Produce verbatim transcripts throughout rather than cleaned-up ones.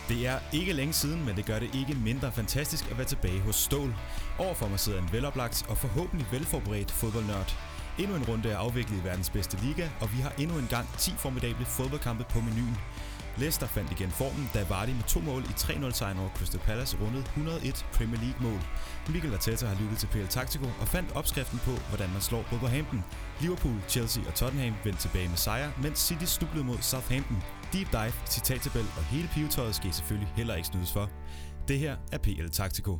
Det er ikke længe siden, men det gør det ikke mindre fantastisk at være tilbage hos Stål. Overfor mig sidder en veloplagt og forhåbentlig velforberedt fodboldnørd. Endnu en runde er afviklet i verdens bedste liga, og vi har endnu en gang ti formidable fodboldkampe på menuen. Leicester fandt igen formen, da Vardy med to mål i tre nul sejren over Crystal Palace rundede et hundrede og et Premier League-mål. Mikel Arteta har lyttet til P L Taktiko og fandt opskriften på, hvordan man slår Wolverhampton. Liverpool, Chelsea og Tottenham vendte tilbage med sejr, mens City snublede mod Southampton. Deep dive, citattabel og hele pivetøjet skal I selvfølgelig heller ikke snydes for. Det her er P L Taktiko.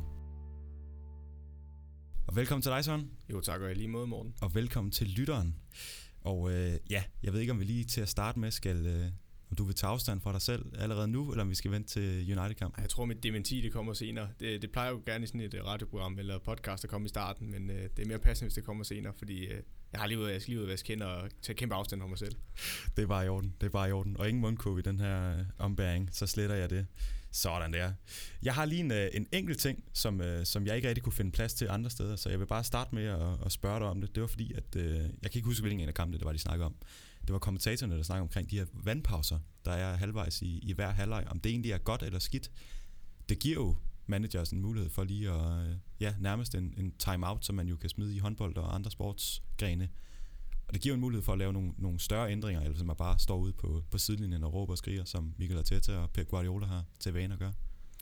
Og velkommen til dig, Søren. Jo, tak og i lige måde, Morten. Og velkommen til lytteren. Og øh, ja, jeg ved ikke, om vi lige til at starte med skal... Øh, om du vil tage afstand fra dig selv allerede nu, eller om vi skal vente til United-kampen? Jeg tror, mit dementi det kommer senere. Det, det plejer jo gerne i sådan et radioprogram eller podcast at komme i starten, men øh, det er mere passende, hvis det kommer senere, fordi øh, jeg har lige ud af, jeg skal lige ud af vaske hænder og tage kæmpe afstand fra mig selv. Det er bare i orden, det er bare i orden. Og ingen mundkurv i den her øh, ombæring, så sletter jeg det. Sådan der. Jeg har lige en, øh, en enkelt ting, som, øh, som jeg ikke rigtig kunne finde plads til andre steder, så jeg vil bare starte med at, at spørge dig om det. Det var fordi, at øh, jeg kan ikke huske, hvilken en af kampene det var, de snakkede om. Det var kommentatorerne, der snakkede omkring de her vandpauser, der er halvvejs i, i hver halvleg. Om det egentlig er godt eller skidt, det giver jo managers en mulighed for lige at, ja, nærmest en, en time-out, som man jo kan smide i håndbold og andre sportsgrene. Og det giver jo en mulighed for at lave nogle, nogle større ændringer, eller som man bare står ude på, på sidelinjen og råber og skriger, som Mikel Arteta og Pep Guardiola har til vane at gøre.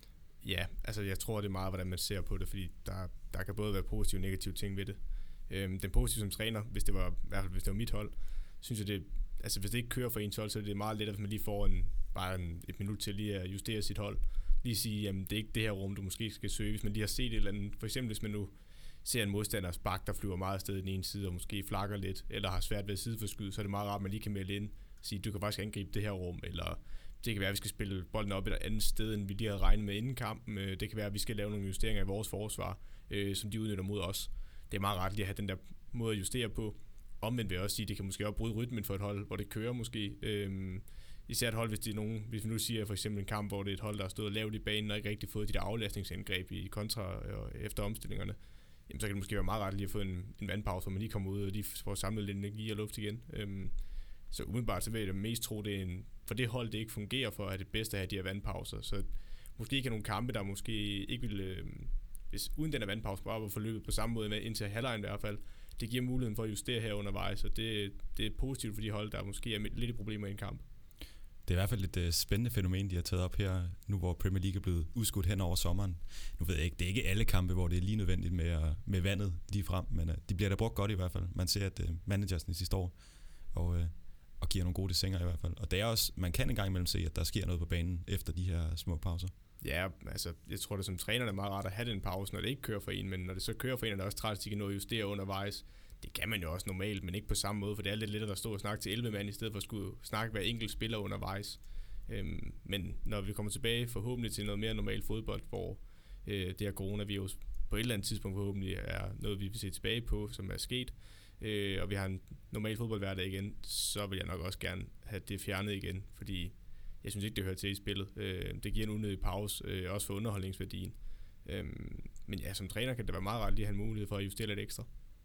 Ja, altså jeg tror, det er meget, hvordan man ser på det, fordi der, der kan både være positive og negative ting ved det. Øhm, den positive som træner, hvis det var, i hvert fald hvis det var mit hold, synes jeg, det, altså hvis det ikke kører for ens hold, så er det meget lettere, hvis man lige får en, bare en, et minut til lige at justere sit hold. Lige sige, jamen det er ikke det her rum, du måske skal søge. Hvis man lige har set et eller andet, for eksempel hvis man nu ser en modstanders bak, der flyver meget afsted i den ene side, og måske flakker lidt, eller har svært ved at sideforskyde, så er det meget rart, at man lige kan melde ind og sige, du kan faktisk angribe det her rum, eller det kan være, at vi skal spille bolden op et andet sted, end vi lige havde regnet med inden kampen. Det kan være, at vi skal lave nogle justeringer i vores forsvar, øh, som de udnytter mod os. Det er meget rart lige at have den der måde at justere på. Omvendt vil jeg også sige, at det kan måske også bryde rytmen for et hold, hvor det kører måske. Øhm, især et hold, hvis det er nogen, hvis vi nu siger for eksempel en kamp, hvor det er et hold, der har stået lavt i banen og ikke rigtig fået de der aflastningsangreb i kontra og efter omstillingerne, jamen, så kan det måske være meget ret lige at få en, en vandpause, hvor man lige kommer ud og lige får samlet lidt energi og luft igen. Øhm, så umiddelbart så vil jeg det mest tro, det er en, for det hold, det ikke fungerer for, at det bedste at have de her vandpauser. Så måske ikke have nogle kampe, der måske ikke vil, øh, hvis uden den her vandpause bare var forløbet på samme måde med indtil halvlejen i hvert fald. Det giver muligheden for at justere her undervejs, og det, det er positivt for de hold, der måske er lidt i problemer i en kamp. Det er i hvert fald et uh, spændende fænomen, de har taget op her, nu hvor Premier League er blevet udskudt hen over sommeren. Nu ved jeg ikke, det er ikke alle kampe, hvor det er lige nødvendigt med, uh, med vandet lige frem, men uh, de bliver da brugt godt i hvert fald. Man ser, at uh, managersne de står og, uh, og giver nogle gode desinger i hvert fald. Og det er også, man kan en gang imellem se, at der sker noget på banen efter de her små pauser. Ja, altså jeg tror, det som træner er meget rart at have den pause, når det ikke kører for en, men når det så kører for en, er det også træt, at de kan nå at justere undervejs. Det kan man jo også normalt, men ikke på samme måde, for det er lidt lettere at stå og snakke til elleve mand, i stedet for at skulle snakke hver enkelt spiller undervejs. Øhm, men når vi kommer tilbage forhåbentlig til noget mere normal fodbold, hvor øh, det her coronavirus på et eller andet tidspunkt forhåbentlig er noget, vi vil se tilbage på, som er sket, øh, og vi har en normal fodboldhverdag igen, så vil jeg nok også gerne have det fjernet igen, fordi jeg synes ikke, det hører til i spillet. Øh, det giver en unødig pause, øh, også for underholdningsværdien. Øh, men ja, som træner kan det være meget rart lige at have en mulighed for at justere lidt ekstra.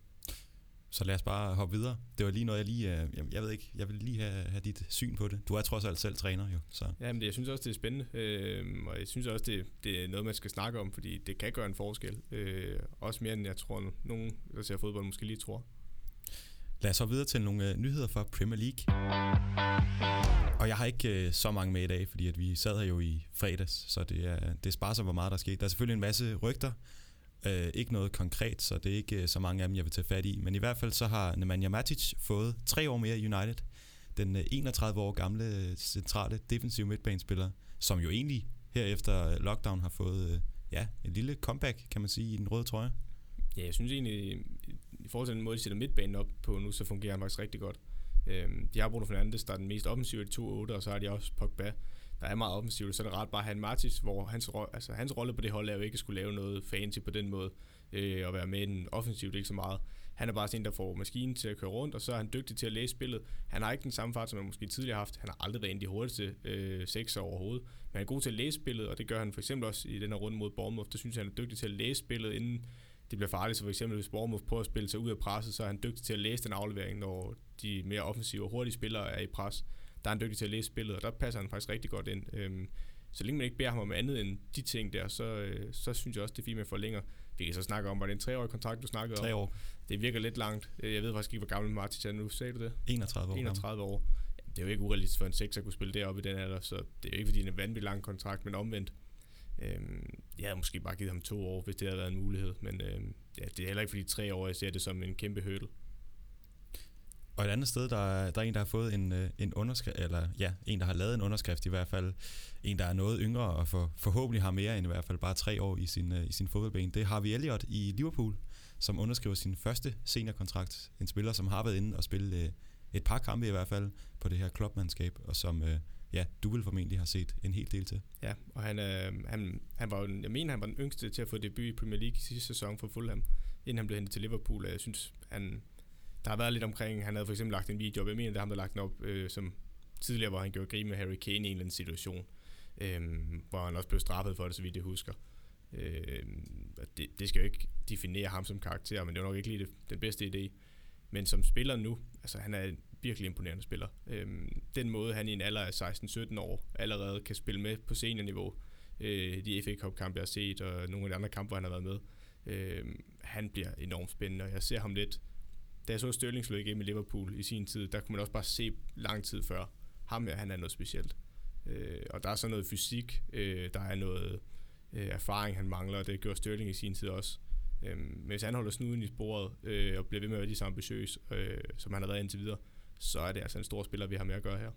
Så lad os bare hoppe videre. Det var lige noget, jeg lige... Jeg, jeg ved ikke, jeg vil lige have, have dit syn på det. Du er trods alt selv træner jo. Så. Ja, men det, jeg synes også, det er spændende. Øh, og jeg synes også, det, det er noget, man skal snakke om, fordi det kan gøre en forskel. Øh, også mere, end jeg tror, nogen, der ser fodbold, måske lige tror. Lad os så videre til nogle uh, nyheder fra Premier League. Og jeg har ikke uh, så mange med i dag, fordi at vi sad her jo i fredags, så det er, det er sparsomt, hvor meget der er sket. Der er selvfølgelig en masse rygter. Uh, ikke noget konkret, så det er ikke uh, så mange af dem, jeg vil tage fat i. Men i hvert fald så har Nemanja Matic fået tre år mere i United. Den uh, enogtredive år gamle centrale defensive midtbanespiller, som jo egentlig her efter lockdown har fået uh, ja, en lille comeback, kan man sige, i den røde trøje. Ja, jeg synes egentlig, i forhold til den måde, de sætter midtbanen op på nu, så fungerer han faktisk rigtig godt. Øhm, de har Bruno Fernandes, der er den mest offensive i de to otte, og så har de også Pogba, der er meget offensivt. Så er det ret bare at have en Matic, hvor hans, altså, hans rolle på det hold er jo ikke at skulle lave noget fancy på den måde, øh, og være med i den offensivt ikke så meget. Han er bare sådan en, der får maskinen til at køre rundt, og så er han dygtig til at læse spillet. Han har ikke den samme fart, som han måske tidligere har haft. Han har aldrig været en af de hurtigste øh, sekser overhovedet, men han er god til at læse spillet, og det gør han for eksempel også i den her runde mod Bournemouth. Der synes jeg, han er dygtig til at læse spillet, inden det bliver farligt. Så for eksempel, hvis Bournemouth prøver at spille sig ud af presset, så er han dygtig til at læse den aflevering, når de mere offensive og hurtige spillere er i pres. Der er han dygtig til at læse spillet, og der passer han faktisk rigtig godt ind. Øhm, så længe man ikke beder ham om andet end de ting der, så, øh, så synes jeg også, det er fint, man forlænger. Vi kan så snakke om, var det en treårig kontrakt, du snakkede Tre om? år. Det virker lidt langt. Jeg ved faktisk ikke, hvor gammel Martic er nu. Sagde du det? enogtredive år. enogtredive år. Ja, det er jo ikke urealistisk for en sekser at kunne spille deroppe i den alder, så det er jo ikke, fordi det er en vanvittig lang kontrakt, men omvendt. Øhm, jeg havde måske bare givet ham to år, hvis det havde været en mulighed, men øhm, ja, det er heller ikke, fordi tre år, jeg ser det som en kæmpe hurdle. Og et andet sted, der er, der er en, der har fået en, en underskrift, eller ja, en, der har lavet en underskrift i hvert fald. En, der er noget yngre og for, forhåbentlig har mere end i hvert fald bare tre år i sin, i sin fodboldbane. Det er Harvey Elliott i Liverpool, som underskriver sin første seniorkontrakt. En spiller, som har været inde og spille et par kampe i hvert fald på det her klubmandskab, og som ja, du vil formentlig have set en hel del til. Ja, og han, øh, han, han var jo, jeg mener, han var den yngste til at få debut i Premier League i sidste sæson for Fulham, inden han blev hentet til Liverpool. Jeg synes, han... Der har været lidt omkring, han havde for eksempel lagt en video op, jeg mener, det ham, der lagt den op, øh, som tidligere, hvor han gjorde grin med Harry Kane i en eller anden situation, øh, hvor han også blev straffet for det, så vidt jeg husker. Øh, det, det skal jo ikke definere ham som karakter, men det var nok ikke lige det, den bedste idé. Men som spiller nu, altså han er en virkelig imponerende spiller. Øh, den måde, han i en alder af seksten sytten år allerede kan spille med på seniorniveau, øh, de F A Cup-kampe, jeg har set, og nogle af de andre kampe, hvor han har været med, øh, han bliver enormt spændende, og jeg ser ham lidt. Da jeg så Sterling slå igennem i Liverpool i sin tid, der kunne man også bare se lang tid før. Ham her, han er noget specielt. Øh, og der er så noget fysik, øh, der er noget øh, erfaring, han mangler, og det gjorde Sterling i sin tid også. Øh, men hvis han holder snuden i sporet, øh, og bliver ved med at være lige så ambitiøs, øh, som han har været indtil videre, så er det altså en stor spiller, vi har med at gøre her.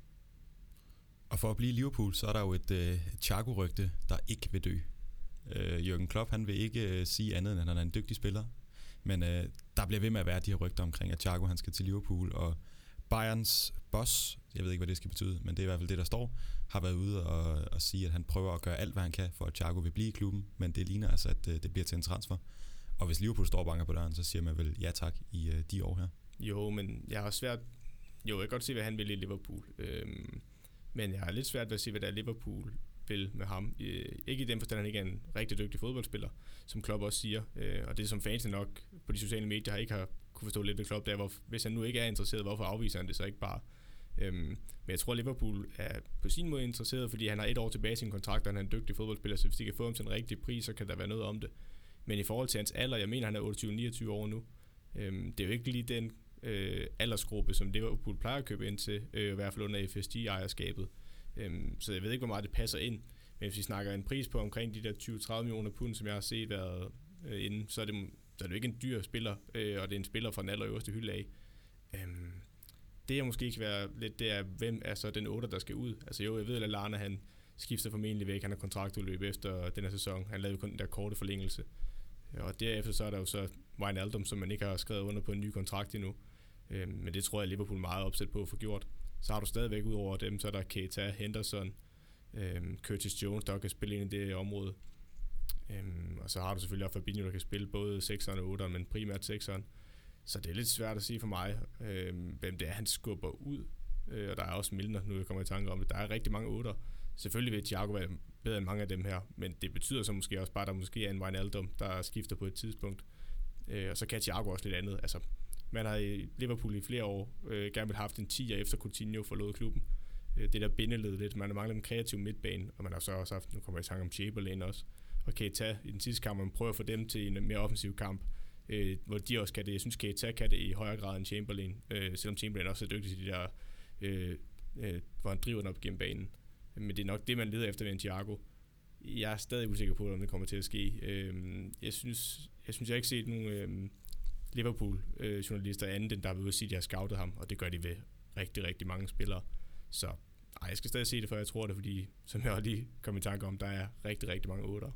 Og for at blive Liverpool, så er der jo et øh, Thiago-rygte, der ikke vil dø. Øh, Jürgen Klopp, han vil ikke øh, sige andet, end at han er en dygtig spiller. Men øh, der bliver ved med at være de her rygter omkring, at Thiago han skal til Liverpool, og Bayerns boss, jeg ved ikke, hvad det skal betyde, men det er i hvert fald det, der står, har været ude og, og sige, at han prøver at gøre alt, hvad han kan, for at Thiago vil blive i klubben, men det ligner altså, at øh, det bliver til en transfer. Og hvis Liverpool står og banker på døren, så siger man vel ja tak i øh, de år her. Jo, men jeg har svært... Jo, jeg kan godt se, hvad han vil i Liverpool. Øhm, men jeg har lidt svært ved at se, hvad der er Liverpool vil med ham. Øh, ikke i den forstand, at han ikke er en rigtig dygtig fodboldspiller, som Klopp også siger. Øh, og det som fansene nok på de sociale medier har ikke har kunne forstå lidt ved Klopp, der hvor hvis han nu ikke er interesseret, hvorfor afviser han det så ikke bare? Øhm, men jeg tror, at Liverpool er på sin måde interesseret, fordi han har et år tilbage i sin kontrakt, og han er en dygtig fodboldspiller, så hvis de kan få ham til en rigtig pris, så kan der være noget om det. Men i forhold til hans alder, jeg mener, han er otteogtyve niogtyve år nu. Øhm, det er jo ikke lige den øh, aldersgruppe, som Liverpool plejer at købe ind til, øh, i hvert fald under F S G-ejerskabet. Øhm, så jeg ved ikke, hvor meget det passer ind. Men hvis vi snakker en pris på omkring de der tyve til tredive millioner pund, som jeg har set været øh, inden, så er, det, så er det jo ikke en dyr spiller, øh, og det er en spiller fra den allerøverste hylde af. Øhm, det jeg måske kan være lidt, det er, hvem er så den otter, der skal ud? Altså jo, jeg ved, at Lallana, han skifter formentlig væk, han har kontraktudløb efter den her sæson, han lavede kun den der korte forlængelse. Og derefter så er der jo så Wijnaldum, som man ikke har skrevet under på en ny kontrakt endnu. Øhm, men det tror jeg, Liverpool er meget opsat på at få gjort. Så har du stadigvæk ud over dem, så er der Keita, Henderson, øhm, Curtis Jones, der kan spille ind i det område. Øhm, og så har du selvfølgelig også Fabinho, der kan spille både sekseren og otteren, men primært sekseren. Så det er lidt svært at sige for mig, øhm, hvem det er, han skubber ud. Øh, og der er også Milner, nu jeg kommer i tanke om det. Der er rigtig mange otter. Selvfølgelig vil Thiago være bedre end mange af dem her, men det betyder så måske også bare, at der måske er en Wijnaldum, der skifter på et tidspunkt. Øh, og så kan Thiago også lidt andet. Altså, man har i Liverpool i flere år øh, gerne vil have haft en tier efter Coutinho forlod klubben. Øh, det der bindeled lidt. Man har manglet en kreativ midtbane, og man har så også haft, nu kommer jeg i tanke om Chamberlain også, og Keita i den sidste kamp, man prøver at få dem til en mere offensiv kamp, øh, hvor de også kan det. Jeg synes, Keita kan det i højere grad end Chamberlain, øh, selvom Chamberlain også er dygtig til de der, øh, øh, hvor han driver den op gennem banen. Men det er nok det, man leder efter ved en Thiago. Jeg er stadig usikker på, om det kommer til at ske. Øh, jeg synes, jeg synes, jeg har ikke set nogen øh, Liverpool-journalister øh, andet, end der vil ude at sige, at de har scoutet ham, og det gør de ved rigtig, rigtig mange spillere. Så ej, jeg skal stadig se det, før jeg tror det, fordi som jeg lige kom i tanke om, der er rigtig, rigtig mange otter.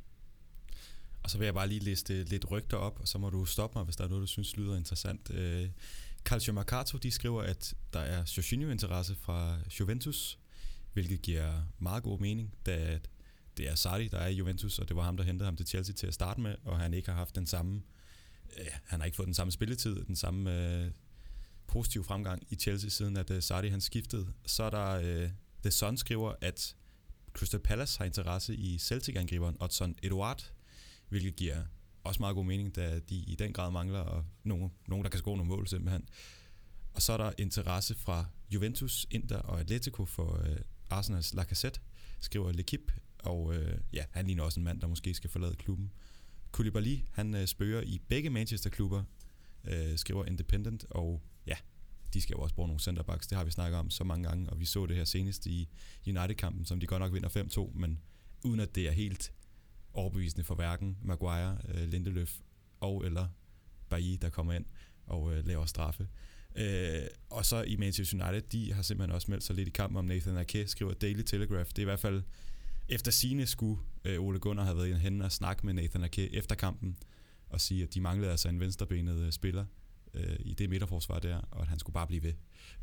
Og så vil jeg bare lige liste lidt rygter op, og så må du stoppe mig, hvis der er noget, du synes lyder interessant. Øh, Calcio Mercato, de skriver, at der er Jorginho-interesse fra Juventus, hvilket giver meget god mening, da det er Sarri, der er i Juventus, og det var ham, der hentede ham til Chelsea til at starte med, og han ikke har haft den samme, øh, han har ikke fået den samme spilletid, den samme øh, positive fremgang i Chelsea, siden at øh, Sarri han skiftede. Så er der øh, The Sun skriver, at Crystal Palace har interesse i Celtic-angriberen Odsonne Edouard, hvilket giver også meget god mening, da de i den grad mangler og nogen, nogen der kan score nogle mål simpelthen. Og så er der interesse fra Juventus, Inter og Atletico for øh, Arsenals Lacazette, skriver L'Equipe, og øh, ja, han ligner også en mand, der måske skal forlade klubben. Koulibaly, han øh, spørger i begge Manchester-klubber, øh, skriver Independent, og ja, de skal jo også bruge nogle centerbacks, det har vi snakket om så mange gange, og vi så det her senest i United-kampen, som de godt nok vinder fem to, men uden at det er helt overbevisende for hverken Maguire, øh, Lindeløf og eller Bailly, der kommer ind og øh, laver straffe. Øh, og så i Manchester United, de har simpelthen også meldt sig lidt i kampen om Nathan Ake, skriver Daily Telegraph. Det er i hvert fald, efter sigende skulle øh, Ole Gunnar have været henne og snakke med Nathan Ake efter kampen, og sige, at de manglede altså en venstrebenet øh, spiller øh, i det midterforsvar der, og at han skulle bare blive ved.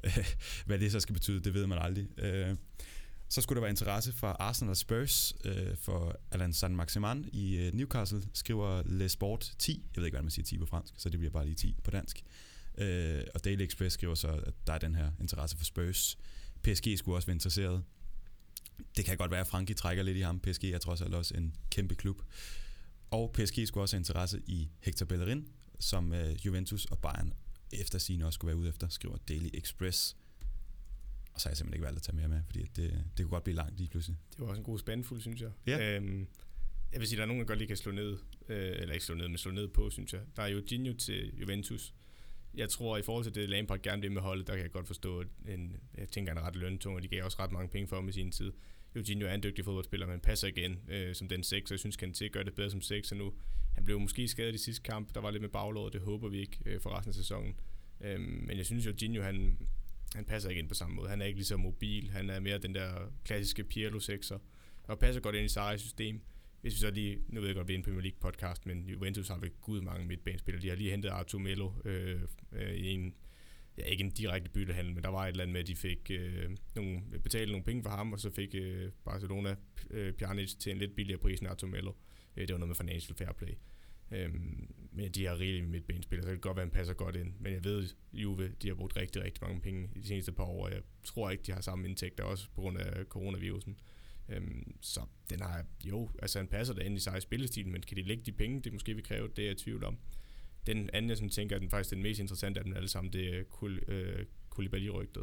Hvad det så skal betyde, det ved man aldrig. Øh, så skulle der være interesse fra Arsenal og Spurs øh, for Alain Saint-Maximin i øh, Newcastle, skriver Le Sport ti. Jeg ved ikke, hvad man siger ti på fransk, så det bliver bare lige ti på dansk. Øh, og Daily Express skriver så, at der er den her interesse for Spurs. P S G skulle også være interesseret. Det kan godt være, at Frankie trækker lidt i ham. P S G er trods alt også en kæmpe klub. Og P S G skulle også have interesse i Hector Bellerin, som øh, Juventus og Bayern efter sigende også skulle være ude efter, skriver Daily Express. Og så har jeg simpelthen ikke valgt at tage mere med, fordi det, det kunne godt blive langt lige pludselig. Det var også en god spændfuld, synes jeg. Ja. Øhm, jeg vil sige, der er nogen, der godt lige kan slå ned, øh, eller ikke slå ned, men slå ned på, synes jeg. Der er jo Gino til Juventus. Jeg tror, i forhold til det, Lampard gerne vil med holdet, der kan jeg godt forstå, at en, jeg tænker, han er ret løntung, og de gav også ret mange penge for ham i sin tid. Eugenio er en dygtig fodboldspiller, men passer igen øh, som den seks, og jeg synes, kan til gør det bedre som seks nu. Han blev måske skadet i sidste kamp, der var lidt med baglåret, det håber vi ikke øh, for resten af sæsonen. Øhm, men jeg synes, at Eugenio, han, han passer ikke ind på samme måde. Han er ikke lige så mobil, han er mere den der klassiske Pirlo-sekser, og passer godt ind i Sarris system. Hvis vi så lige, nu ved jeg godt, det er en Premier League podcast, men Juventus har vel gud mange midtbanespillere. De har lige hentet Artur Melo øh, øh, i en, ja, ikke en direkte byttehandel, men der var et eller andet med, at de fik øh, nogle, betalt nogle penge for ham, og så fik øh, Barcelona øh, Pjanic til en lidt billigere pris end Artur Melo. Øh, det var noget med financial fair play. Øh, men de har rigeligt midtbanespillere, så det kan godt være, at han passer godt ind. Men jeg ved, Juve, de har brugt rigtig, rigtig mange penge i de seneste par år, og jeg tror ikke, de har samme indtægter, også på grund af coronavirusen. Øhm, så den har jo, altså han passer da ind i sig spillestilen, men kan de lægge de penge, det måske vil kræve, det er jeg i tvivl om. Den anden, jeg sådan tænker, at den faktisk den mest interessante af dem alle sammen, det er Kul- øh, Koulibaly-rygtet.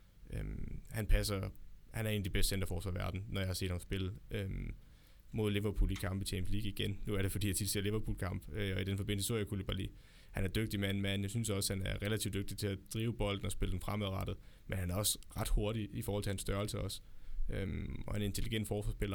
Øhm, han passer, han er en af de bedste centerforsvar i verden, når jeg har set ham spille øhm, mod Liverpool i kamp i Champions League igen. Nu er det fordi, jeg tit ser Liverpool-kamp, øh, og i den forbindelse så jeg Koulibaly. Han er dygtig mand, men jeg synes også, at han er relativt dygtig til at drive bolden og spille den fremadrettet, men han er også ret hurtig i forhold til hans størrelse også. Øhm, og en intelligent forsvarsspiller.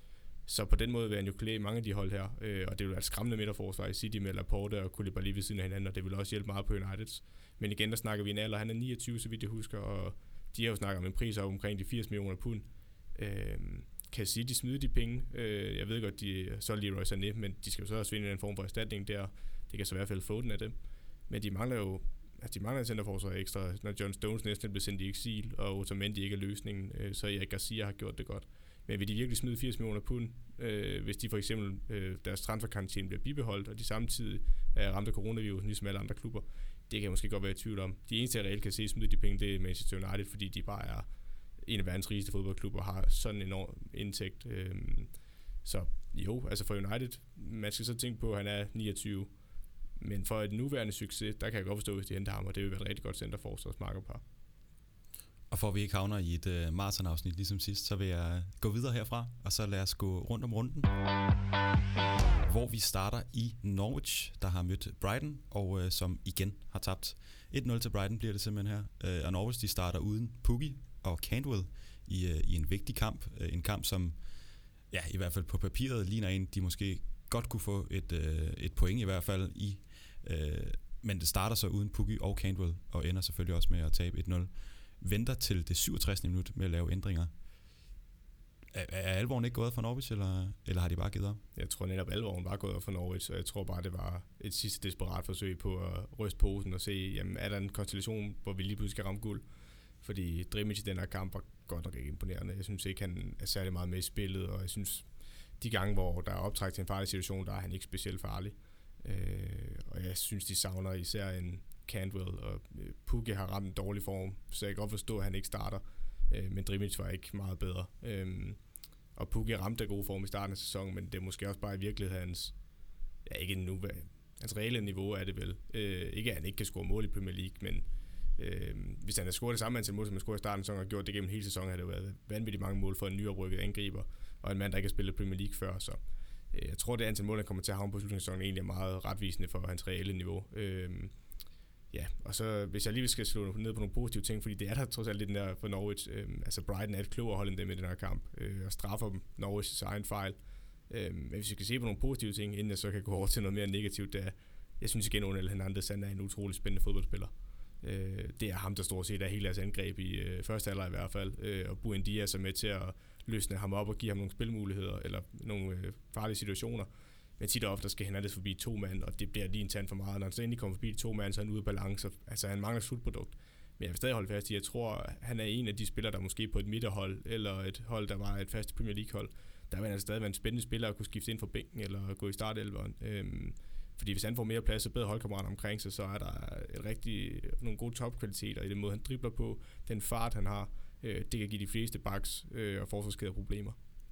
Så på den måde vil han jo klæde mange af de hold her, øh, og det vil være et skræmmende midterforsvar i City med Laporte og Koulibaly ved siden af hinanden, og det vil også hjælpe meget på Uniteds. Men igen, der snakker vi en alder, han er niogtyve, så vidt jeg husker, og de har jo snakket om en pris op omkring de firs millioner pund. Øh, kan City smide de penge? Øh, jeg ved godt, de så Leroy Sané, men de skal jo så også finde en form for erstatning der. Det kan så i hvert fald få den af dem. Men de mangler jo Altså, de mangler en centerforsvar ekstra, når John Stones næsten blev sendt i eksil, og Otamendi ikke er løsningen, øh, så Erik Garcia har gjort det godt. Men vil de virkelig smide firs millioner pund, øh, hvis de for eksempel øh, deres transferkarantæne bliver bibeholdt, og de samtidig er ramt af coronavirusen, ligesom alle andre klubber? Det kan jeg måske godt være i tvivl om. De eneste, jeg reelt kan se smide de penge, det er Manchester United, fordi de bare er en af verdens rigeste fodboldklubber, og har sådan en enorm indtægt. Øh, så jo, altså for United, man skal så tænke på, at han er niogtyve. Men for et nuværende succes, der kan jeg godt forstå, hvis de henter ham, og det vil være et rigtig godt centerforsvarsmarkerpar. Og for at vi ikke havner i et uh, maratonafsnit ligesom sidst, så vil jeg gå videre herfra, og så lad os gå rundt om runden. Hvor vi starter i Norwich, der har mødt Brighton, og uh, som igen har tabt et nul til Brighton, bliver det simpelthen her. Uh, og Norwich, de starter uden Pukki og Cantwell i, uh, i en vigtig kamp. Uh, en kamp, som ja, i hvert fald på papiret ligner en, de måske godt kunne få et, uh, et point i hvert fald i. Uh, men det starter så uden Pukki og Cantwell, og ender selvfølgelig også med at tabe et nul. Venter til det syvogtres minut med at lave ændringer. Er, er alvoren ikke gået for Norwich, eller, eller har de bare givet op? Jeg tror netop, alvoren var gået for Norwich, og jeg tror bare, det var et sidste desperat forsøg på at ryste posen og se, jamen, er der en konstellation, hvor vi lige pludselig skal ramme guld? Fordi Drimic i den her kamp var godt nok ikke imponerende. Jeg synes ikke, han er særlig meget med i spillet, og jeg synes, de gange, hvor der er optræk til en farlig situation, der er han ikke specielt farlig. Øh, og jeg synes, de savner især en Cantwell, og øh, Pukki har ramt en dårlig form, så jeg kan godt forstå, at han ikke starter. Øh, men Drimic var ikke meget bedre. Øh, og Pukki ramte af god form i starten af sæsonen, men det er måske også bare i virkeligheden hans, ja, ikke nu, hans reelle niveau er det vel. Øh, ikke at han ikke kan score mål i Premier League, men øh, hvis han havde scoret det samme antal mål, som han scorede i starten af sæsonen, og gjort det gennem hele sæsonen, havde det været vanvittigt mange mål for en nyoprykket angriber. og en mand, der ikke har spillet Premier League før, så øh, jeg tror, det antal mål, han kommer til at havne på slutningssæsonen, egentlig er meget retvisende for hans reelle niveau. Øh, ja, og så hvis jeg lige skal slå ned på nogle positive ting, fordi det er der trods alt lidt den der for Norwich, øh, altså Brighton er et klogere hold end dem i den her kamp, øh, og straffer dem Norwichs egen fejl. Øh, men hvis vi skal se på nogle positive ting, inden jeg så kan gå over til noget mere negativt, det er, jeg synes igen, Onel Hernandez er en utrolig spændende fodboldspiller. Øh, det er ham, der stort set er hele deres angreb i øh, første halvleg i hvert fald, øh, og Buendia er så med til at løsne ham op og give ham nogle spilmuligheder, eller nogle øh, farlige situationer. Men tit og ofte skal Hernandez forbi to mand, og det bliver lige en tand for meget. Når han så endelig kommer forbi de to mand, så er han ude af balance. Altså han mangler slutprodukt. Men jeg vil stadig holde fast i, at jeg tror, han er en af de spillere, der måske på et midterhold, eller et hold, der var et fast Premier League-hold, der vil han stadig være en spændende spiller at kunne skifte ind fra bænken, eller gå i startelveren. Øhm, fordi hvis han får mere plads og bedre holdkammerater omkring sig, så er der et rigtig, nogle gode topkvaliteter i den måde, han dribler på, den fart, han har. Øh, det kan give de fleste backs øh, og forsvarskæder problemer.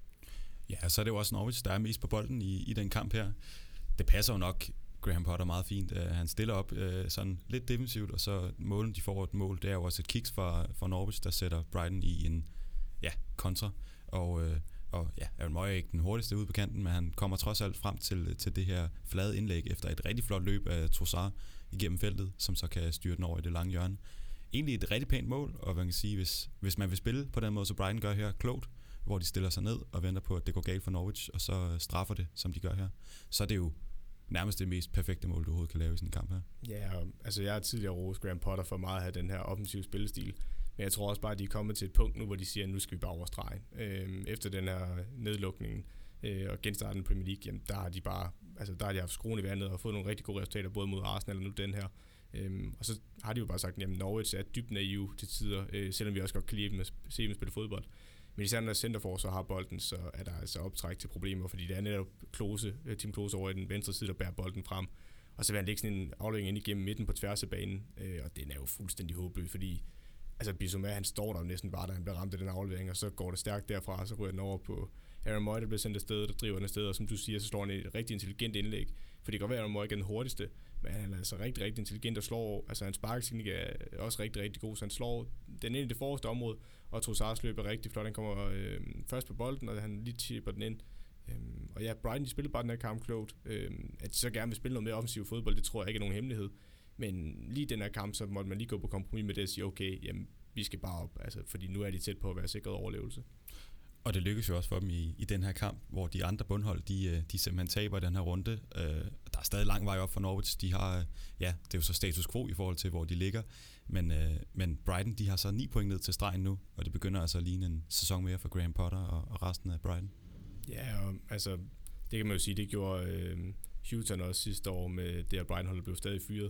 Ja, så er det jo også Norwich, der er mest på bolden i, i den kamp her. Det passer jo nok Graham Potter meget fint. Uh, han stiller op uh, sådan lidt defensivt, og så målen, de får et mål. Det er jo også et kicks fra, fra Norwich, der sætter Brighton i en ja, kontra. Og, uh, og ja, Aaron Moy er ikke den hurtigste ude på kanten, men han kommer trods alt frem til, til det her flade indlæg efter et rigtig flot løb af Trossard igennem feltet, som så kan styre den over i det lange hjørne. Egentlig et rigtig pænt mål, og man kan sige, hvis, hvis man vil spille på den måde, så Brighton gør her klogt, hvor de stiller sig ned og venter på, at det går galt for Norwich, og så straffer det, som de gør her, så er det jo nærmest det mest perfekte mål, du overhovedet kan lave i sådan en kamp her. Ja, og, altså jeg har tidligere rost Graham Potter for meget at have den her offensive spillestil, men jeg tror også bare, at de er kommet til et punkt nu, hvor de siger, at nu skal vi bare overstrege. Øhm, efter den her nedlukning øh, og genstarten af Premier League, jamen, der har de bare, altså der har de haft skruen i vandet og fået nogle rigtig gode resultater, både mod Arsenal og nu den her. Øhm, og så har de jo bare sagt, at Norwich er dybt naiv til tider, øh, selvom vi også godt kan lide dem at se dem spille fodbold. Men især når centerforsvar har bolden, så er der altså optræk til problemer, fordi det er netop Klose, Tim Klose over i den venstre side, der bærer bolden frem. Og så vil han lægge sådan en aflevering ind igennem midten på tværs af banen, øh, og den er jo fuldstændig håbløs, fordi altså Bissouma, han står der næsten bare, da han bliver ramt af den aflevering, og så går det stærkt derfra, og så ryger den over på Aaron Moy, der bliver sendt afsted, der driver den afsted, og som du siger, så slår han et rigtig intelligent indlæg, for det kan godt være, at Aaron Moy ikke er den hurtigste, men han er altså rigtig, rigtig intelligent og slår, altså hans sparketeknik er også rigtig, rigtig god, så han slår den ind i det forreste område, og Trossards løb er rigtig flot, han kommer øh, først på bolden, og han lige chipper den ind. Øhm, og ja, Brighton, de spiller bare den her kamp klogt. Øhm, at de så gerne vil spille noget mere offensiv fodbold, det tror jeg ikke er nogen hemmelighed. Men lige den her kamp, så måtte man lige gå på kompromis med det og sige, okay, jamen, vi skal bare op, altså, fordi nu er de tæt på at være sikret overlevelse. Og det lykkes jo også for dem i, i den her kamp, hvor de andre bundhold, de, de simpelthen taber i den her runde. Uh, der er stadig lang vej op for Norwich. De har, ja, det er jo så status quo i forhold til, hvor de ligger. Men, uh, men Brighton, de har så ni point ned til stregen nu, og det begynder altså at ligne en sæson mere for Graham Potter og, og resten af Brighton. Ja, og altså, det kan man jo sige, det gjorde øh, Houghton også sidste år med det, at Brighton-holdet blev stadig fyret.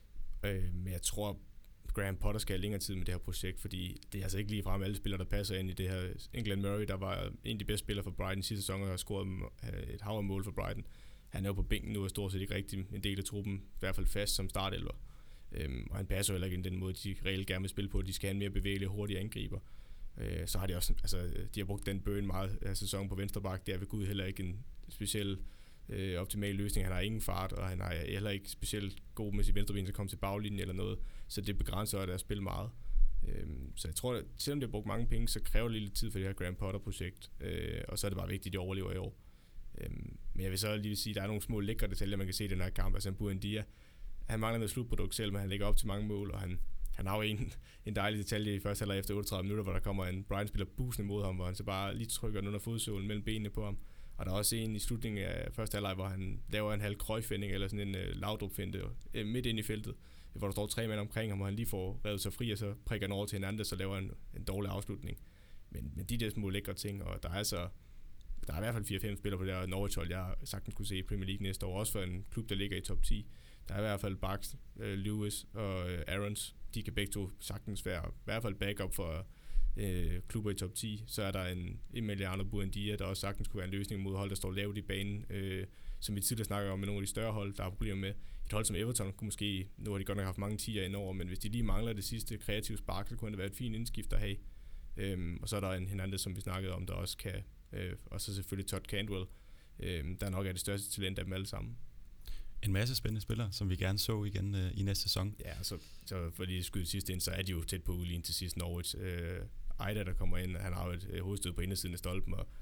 Øh, men jeg tror, Graham Potter skal have længere tid med det her projekt, fordi det er altså ikke lige frem alle spillere, der passer ind i det her. England Murray, der var en af de bedste spillere for Brighton sidste sæson, og har scoret et hav af mål for Brighton. Han er jo på bænken nu og stort set ikke rigtig en del af truppen, i hvert fald fast som startelver. Øhm, og han passer jo heller ikke ind den måde, de reelt gerne vil spille på. De skal have en mere bevægelig, hurtig angriber. Øh, så har de også, altså, de har brugt den Burn meget af sæsonen på venstre bak. Det er ved Gud heller ikke en speciel øh, optimal løsning. Han har ingen fart, og han er heller ikke specielt god med sit venstre ben til at komme til baglinjen eller noget. Så det begrænser at deres spil meget. Øhm, så jeg tror, at selvom de har brugt mange penge, så kræver det lidt tid for det her Graham Potter-projekt. Øh, og så er det bare vigtigt, at de overlever i år. Øhm, men jeg vil så lige sige, at der er nogle små lækre detaljer, man kan se i den her kamp. Altså Buendia, han mangler noget slutprodukt selv, men han lægger op til mange mål, og han, han har jo en, en dejlig detalje i første halvleg efter otteogtredive minutter, hvor der kommer en Brighton-spiller busende mod ham, hvor han så bare lige trykker den under fodsålen mellem benene på ham. Og der er også en i slutningen af første halvleg, hvor han laver en halv krøjfinding, eller sådan en uh, Laudrup-finte uh, midt ind i feltet, hvor der står tre mænd omkring ham, og han lige får revet sig fri, og så prikker han over til hinanden, så laver en, en dårlig afslutning. Men, men de der små lækre ting, og der er altså der er i hvert fald fire fem spillere på det her Norwich-hold, jeg sagtens kunne se i Premier League næste år, også for en klub, der ligger i top ti. Der er i hvert fald Barks, uh, Lewis og uh, Aarons. De kan begge to sagtens være i hvert fald backup for uh, klubber i top ti. Så er der en Emiliano Buendia, der også sagtens kunne være en løsning mod hold, der står lavt i banen. Uh, som vi tidligere snakker om med nogle af de større hold, der har problemer med. Et hold som Everton kunne måske, nu har de godt nok haft mange tier indover, men hvis de lige mangler det sidste kreative spark, så kunne det være et fint indskift at have. Um, og så er der en Hernandez, som vi snakkede om, der også kan, uh, og så selvfølgelig Todd Cantwell, um, der nok er det største talent af dem alle sammen. En masse spændende spillere, som vi gerne så igen øh, i næste sæson. Ja, så, så for lige at skyde sidst ind, så er de jo tæt på udlignet til sidst Norwich. Øh, Ejda, der kommer ind, han har jo et øh, hovedstød på indersiden af stolpen, og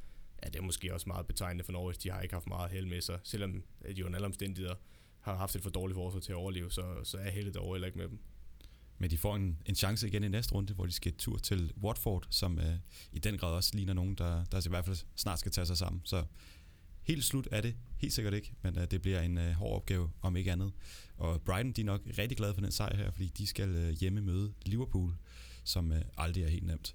ja, det er måske også meget betegnende for Norwich. De har ikke haft meget held med sig, selvom de under alle omstændigheder har haft et for dårligt forsvar til at overleve, så, så er heldet over heller ikke med dem. Men de får en, en chance igen i næste runde, hvor de skal tur til Watford, som øh, i den grad også ligner nogen, der, der i hvert fald snart skal tage sig sammen. Så helt slut er det helt sikkert ikke, men øh, det bliver en øh, hård opgave, om ikke andet. Og Brighton, de er nok rigtig glade for den sejr her, fordi de skal øh, hjemme møde Liverpool, som øh, aldrig er helt nemt.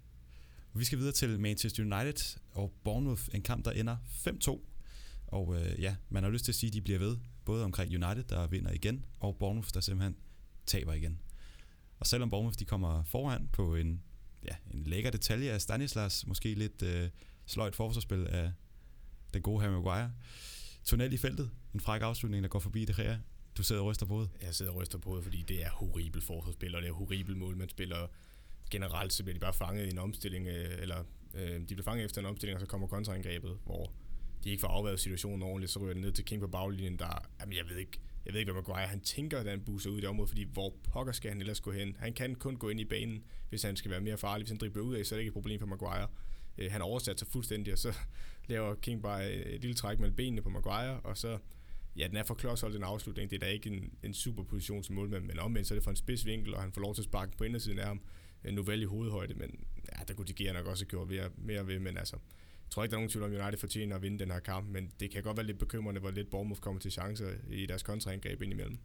Vi skal videre til Manchester United og Bournemouth, en kamp, der ender fem to. Og øh, ja, man har lyst til at sige, at de bliver ved, både omkring United, der vinder igen, og Bournemouth, der simpelthen taber igen. Og selvom Bournemouth de kommer foran på en, ja, en lækker detalje af Stanislas, måske lidt øh, sløjt forsvarsspil af den gode Harry Maguire. Tunnel i feltet, en fræk afslutning, der går forbi det her. Du sidder og ryster på hovedet. Jeg sidder og ryster på hovedet, fordi det er horribelt forsvarsspil, og det er horribelt mål, man spiller. Generelt så bliver de bare fanget i en omstilling, øh, eller øh, de bliver fanget efter en omstilling, og så kommer kontraangrebet, hvor de ikke får afværet situationen ordentligt, så ryger det ned til King på baglinjen, der, jamen jeg ved ikke, jeg ved ikke, hvad Maguire han tænker, da han buser ud i det område, fordi hvor pokker skal han ellers gå hen? Han kan kun gå ind i banen, hvis han skal være mere farlig. Hvis han dribler ud af, så er det ikke et problem for Maguire. Øh, han oversat sig fuldstændig, og så laver King bare et lille træk mellem benene på Maguire, og så, ja, den er for klodsholdt, den afslutning. Det er da ikke en, en super position som målmand, men omvendt, så er det for en spids vinkel, og han får lov til at sparke på indersiden af ham. Nu vel i hovedhøjde, men ja, der kunne de nok også have gjort mere, mere ved, men altså, jeg tror ikke, der er nogen tvivl om, United fortjener at vinde den her kamp, men det kan godt være lidt bekymrende, hvor lidt Bournemouth kommer til chancer i deres kontraangreb indimellem.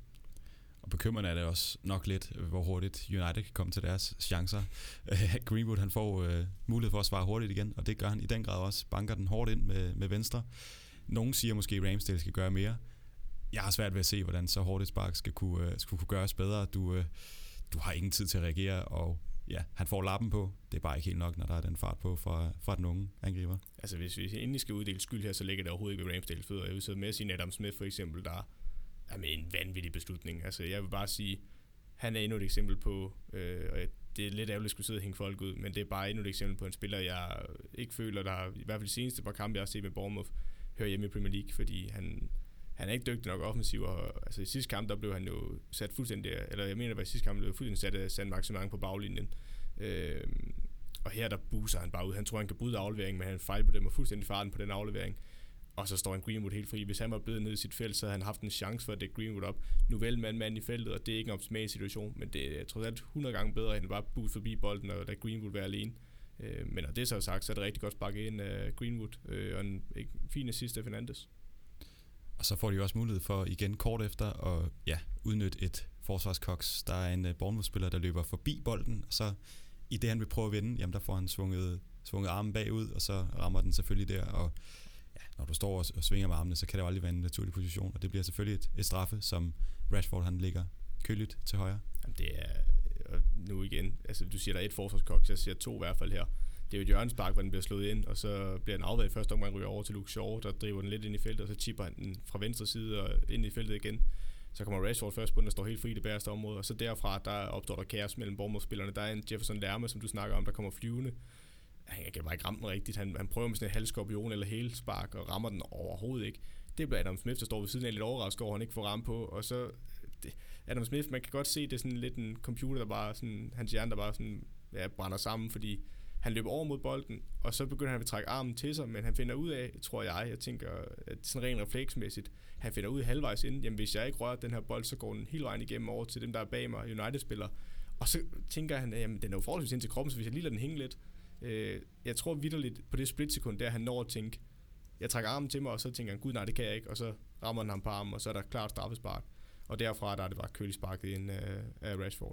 Og bekymrende er det også nok lidt, hvor hurtigt United kan komme til deres chancer. Greenwood, han får øh, mulighed for at svare hurtigt igen, og det gør han i den grad også. Banker den hårdt ind med, med venstre. Nogen siger måske, at Ramsdale skal gøre mere. Jeg har svært ved at se, hvordan så hurtigt spark skal kunne, øh, skal kunne gøres bedre. Du, øh, du har ingen tid til at reagere, og ja, han får lappen på. Det er bare ikke helt nok, når der er den fart på fra, fra den unge angriber. Altså, hvis vi endelig skal uddele skyld her, så ligger det overhovedet ikke ved Ramsdale fødder. Jeg vil så med at sige Adam Smith for eksempel, der er med en vanvittig beslutning. Altså, jeg vil bare sige, han er endnu et eksempel på, øh, og det er lidt ærgerligt at skulle sidde og hænge folk ud, men det er bare endnu et eksempel på en spiller, jeg ikke føler, der har, i hvert fald de seneste par kampe, jeg har set med Bournemouth, hører hjemme i Premier League, fordi han, han er ikke dygtig nok offensiv, og altså i sidste kamp, der blev han jo sat fuldstændig, eller jeg mener, det var i sidste kamp, blev fuldstændig sat af San Maximang på baglinjen. Øh, og her der buser han bare ud. Han tror, han kan bryde afleveringen, men han fejlbedømmer fuldstændig farten på den aflevering. Og så står en Greenwood helt fri. Hvis han var blevet nede i sit felt, så havde han haft en chance for at dække Greenwood op. Nu vel mand mand i feltet, og det er ikke en optimal situation, men det er trods alt hundrede gange bedre, end bare buse forbi bolden og lade Greenwood være alene. Øh, men når det så er sagt, så er det rigtig godt sparket ind af Greenwood, øh, og en, en fin assist af Fernandes. Og så får de også mulighed for igen kort efter at ja, udnytte et forsvarskoks. Der er en uh, Bournemouth-spiller, der løber forbi bolden, og så i det, han vil prøve at vinde, jamen der får han svunget, svunget armen bagud, og så rammer den selvfølgelig der, og ja, når du står og, og svinger med armene, så kan det jo aldrig være en naturlig position, og det bliver selvfølgelig et, et straffe, som Rashford han ligger køligt til højre. Jamen det er, og nu igen, altså du siger, der er et forsvarskoks, jeg siger to i hvert fald her. Det er jo et hjørnespark, hvor den bliver slået ind, og så bliver den afværet i første omgang, ryger over til Luke Shaw, der driver den lidt ind i feltet, og så chipper han den fra venstre side og ind i feltet igen. Så kommer Rashford først på den, der står helt fri i det bagerste område, og så derfra, der opstår der kaos mellem Bournemouth-spillerne. Der er en Jefferson Lerma, som du snakker om, der kommer flyvende. Han kan bare ikke ramme den rigtigt. Han, han prøver med sådan en halvskorpion eller hælspark, og rammer den overhovedet ikke. Det bliver Adam Smith, der står ved siden af lidt overrasket over, han ikke får ramme på, og så det, Adam Smith, man kan godt se, det er sådan lidt en computer, der bare sådan, hans hjerne, der bare sådan, ja, brænder sammen, fordi han løber over mod bolden, og så begynder han at trække armen til sig, men han finder ud af, tror jeg, jeg tænker, at sådan rent refleksmæssigt, han finder ud af halvvejs inden, jamen hvis jeg ikke rører den her bold, så går den hele vejen igennem over til dem, der er bag mig, United-spillere, og så tænker han, jamen den er jo forholdsvis ind til kroppen, så hvis jeg lige lader den hænge lidt, øh, jeg tror vitterligt på det splitsekund, der han når at tænke, jeg trækker armen til mig, og så tænker han, gud nej, det kan jeg ikke, og så rammer han ham på armen, og så er der klart straffespark, og derfra der er det bare køligt sparket ind af, af Rashford.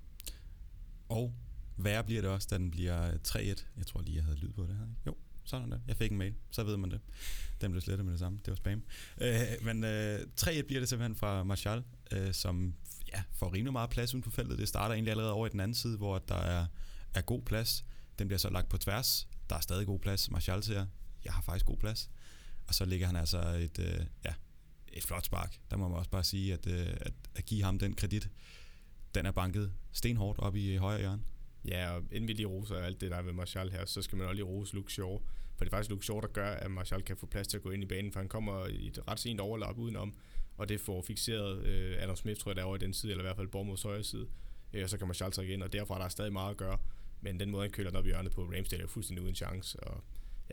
Og værre bliver det også, da den bliver tre et. Jeg tror lige, jeg havde lyd på det her. Jo, sådan der. Jeg fik en mail, så ved man det. Den blev slettet med det samme. Det var spam. Øh, men øh, tre et bliver det simpelthen fra Martial, øh, som ja, får rimelig meget plads uden på feltet. Det starter egentlig allerede over i den anden side, hvor der er, er god plads. Den bliver så lagt på tværs. Der er stadig god plads. Martial siger, jeg har faktisk god plads. Og så ligger han altså et, øh, ja, et flot spark. Der må man også bare sige, at, øh, at, at give ham den kredit. Den er banket stenhårdt op i højre hjørne. Ja, og inden vi lige roser alt det der med Martial her, så skal man også lige rose Luke Shaw. For det er faktisk Luke Shaw, der gør, at Martial kan få plads til at gå ind i banen, for han kommer i et ret sent overlap udenom, og det får fikseret øh, Adam Smith, tror jeg, derovre i den side, eller i hvert fald Bournemouths højre side. Øh, og så kan Martial trække ind, og derfra der er stadig meget at gøre. Men den måde, han køler den op i hjørnet på, Ramsdale er fuldstændig uden chance. Og ja,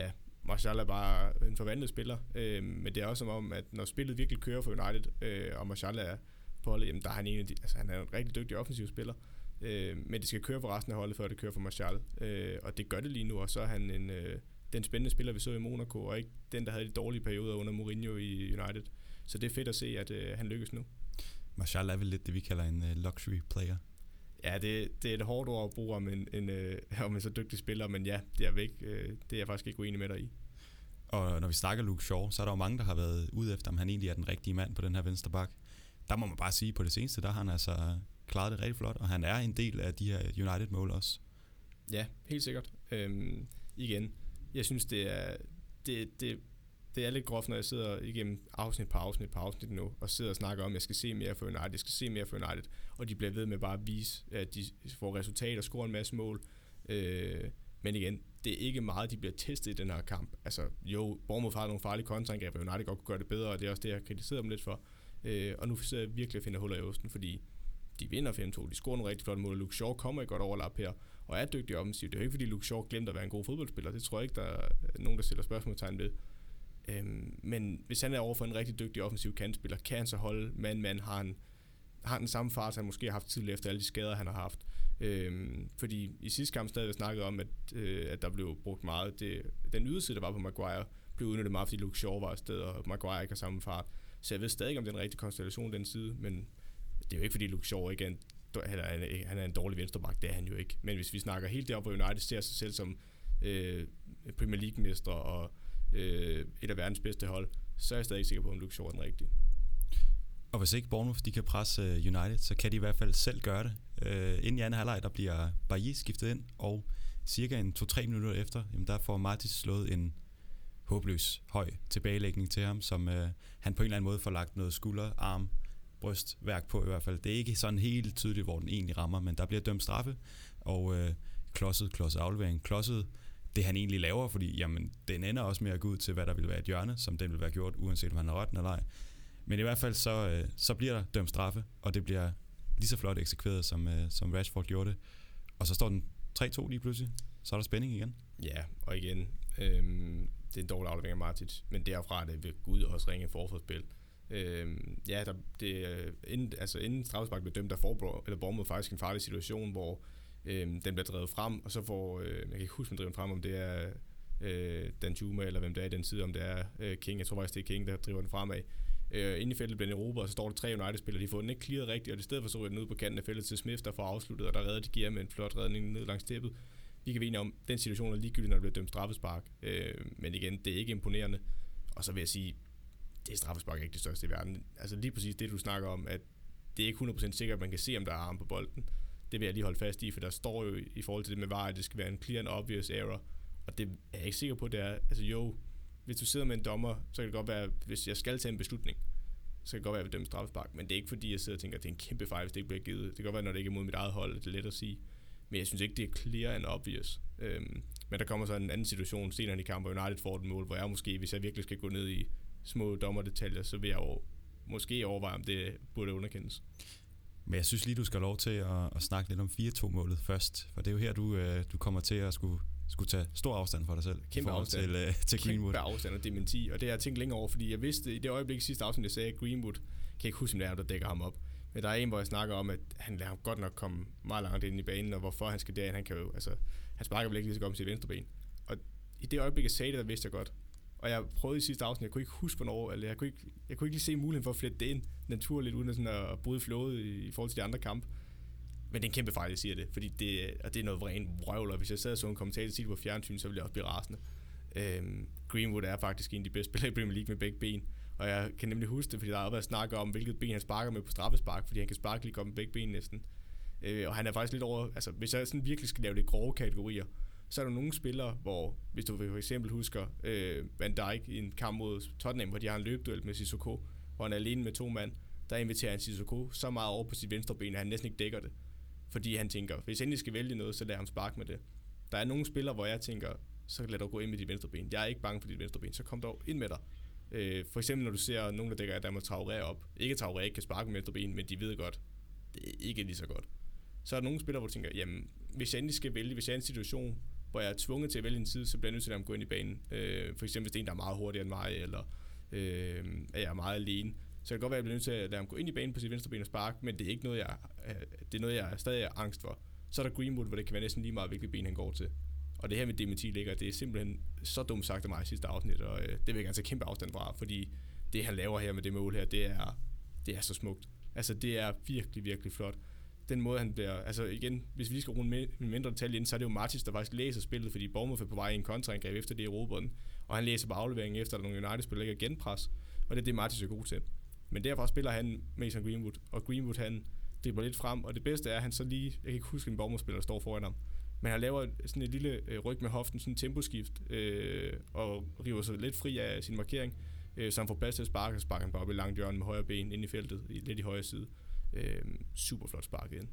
Martial er bare en forvandlet spiller, øh, men det er også som om, at når spillet virkelig kører for United, øh, og Martial er på holdet, jamen der er han en af de, altså han er en rigtig dygtig offensiv spiller, øh, men det skal køre for resten af holdet, før det kører for Martial, øh, og det gør det lige nu, og så er han en, øh, den spændende spiller, vi så i Monaco, og ikke den, der havde de dårlige perioder under Mourinho i United. Så det er fedt at se, at øh, han lykkes nu. Martial er vel lidt det, vi kalder en uh, luxury player. Ja, det, det er et hårdt ord at bruge om en, en, øh, om en så dygtig spiller, men ja, det er væk. Øh, det er jeg faktisk ikke uenig med dig i. Og når vi snakker Luke Shaw, så er der jo mange, der har været ude efter, om han egentlig er den rigtige mand på den her venstre bak. Der må man bare sige, på det seneste, der har han altså klaret det rigtig flot, og han er en del af de her United-mål også. Ja, helt sikkert. Øhm, igen, jeg synes, det er, det, det, det er lidt groft, når jeg sidder igennem afsnit på afsnit på afsnit nu, og sidder og snakker om, at jeg skal se mere for United, jeg skal se mere for United, og de bliver ved med bare at vise, at de får resultater og scorer en masse mål. Øh, men igen, det er ikke meget, de bliver testet i den her kamp. Altså jo, Bournemouth har nogle farlige kontraangreb, og United godt kunne gøre det bedre, og det er også det, jeg kritiserer dem lidt for. Øh, og nu sidder jeg virkelig at finde huller i osten, fordi de vinder fem to, de scorer nogle rigtig flotte mål, Luke Shaw kommer i godt overlap her, og er dygtig offensivt. Det er jo ikke, fordi Luke Shaw glemte at være en god fodboldspiller, det tror jeg ikke, der er nogen, der stiller spørgsmålstegn ved. Øhm, men hvis han er over for en rigtig dygtig offensiv kantspiller, kan han så holde mand-mand, har han, har den samme fart, han måske har haft tidligere efter alle de skader, han har haft. Øhm, fordi i sidste kamp stadig snakket om, at, øh, at der blev brugt meget. Det, den yderside, der var på Maguire, blev udnyttet meget, fordi Luke Shaw var afsted, og Maguire ikke har samme fart. Så jeg ved stadig ikke, om det er en rigtig konstellation den side, men det er jo ikke, fordi Luke Shaw ikke er en, han er en, han er en dårlig venstreback, det er han jo ikke. Men hvis vi snakker helt deroppe, hvor United ser sig selv som øh, Premier League-mestre og øh, et af verdens bedste hold, så er jeg stadig ikke sikker på, om Luke Shaw er den rigtige. Og hvis ikke Bournemouth de kan presse United, så kan de i hvert fald selv gøre det. Uh, inden i anden halvleg, der bliver Bailly skiftet ind, og cirka en to-tre minutter efter, jamen der får Martis slået en håbløs høj tilbagelægning til ham, som uh, han på en eller anden måde får lagt noget skulder, arm, brystværk på i hvert fald. Det er ikke sådan helt tydeligt, hvor den egentlig rammer, men der bliver dømt straffe, og uh, klodset, klodset aflevering, klodset det han egentlig laver, fordi jamen, den ender også med at gå ud til, hvad der vil være et hjørne, som den vil være gjort, uanset om han har rødt eller ej. Men i hvert fald så, øh, så bliver der dømt straffe, og det bliver lige så flot eksekveret, som, øh, som Rashford gjorde det. Og så står den tre to lige pludselig. Så er der spænding igen. Ja, og igen, øhm, det er en dårlig aflevering af Martic, men derfra er det ved Gud også ringe forforspil. Øhm, ja, der, det, inden, altså inden straffespark blev dømt, der får eller Bournemouth faktisk en farlig situation, hvor øhm, den bliver drevet frem, og så får, øh, jeg kan ikke huske, man driver den frem, om det er øh, Danjuma, eller hvem det er i den side, om det er øh, King, jeg tror faktisk, det er King, der driver den fremad. Øh, inde i feltet bliver den Europa, og så står der tre United-spillere, de får den ikke clearet rigtigt, og i stedet for så ryger den ud på kanten af feltet til Smith, der får afsluttet, og der redder de giver med en flot redning ned langs tæppet. Vi kan være enige om, den situation er ligegyldig, når det bliver dømt straffespark, øh, men igen, det er ikke imponerende. Og så vil jeg sige, det er straffespark ikke det største i verden. Altså lige præcis det, du snakker om, at det er ikke hundrede procent sikkert, at man kan se, om der er arm på bolden. Det vil jeg lige holde fast i, for der står jo i forhold til det med V A R, at det skal være en clear and obvious error, og det er jeg ikke sikker på, det er. Altså jo, hvis du sidder med en dommer, så kan det godt være, hvis jeg skal tage en beslutning, så kan det godt være, at jeg vil dømme straffespark, men det er ikke fordi, jeg sidder og tænker, at det er en kæmpe fejl, hvis det ikke bliver givet. Det kan godt være, når det ikke er mod mit eget hold, det er let at sige. Men jeg synes ikke, det er clear and obvious. Øhm, men der kommer så en anden situation senere i kampen, hvor United får et mål, hvor jeg måske, hvis jeg virkelig skal gå ned i små dommerdetaljer, så vil jeg jo måske overveje, om det burde underkendes. Men jeg synes lige, du skal have lov til at, at snakke lidt om fire to-målet først, for det er jo her, du, øh, du kommer til at skulle, skulle tage stor afstand for dig selv. Kæmpe afstand. Til, øh, til Greenwood. Kæmpe afstand og dementi, og det har jeg tænkt længere over, fordi jeg vidste i det øjeblik i sidste afsnit, jeg sagde, at Greenwood, kan jeg ikke huske, om det er, der dækker ham op. Men der er en, hvor jeg snakker om, at han lader ham godt nok komme meget langt ind i banen, og hvorfor han skal derind, han kan jo, altså, han sparker vel ikke lige så godt med sit venstre ben. Og i det øjeblik, jeg sagde det, der vidste jeg godt. Og jeg prøvede i sidste afsnit, jeg kunne ikke huske, hvornår, eller jeg kunne ikke, jeg kunne ikke lige se muligheden for at flette det ind naturligt, uden at, sådan at bryde flowet i, i forhold til de andre kampe. Men det er en kæmpe fejl, jeg siger det, fordi det, og det er noget ren vrøvl, og hvis jeg sad og så en kommentator sige det på fjernsyn, så ville jeg også blive rasende. Øhm, Greenwood er faktisk en af de bedste spillere i Premier League med begge ben, og jeg kan nemlig huske det, fordi der har været snakket om, hvilket ben han sparker med på straffespark, fordi han kan sparke lige godt med begge ben næsten. Øh, og han er faktisk lidt over, altså hvis jeg sådan virkelig skal lave det grove kategorier, så er der nogle spillere, hvor, hvis du for eksempel husker øh, Van Dijk i en kamp mod Tottenham, hvor de har en løbeduel med Sissoko, hvor han er alene med to mand, der inviterer han Sissoko så meget over på sit venstre ben, at han næsten ikke dækker det. Fordi han tænker, hvis jeg endelig skal vælge noget, så lad ham sparke med det. Der er nogle spillere, hvor jeg tænker, så lad dig gå ind med dit venstre ben. Jeg er ikke bange for dit venstre ben, så kom dog ind med dig. Øh, for eksempel når du ser nogen, der dækker, der må Traoré op. Ikke Traoré ikke kan sparke med venstre ben, men de ved godt, det er ikke lige så godt. Så er der nogle spillere, hvor du tænker, jamen, hvis jeg endelig skal vælge, hvis jeg er i en situation, hvor jeg er tvunget til at vælge en side, så bliver jeg nødt til at lade ham gå ind i banen. Øh, for eksempel hvis det er en, der er meget hurtigere end mig, eller øh, er jeg meget alene. Så det kan godt være, at jeg bliver nødt til at lade ham gå ind i banen på sit venstre ben og sparke, men det er ikke noget, jeg, det er noget, jeg stadig er angst for. Så er der Greenwood, hvor det kan være næsten lige meget, hvilket ben han går til. Og det her med Dementi ligger, det er simpelthen så dumt sagt af mig i sidste afsnit, og øh, det vil jeg gerne tage kæmpe afstand fra, fordi det, han laver her med det mål her, det er, det er så smukt. Altså, det er virkelig, virkelig flot. Den måde, han bliver... Altså igen, hvis vi lige skal runde med en mindre detalje ind, så er det jo Martins, der faktisk læser spillet, fordi Bournemouth er på vej i en kontraangreb efter det i Robben, og han læser på afleveringen efter, at nogle United-spillere ligger genpres, og det er det, Martins er god til. Men derfra spiller han Mason Greenwood, og Greenwood, han dribler lidt frem, og det bedste er, at han så lige... Jeg kan ikke huske, en Bournemouth-spiller, der står foran ham, men han laver sådan et lille øh, ryg med hoften, sådan en temposkift, øh, og river sig lidt fri af sin markering, øh, så han får plads til at sparke, og sparker han bare op i langt hjørne med højre ben ind i feltet, lidt i højre side. Øh, super flot spark ind.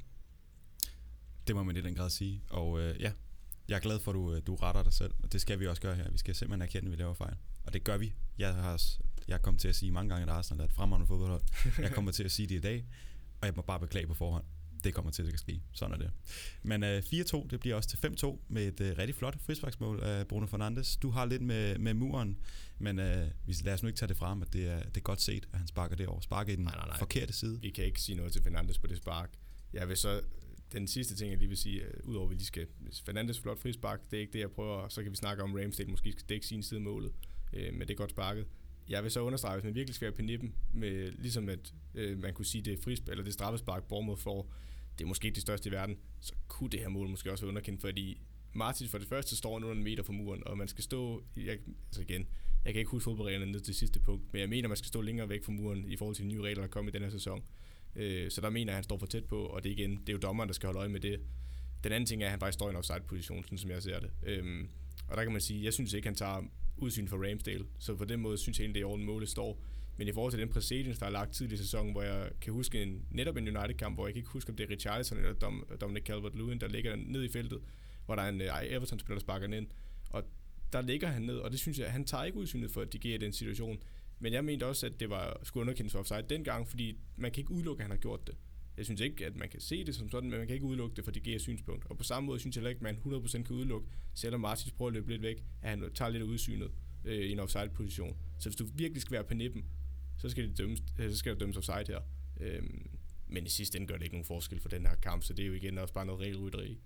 Det må man i den grad sige. Og øh, ja, jeg er glad for, at du, du retter dig selv. Og det skal vi også gøre her. Vi skal simpelthen erkende, at vi laver fejl. Og det gør vi. Jeg har jeg kommer til at sige mange gange, at Arsenal er et fremragende fodboldhold. Jeg kommer til at sige det i dag. Og jeg må bare beklage på forhånd. Det kommer til at ske. Sådan er det. Men øh, fire to, det bliver også til fem to med et øh, rigtig flot frisparksmål af Bruno Fernandes. Du har lidt med, med muren, men øh, lad os nu ikke tage det frem, at det er, det er godt set, at han sparker det over. Sparker i den nej, nej, nej. forkerte side. Vi kan ikke sige noget til Fernandes på det spark. Jeg vil så... Den sidste ting, jeg lige vil sige, uh, udover at vi lige skal... Fernandes flot frispark, det er ikke det, jeg prøver. Så kan vi snakke om Ramsdale, måske skal dække sin side målet. Uh, men det er godt sparket. Jeg vil så understrege, hvis man virkelig skal være på nippen, med, ligesom at uh, man kunne sige, det er frispark, eller det straffespark, Bournemouth får, det er måske ikke det største i verden, så kunne det her mål måske også være underkendt, fordi Martins for det første står under en meter fra muren, og man skal stå, jeg, altså igen, jeg kan ikke huske fodboldreglerne ned til det sidste punkt, men jeg mener, man skal stå længere væk fra muren i forhold til de nye regler, der kommer i den her sæson. Øh, så der mener jeg, at han står for tæt på, og det er igen, det er jo dommeren, der skal holde øje med det. Den anden ting er, at han faktisk står i en offside-position, sådan som jeg ser det. Øhm, og der kan man sige, jeg synes ikke, han tager udsyn for Ramsdale, så på den måde synes jeg egentlig, det er orden målet står. Men i forhold til den præcedens, der er lagt tidlig i sæsonen, hvor jeg kan huske en, netop en United-kamp, hvor jeg kan ikke huske, om det er Richarlison eller Dom, Dominic Calvert-Lewin, der ligger ned i feltet, hvor der er en uh, Everton-spiller, der sparker den ind. Og der ligger han ned, og det synes jeg, han tager ikke udsynet for at digere den situation. Men jeg mente også, at det var skulle underkendes for offside dengang, fordi man kan ikke udelukke, at han har gjort det. Jeg synes ikke, at man kan se det som sådan, men man kan ikke udelukke det for digere synspunkt. Og på samme måde synes jeg heller ikke, at man hundrede procent kan udelukke, selvom Martins prøver at løbe lidt væk, at han tager lidt af udsynet øh, i en offside-position. Så hvis du virkelig skal være på nippen, så skal det dømmes, så skal det dømmes offside her. Øhm, men i sidste ende gør det ikke nogen forskel for den her kamp, så det er jo igen også bare noget regelrytteri.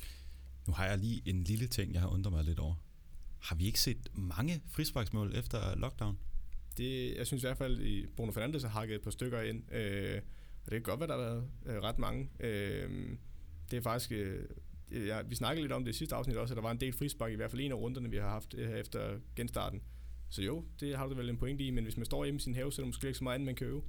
Nu har jeg lige en lille ting, jeg har undret mig lidt over. Har vi ikke set mange frisparksmål efter lockdown? Det, jeg synes i hvert fald, at Bruno Fernandes har hakket et par stykker ind, øh, og det kan godt være, der har været øh, ret mange. Øh, det er faktisk... Øh, ja, vi snakkede lidt om det i sidste afsnit også, at der var en del frispark, i hvert fald en af runderne, vi har haft øh, efter genstarten. Så jo, det har du vel en pointe i, men hvis man står hjemme i sin have, så er der måske ikke så meget andet, man kan øve.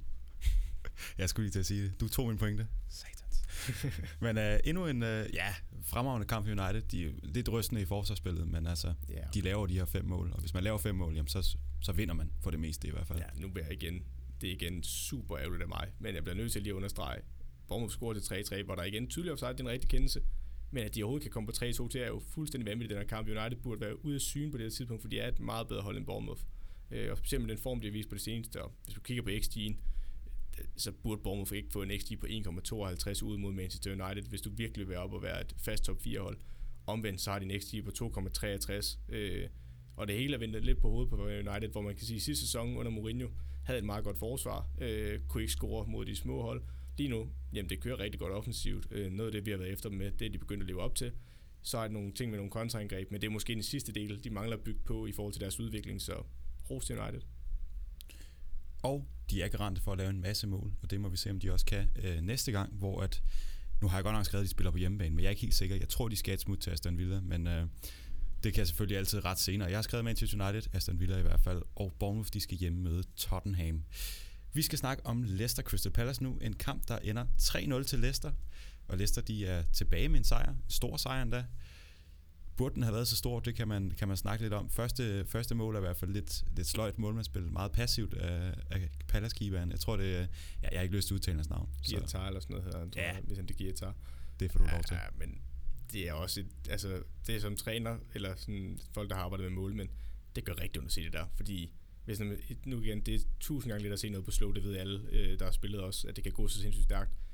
Jeg skulle lige til at sige det. Du tog min pointe. Satans. Men uh, endnu en uh, ja, fremragende kamp for United. De er lidt rystende i forsvarsspillet, men altså, yeah. de laver de her fem mål. Og hvis man laver fem mål, jamen, så, så vinder man for det meste i hvert fald. Ja, nu bliver jeg igen, det er igen super ærgerligt af mig, men jeg bliver nødt til lige at understrege. Bournemouth scorer til tre tre, hvor der igen tydeligt offside, det er en rigtig kendelse. Men at de overhovedet kan komme på tre to, det er jo fuldstændig vanvittigt, den her kamp. United burde være ude af syne på det her tidspunkt, fordi de er et meget bedre hold end Bournemouth. Øh, og specielt med den form, de har vist på det seneste. Og hvis du kigger på X G'en, så burde Bournemouth ikke få en X G på en komma tooghalvtreds ud mod Manchester United, hvis du virkelig vil op og være et fast top fire hold. Omvendt så har de en X G på to komma treogtres. Øh, og det hele er vendt lidt på hovedet på United, hvor man kan sige, at sidste sæson under Mourinho havde et meget godt forsvar, øh, kunne ikke score mod de små hold. Lige nu, jamen det kører rigtig godt offensivt. Øh, noget af det, vi har været efter dem med, det er de begyndt at leve op til. Så er der nogle ting med nogle kontraangreb, men det er måske den sidste del, de mangler at bygge på i forhold til deres udvikling, så ros til United. Og de er garante for at lave en masse mål, og det må vi se, om de også kan øh, næste gang, hvor at, nu har jeg godt nok skrevet, at de spiller på hjemmebane, men jeg er ikke helt sikker. Jeg tror, de skal et smut til Aston Villa, men øh, det kan jeg selvfølgelig altid ret senere. Jeg har skrevet Manchester United, Aston Villa i hvert fald, og Bournemouth, de skal hjemme møde Tottenham. Vi skal snakke om Leicester Crystal Palace nu, en kamp, der ender tre nul til Leicester, og Leicester, de er tilbage med en sejr, en stor sejr endda. Burde den have været så stor, det kan man, kan man snakke lidt om. Første, første mål er i hvert fald lidt, lidt sløjt målmandsspil, meget passivt af, af Palace-keeperen. Jeg tror, det er... Ja, jeg har ikke lyst til at udtale hans navn. Guillotar eller sådan noget hedder han, tror ja. jeg, hvis han det Guillotar. Det får du lov til. Ja, men det er også et, altså, det er som træner, eller sådan folk, der har arbejdet med mål, men det gør rigtig ondt at se det der, fordi hvis man, nu igen, det er tusind gange lidt at se noget på slow, det ved alle, øh, der har spillet også, at det kan gå så sindssygt stærkt.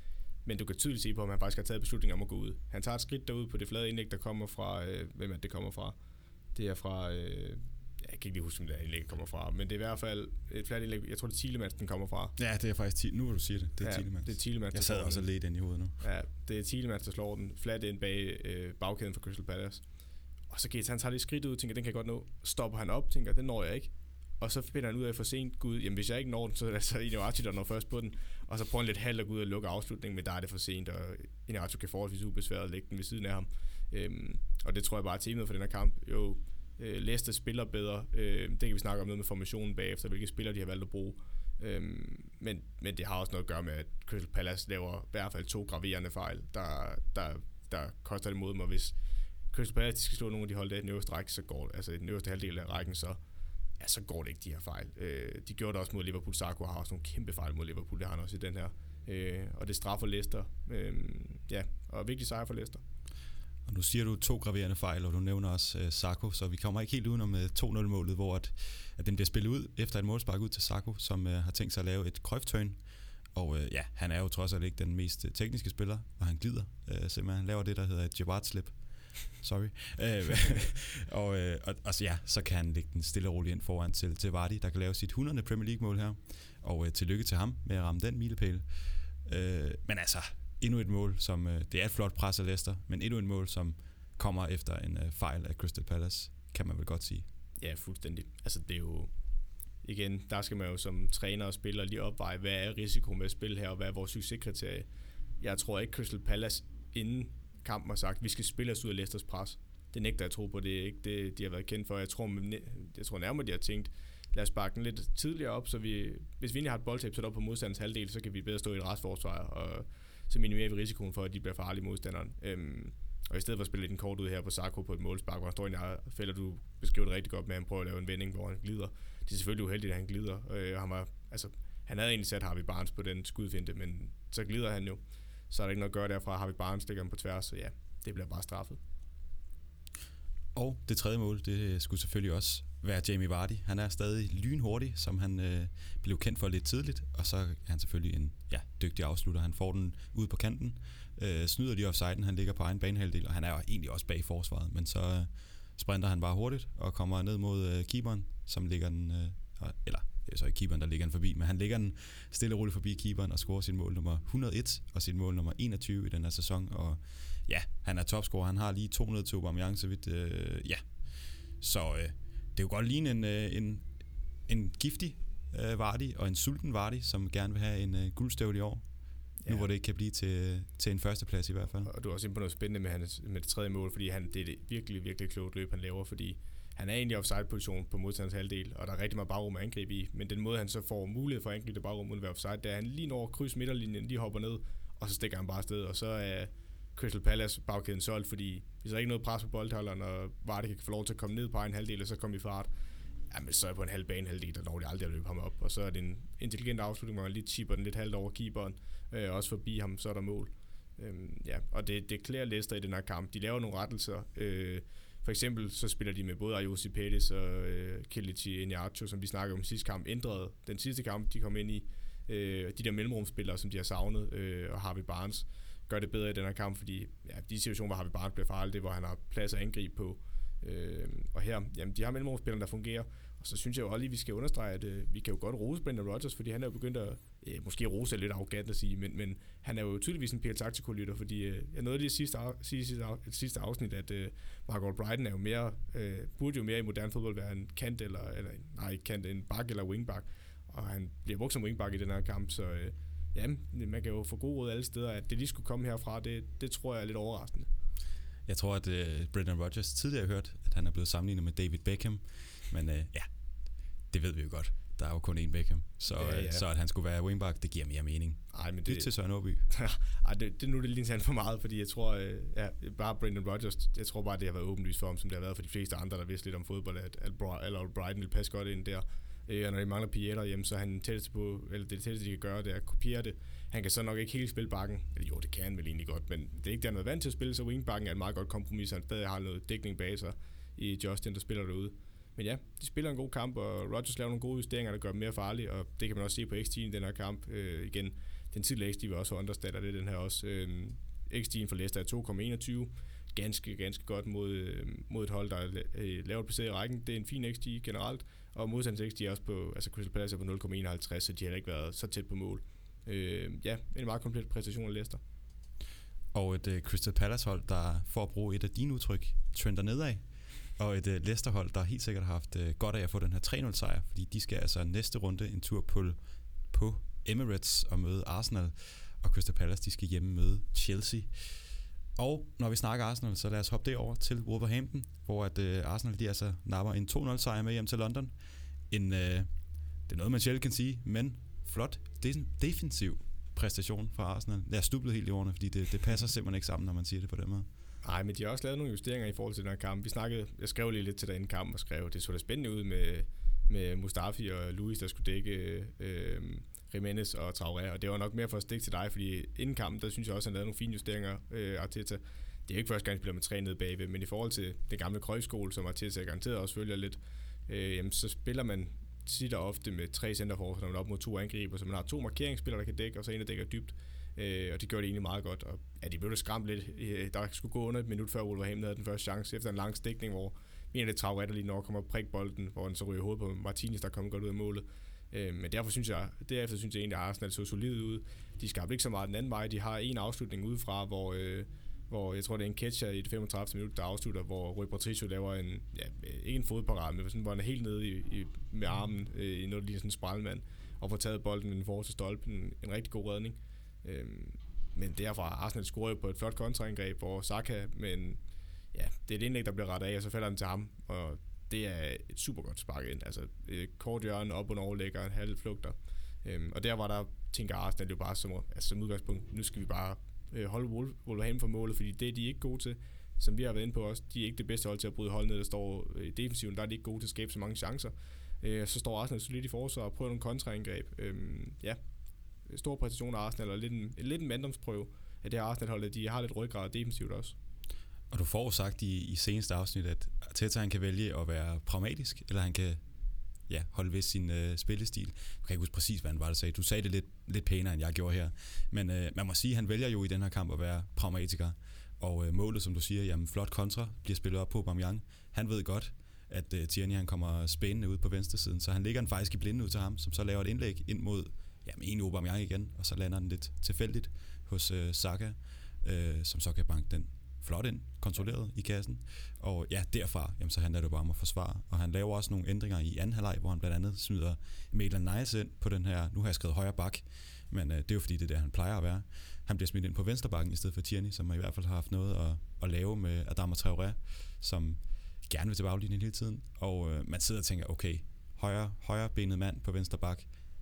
men du kan tydeligt se på, at han faktisk har taget beslutningen om at gå ud. Han tager et skridt derud på det flade indlæg, der kommer fra, øh, hvem er det kommer fra? Det er fra, øh, jeg kan ikke lige huske, om det indlæg kommer fra, men det er i hvert fald et fladt indlæg, jeg tror det er Thielemans, den kommer fra. Ja, det er faktisk, nu vil du sige det, det er ja, Thielemans. det er Thielemans, jeg sad også lidt ind i hovedet nu. Ja, det er Thielemans, der slår den fladt ind bag øh, bagkæden for Crystal Palace. Og så Gates, han tager det skridt ud, tænker, den kan jeg godt nå. Stopper han op, tænker, den når jeg ikke. Og så finder han ud af for sent, gud, jamen hvis jeg ikke når den, så er det altså Iñárritu, der når først på den. Og så prøver han lidt halvt at gå ud og lukke afslutningen, men der er det for sent, og Iñárritu kan forholdsvis ubesværet at lægge den ved siden af ham. Øhm, og det tror jeg bare er temaet for den her kamp. Jo, øh, Leicester spiller bedre. Øh, det kan vi snakke om noget med formationen bagefter, hvilke spillere de har valgt at bruge. Øhm, men, men det har også noget at gøre med, at Crystal Palace laver i hvert fald to graverende fejl, der, der, der koster det mod mig. Hvis Crystal Palace skal slå nogle af de hold, der i den øverste række, så går, altså i den øverste halvdel af rækken, så ja, så går det ikke, de her fejl. Øh, de gjorde det også mod Liverpool. Sarko har også nogle kæmpe fejl mod Liverpool. Det har han også i den her. Øh, og det straffer Leicester. Øh, ja, og vigtig sejr for Leicester. Og nu siger du to graverende fejl, og du nævner også uh, Sarko, så vi kommer ikke helt udenom uh, to nul-målet, hvor at, at den bliver spillet ud efter et målspark ud til Sarko, som uh, har tænkt sig at lave et Cruyff-turn. Og uh, ja, han er jo trods alt ikke den mest uh, tekniske spiller, og han glider uh, simpelthen. Han laver det, der hedder et Gerrard-slip. Sorry. og, øh, og, og så, ja, så kan han lægge den stille og roligt ind foran til, til Vardy, der kan lave sit hundredte Premier League-mål her. Og øh, tillykke til ham med at ramme den milepæl. Øh, men altså, endnu et mål, som... Øh, det er et flot pres af Leicester, men endnu et mål, som kommer efter en øh, fejl af Crystal Palace, kan man vel godt sige. Ja, fuldstændig. Altså, det er jo... Igen, der skal man jo som træner og spiller lige opveje, hvad er risikoen ved at spille her, og hvad er vores succeskriterie. Jeg tror ikke, Crystal Palace inden kampen har sagt, at vi skal spille os ud af Leicesters pres. Det nægter jeg tro på, det er ikke det, de har været kendt for. Jeg tror, jeg tror nærmere, de har tænkt, lad os bakke den lidt tidligere op, så vi, hvis vi egentlig har et boldtab sat op på modstanders halvdel, så kan vi bedre stå i et restforsvar, og så minimerer vi risikoen for, at de bliver farlige modstanderen. Øhm, og i stedet for at spille lidt en kort ud her på Sarko på et målspark, hvor han står i en fælder, du beskriver det rigtig godt med, at han prøver at lave en vending, hvor han glider. Det er selvfølgelig uheldigt, at han glider. Øh, og han, var, altså, han havde egentlig sat Harvey Barnes på den skudfinte, men så glider han jo. Så er der ikke noget at gøre derfra. Harvey Barnes stikker ham på tværs, så ja, det bliver bare straffet. Og det tredje mål, det skulle selvfølgelig også være Jamie Vardy. Han er stadig lynhurtig, som han øh, blev kendt for lidt tidligt, og så er han selvfølgelig en ja, dygtig afslutter. Han får den ud på kanten, øh, snyder lige offsiden, han ligger på egen banehalvdel, og han er jo egentlig også bag forsvaret, men så øh, sprinter han bare hurtigt og kommer ned mod øh, keeperen, som ligger den, øh, eller det er så ikke keeperen, der ligger den forbi, men han ligger den stille og roligt forbi keeperen og scorer sit mål nummer hundrede og en og sit mål nummer enogtyve i den her sæson, og ja, han er topscorer, han har lige to hundrede til Aubameyang, så vidt, øh, ja. Så øh, det er jo godt ligne en, øh, en, en giftig øh, Vardy og en sulten Vardy, som gerne vil have en øh, guldstøvle i år. Ja. Nu hvor det ikke kan blive til, til en førsteplads i hvert fald. Og du er også inde på noget spændende med, hans, med det tredje mål, fordi han, det er det virkelig, virkelig klogt løb, han laver, fordi han er egentlig i offside-position på modstanderens halvdel, og der er rigtig meget bagrum at angribe i, men den måde, han så får mulighed for at angribe det bagrum uden at være offside, det er, han lige når kryds midterlinjen, lige hopper ned, og så stikker han bare afsted, og så er Crystal Palace bagkæden solgt, fordi hvis der er ikke noget pres på boldholderen, og Vardy kan få lov til at komme ned på en halvdel, og så komme i fart, jamen så er på en halv bane halvdel, der når de aldrig at løbe ham op, og så er det en intelligent afslutning, hvor man lige chipper den lidt halvt over keeperen, øh, også forbi ham, så er der mål. Øhm, ja, og det, det klæder Leicester i den her kamp. De laver nogle rettelser. Øh, for eksempel så spiller de med både Ayosi Pettis og øh, Kelechi Iheanacho, som vi snakkede om sidste kamp, ændrede den sidste kamp, de kom ind i. Øh, de der mellemrumspillere, som de har savnet, øh, og Harvey Barnes, gør det bedre i den her kamp, fordi ja, de situationer, hvor Harvey Barnes bliver farlig, det er, hvor han har plads at angribe på. Øh, og her, jamen, de har mellemrumspillere, der fungerer. Og så synes jeg jo også lige, vi skal understrege, at øh, vi kan jo godt rose Brendan Rodgers, fordi han er jo begyndt at, øh, måske rose er lidt arrogant at sige, men, men han er jo tydeligvis en P L Taktiko-lytter, fordi øh, jeg nåede lige sidste, af, sidste, af, sidste afsnit, at øh, Mark Albrighton er jo mere, øh, burde jo mere i moderne fodbold være en kant, eller, eller nej, ikke kant, en bak eller wingback, og han bliver brugt som wingback i den her kamp, så øh, ja, man kan jo få god råd alle steder, at det lige skulle komme herfra, det, det tror jeg er lidt overraskende. Jeg tror, at øh, Brendan Rodgers tidligere har hørt, at han er blevet sammenlignet med David Beckham, men øh, ja, det ved vi jo godt. Der er jo kun én Beckham, så, ja, ja. så at han skulle være wingback, det giver mere mening. Ej, men det Lyt til Søren Åby. Ej, det, det nu er det lige for meget, fordi jeg tror, øh, ja, bare Brendan Rodgers, jeg tror bare, det har været åbenlyst for ham, som det har været for de fleste andre, der vidste lidt om fodbold, at Albrighton vil passe godt ind der. Øh, og når de mangler Pieter hjemme, så er han tætteste på, eller det tætteste, de kan gøre, det er at kopiere det. Han kan så nok ikke helt spille bakken. Eller jo, det kan han vel egentlig godt, men det er ikke der, han er vant til at spille, så wingbacken er et meget godt kompromis, så han stadig har noget dækning bag sig i Justin, der spiller derude. Men ja, de spiller en god kamp, og Rodgers laver nogle gode justeringer, der gør dem mere farlige, og det kan man også se på X G i den her kamp. Øh, igen, det Den tidligere X G var også for understatter, det er den her også. Øh, X G'en for Leicester er to komma enogtyve. Ganske, ganske godt mod, øh, mod et hold, der er øh, lavt placeret i rækken. Det er en fin X G generelt. Og modstanders X G er også på, altså Crystal Palace er på nul komma enoghalvtreds, så de har ikke været så tæt på mål. Øh, ja, en meget komplet præstation af Leicester. Og et uh, Crystal Palace-hold, der for at bruge et af dine udtryk, trender nedad. Og et uh, Leicester-hold, der helt sikkert har haft uh, godt af at få den her tre nul-sejr, fordi de skal altså næste runde en tur på, på Emirates og møde Arsenal. Og Crystal Palace, de skal hjemme møde Chelsea. Og når vi snakker Arsenal, så lad os hoppe det over til Wolverhampton, hvor at, uh, Arsenal de altså napper en to nul-sejr med hjem til London. En, uh, det er noget, man sjældent kan sige, men flot defensiv præstation fra Arsenal. Jeg er stublet helt i ordene, fordi det, det passer simpelthen ikke sammen, når man siger det på den måde. Nej, men de har også lavet nogle justeringer i forhold til den her kamp. Vi snakkede, jeg skrev lige lidt til den kamp og skrev, det så da spændende ud med, med Mustafi og Luis, der skulle dække øh, Jimenez og Traoré, og det var nok mere for at stikke til dig, fordi inden kampen, der synes jeg også, at han lavede nogle fine justeringer, øh, Arteta. Det er jo ikke første gang, han spiller med tre nede bagved, men i forhold til den gamle Cruyff-skole, som Arteta garanteret også følger lidt, øh, jamen, så spiller man tit og ofte med tre centerforsvar, når man er op mod to angriber, så man har to markeringsspillere, der kan dække, og så en, der dækker dybt. Øh, og det gjorde det egentlig meget godt. Og ja, de blev lidt skræmt lidt. Øh, der skulle gå under et minut før Wolverhampton havde den første chance, efter en lang stikning, hvor en af det Traoré, der lige når kommer og prikke bolden, hvor han så ryger hovedet på Martinez, der kommer godt ud af målet. Øh, men derfor synes jeg, derefter synes jeg egentlig, at Arsenal så solid ud. De skabte ikke så meget den anden vej. De har en afslutning udefra, hvor, øh, hvor jeg tror, det er en catcher i det femogtredivte minut, der afslutter, hvor Rui Patricio laver en, ja, ikke en fodparade, men sådan, hvor han er helt nede i, i, med armen øh, i noget, der ligner sådan en sprællemand, og får taget bolden med den forreste stolpe. En, en rigtig god redning. Øhm, men derfra Arsenal scorer jo på et flot kontraangreb, hvor Saka, men ja, det er et indlæg, der bliver rettet af, og så falder den til ham, og det er et super godt spark ind. Altså et kort hjørne op og overlægger en halv flugter. Øhm, og der var der, tænker Arsenal jo bare som, altså som udgangspunkt, nu skal vi bare øh, holde Wolverhampton for målet, fordi det er de ikke gode til, som vi har været inde på også. De er ikke det bedste hold til at bryde hold ned, der står i defensiven, der er de ikke gode til at skabe så mange chancer. Øh, så står Arsenal solidt i forsvar og prøver nogle kontraangreb. Øhm, ja, stor præstation af Arsenal, og lidt en, lidt en manddomsprøve af det her Arsenal-holdet. De har lidt ryggrad defensivt også. Og du får jo sagt i, i seneste afsnit, at Arteta han kan vælge at være pragmatisk, eller han kan ja, holde ved sin øh, spillestil. Jeg kan ikke huske præcis, hvad han var, der sagde. Du sagde det lidt, lidt pænere, end jeg gjorde her. Men øh, man må sige, at han vælger jo i den her kamp at være pragmatiker. Og øh, målet, som du siger, jamen flot kontra, bliver spillet op på Aubameyang. Han ved godt, at øh, Tierney han kommer spændende ud på venstre siden, så han ligger den faktisk i blinde ud til ham, som så laver et indlæg ind mod jamen, en Aubameyang igen, og så lander den lidt tilfældigt hos øh, Saka, øh, som så kan banke den flot ind, kontrolleret i kassen. Og ja, derfra, jamen, så handler det bare om at forsvare. Og han laver også nogle ændringer i anden halvleg, hvor han blandt andet smider Maitland-Niles ind på den her, nu har jeg skrevet højre bak, men øh, det er jo fordi, det er der, han plejer at være. Han bliver smidt ind på venstre bakken i stedet for Tierney, som i hvert fald har haft noget at, at lave med Adama Traoré, som gerne vil til baglinjen hele tiden. Og øh, man sidder og tænker, okay, højre, højre benet mand på venstre bak,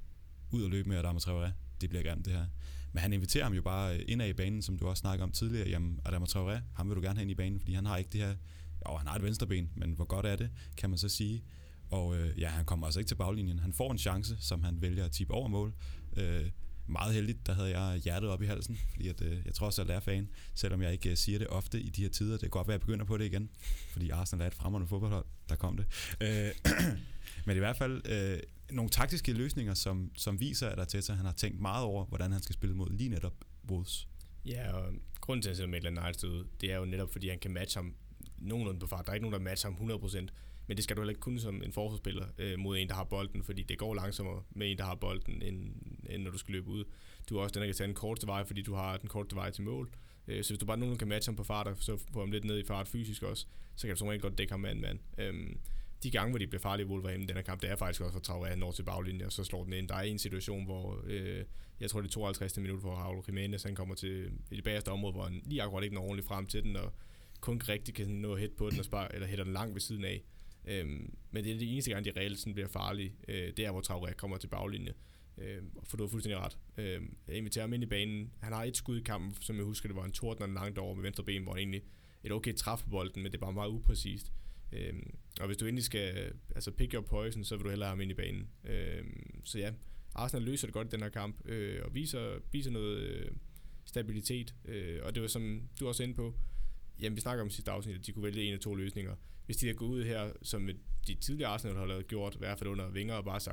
ud og løbe med Adama Traoré, det bliver gerne det her. Men han inviterer ham jo bare indad i banen, som du også snakker om tidligere. Jamen, Adama Traoré, ham vil du gerne have ind i banen, fordi han har ikke det her, jo, han har et venstreben, men hvor godt er det, kan man så sige. Og øh, ja, han kommer altså ikke til baglinjen. Han får en chance, som han vælger at tippe over mål. Øh, meget heldigt, der havde jeg hjertet op i halsen, fordi at, øh, jeg tror også, at jeg er fan, selvom jeg ikke øh, siger det ofte i de her tider. Det kan godt være, at jeg begynder på det igen, fordi Arsenal er et fremragende fodboldhold. Der kom det. Øh, men i hvert fald øh, nogle taktiske løsninger, som, som viser, at Arteta han har tænkt meget over, hvordan han skal spille mod lige netop Wolves. Ja, og grunden til, at han sætter Maitland-Niles ud, det er jo netop, fordi han kan matche ham nogenlunde på fart. Der er ikke nogen, der matcher ham hundrede procent, men det skal du heller ikke kunne som en forsvarsspiller øh, mod en, der har bolden, fordi det går langsommere med en, der har bolden, end, end når du skal løbe ud. Du har også den, der kan tage den korteste vej, fordi du har den korteste vej til mål. Øh, så hvis du bare nogen kan matche ham på fart, og så få ham lidt ned i fart fysisk også, så kan du som regel godt dække ham mand mand. Øhm, de gange, hvor de bliver farlige i Wolverhampton i den her kamp, det er faktisk også for Traoré, han når til baglinjen, og så slår den ind. Der er en situation, hvor øh, jeg tror det er tooghalvtreds minut, hvor Raul Jimenez han kommer til i det bagerste område, hvor han lige akkurat ikke når ordentligt frem til den, og kun rigtig kan nå hit på den, og spare, eller hætter den langt ved siden af. Øhm, men det er det eneste gang, de reelt sådan bliver farlige, øh, det er, hvor Traoré kommer til baglinjen. Øh, for du har fuldstændig ret. Øh, jeg inviterer ham ind i banen. Han har et skud i kampen, som jeg husker, det var en tordner langt over med venstre ben, hvor han egentlig et okay træf på bolden, men det er bare meget upræcist. Øhm, og hvis du endelig skal altså pick your poison, så vil du hellere have ham ind i banen. Øhm, så ja, Arsenal løser det godt i den her kamp, øh, og viser, viser noget øh, stabilitet. Øh, og det var som du også inde på, jamen vi snakker om sidste afsnit, at de kunne vælge en af to løsninger. Hvis de havde gået ud her, som de tidligere Arsenal har gjort, i hvert fald under Wenger, og bare sagt,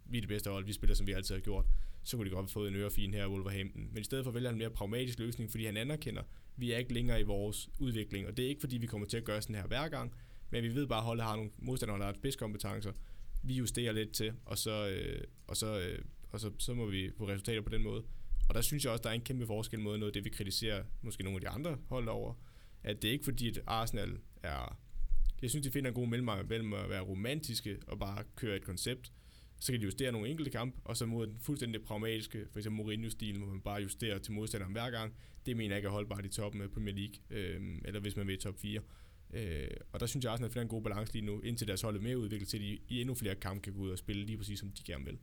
vi er det bedste hold, vi spiller, som vi altid har gjort, så kunne de godt have fået en ørefin her i Wolverhampton. Men i stedet for vælger han en mere pragmatisk løsning, fordi han anerkender, vi er ikke længere i vores udvikling, og det er ikke fordi, vi kommer til at gøre sådan her hver gang, men vi ved bare, at holdet har nogle modstandere, der har spidskompetencer. Vi justerer lidt til, og så, øh, og så, øh, og så, så må vi få resultater på den måde. Og der synes jeg også, der er en kæmpe forskel mod noget af det, vi kritiserer måske nogle af de andre hold over, at det er ikke fordi, at Arsenal er... Jeg synes, de finder en god mellemvej mellem at være romantiske og bare køre et koncept. Så kan de justere nogle enkelte kamp, og så mod den fuldstændig pragmatiske, for eksempel Mourinho-stilen, hvor man bare justerer til modstanderen hver gang. Det mener jeg ikke er holdbart i toppen af Premier League, øh, eller hvis man vil i top fire. Øh, og der synes jeg også, at finder en god balance lige nu, indtil deres hold er mere udviklet til, at de i endnu flere kampe kan gå ud og spille lige præcis, som de gerne vil.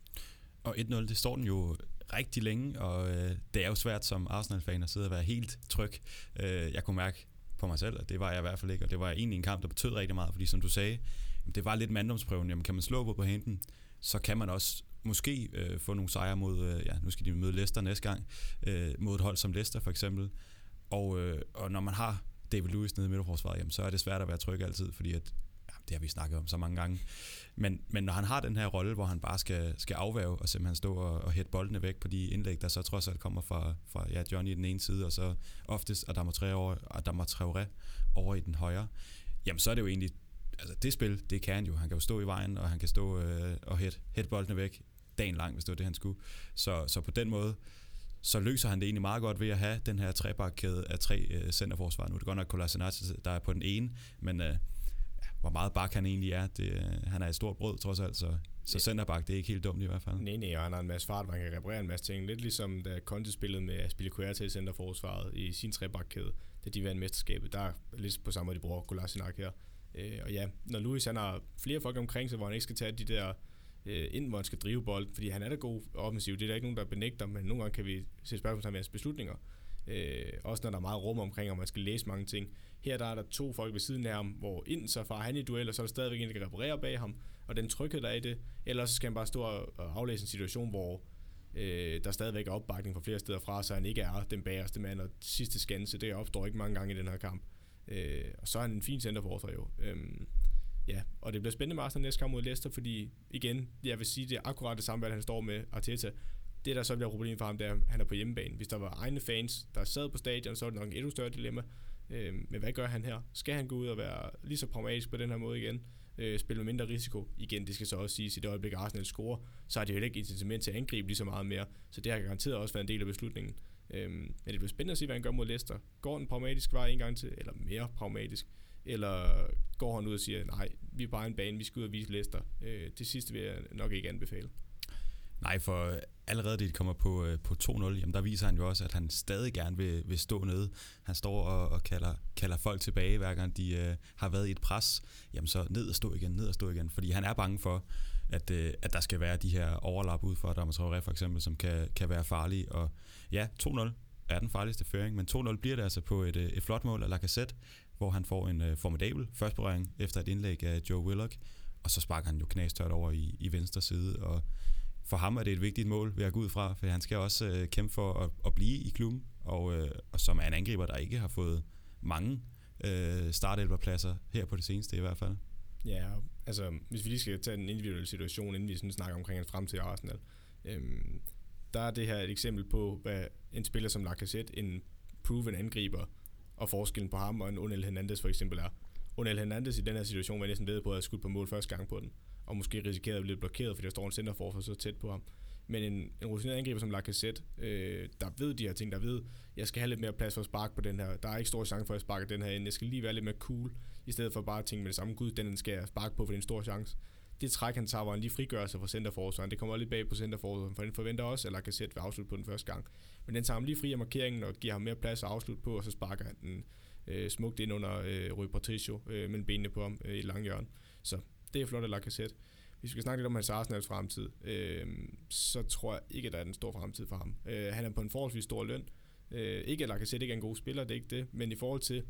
Og et nul, det står den jo rigtig længe, og øh, det er jo svært som Arsenal-fan at sidde og være helt tryg. Øh, jeg kunne mærke på mig selv, at det var jeg i hvert fald ikke, og det var egentlig en kamp, der betød rigtig meget, fordi som du sagde, det var lidt manddomsprøven. Jamen, kan man slå på på henten, så kan man også måske øh, få nogle sejre mod, øh, ja, nu skal de møde Leicester næste gang, øh, mod et hold som Leicester for eksempel. Og, øh, og når man har David Luiz nede i midterforsvaret, jamen, så er det svært at være tryg altid, fordi at, ja, det har vi snakket om så mange gange. Men, men når han har den her rolle, hvor han bare skal, skal afværge og simpelthen stå og, og hætte boldene væk på de indlæg, der så trods alt kommer fra, fra ja, Johnny i den ene side, og så oftest Adama Traoré over, Adama Traoré over i den højre, jamen så er det jo egentlig, altså det spil, det kan han jo. Han kan jo stå i vejen, og han kan stå øh, og hætte, hætte boldene væk dagen lang, hvis det var det, han skulle. Så, så på den måde, så løser han det egentlig meget godt ved at have den her trebakkæde af tre øh, centerforsvar. Nu er det godt nok Kolasinac, der er på den ene, men øh, hvor meget bak han egentlig er, det, øh, han er et stort brød trods alt, så, så centerback, det er ikke helt dumt i hvert fald. Nej, nej, og han har en masse fart, man kan reparere en masse ting. Lidt ligesom da Conte spillede med Azpilicueta i centerforsvaret i sin trebakkæde, da de vandt mesterskabet. Der er lidt på samme måde, de bruger Kolasinac her. Øh, og ja, når Luis han har flere folk omkring sig, hvor han ikke skal tage de der øh, ind, hvor han skal drive bold, fordi han er da god offensiv. Det er der ikke nogen, der benægter, men nogle gange kan vi se spørgsmål med hans beslutninger. Øh, også når der er meget rum omkring, og man skal læse mange ting. Her der er der to folk ved siden af ham, hvor enten så far han i duel, og så er der stadigvæk en, der kan reparere bag ham, og den tryghed, der er i det. Ellers så skal han bare stå og aflæse en situation, hvor øh, der stadigvæk er opbakning fra flere steder fra, så han ikke er den bagerste mand og sidste skanse. Det opstår ikke mange gange i den her kamp. Øh, og så er han en fin centerforsvar jo. Øhm, ja, og det bliver spændende med Arsenal næste kamp mod Leicester, fordi igen, jeg vil sige, det er akkurat det samme, han står med Arteta. Det der så bliver problemet for ham, det er, at han er på hjemmebane. Hvis der var egne fans, der sad på stadion, så er det nok en endnu større dilemma. Øhm, men hvad gør han her? Skal han gå ud og være lige så pragmatisk på den her måde igen? Øh, spille med mindre risiko? Igen, det skal så også siges, i det øjeblik Arsenal scorer, så har de jo ikke incitament til at angribe lige så meget mere. Så det har garanteret også været en del af beslutningen. Øhm, men det bliver spændende at se, hvad han gør mod Leicester. Går den pragmatisk vej en gang til, eller mere pragmatisk? Eller går han ud og siger, nej, vi er bare en bane, vi skal ud og vise Leicester? Øh, det sidste vil jeg nok ikke anbefale. Nej, for allerede det, de kommer på, på to nul, jamen der viser han jo også, at han stadig gerne vil, vil stå nede. Han står og, og kalder, kalder folk tilbage, hver gang de øh, har været i et pres. Jamen så ned og stå igen, ned og stå igen. Fordi han er bange for, at, øh, at der skal være de her overlap ud for Adama Traoré for eksempel, som kan, kan være farlige. Og ja, to nul er den farligste føring, men to nul bliver det altså på et, et flot mål af Lacazette, hvor han får en øh, formidabel førstberøring efter et indlæg af Joe Willock, og så sparker han jo knastørt over i, i venstre side, og for ham er det et vigtigt mål, vil jeg gå ud fra, for han skal også øh, kæmpe for at, at blive i klubben, og, øh, og som er en angriber, der ikke har fået mange øh, startelverpladser her på det seneste i hvert fald. Ja, altså hvis vi lige skal tage den individuelle situation, inden vi sådan snakker omkring hans fremtid i Arsenal, øhm, der er det her et eksempel på, hvad en spiller som Lacazette, en proven angriber, og forskellen på ham og en Onel Hernandez for eksempel er. Onel Hernandez i den her situation var næsten ved på at have skudt på mål første gang på den, og måske risikerede at blive blokeret, fordi der står en centerforsvar så tæt på ham. Men en, en rutineret angriber som Lacazette, øh, der ved de her ting, der ved, jeg skal have lidt mere plads for at sparke på den her. Der er ikke stor chance for at sparke den her ind. Jeg skal lige være lidt mere cool, i stedet for bare at tænke med det samme. Gud, den skal jeg sparke på, for det er en stor chance. Det træk, han tager, hvor han lige frigør sig fra centerforsvaren. Det kommer lidt bag på centerforsvaren, for den forventer også, at Lacazette vil afslutte på den første gang. Men den tager ham lige fri af markeringen og giver ham mere plads at afslutte på, og så sparker han den øh, smukt ind under øh, Rui Patricio øh, mellem benene på ham øh, i et langt hjørne. Så det er flot af Lacazette. Hvis vi skal snakke lidt om hans Arsenals fremtid, øh, så tror jeg ikke, at der er en stor fremtid for ham. Øh, han er på en forholdsvis stor løn. Øh, ikke at Lacazette ikke er en god spiller, det er ikke det, men i forhold til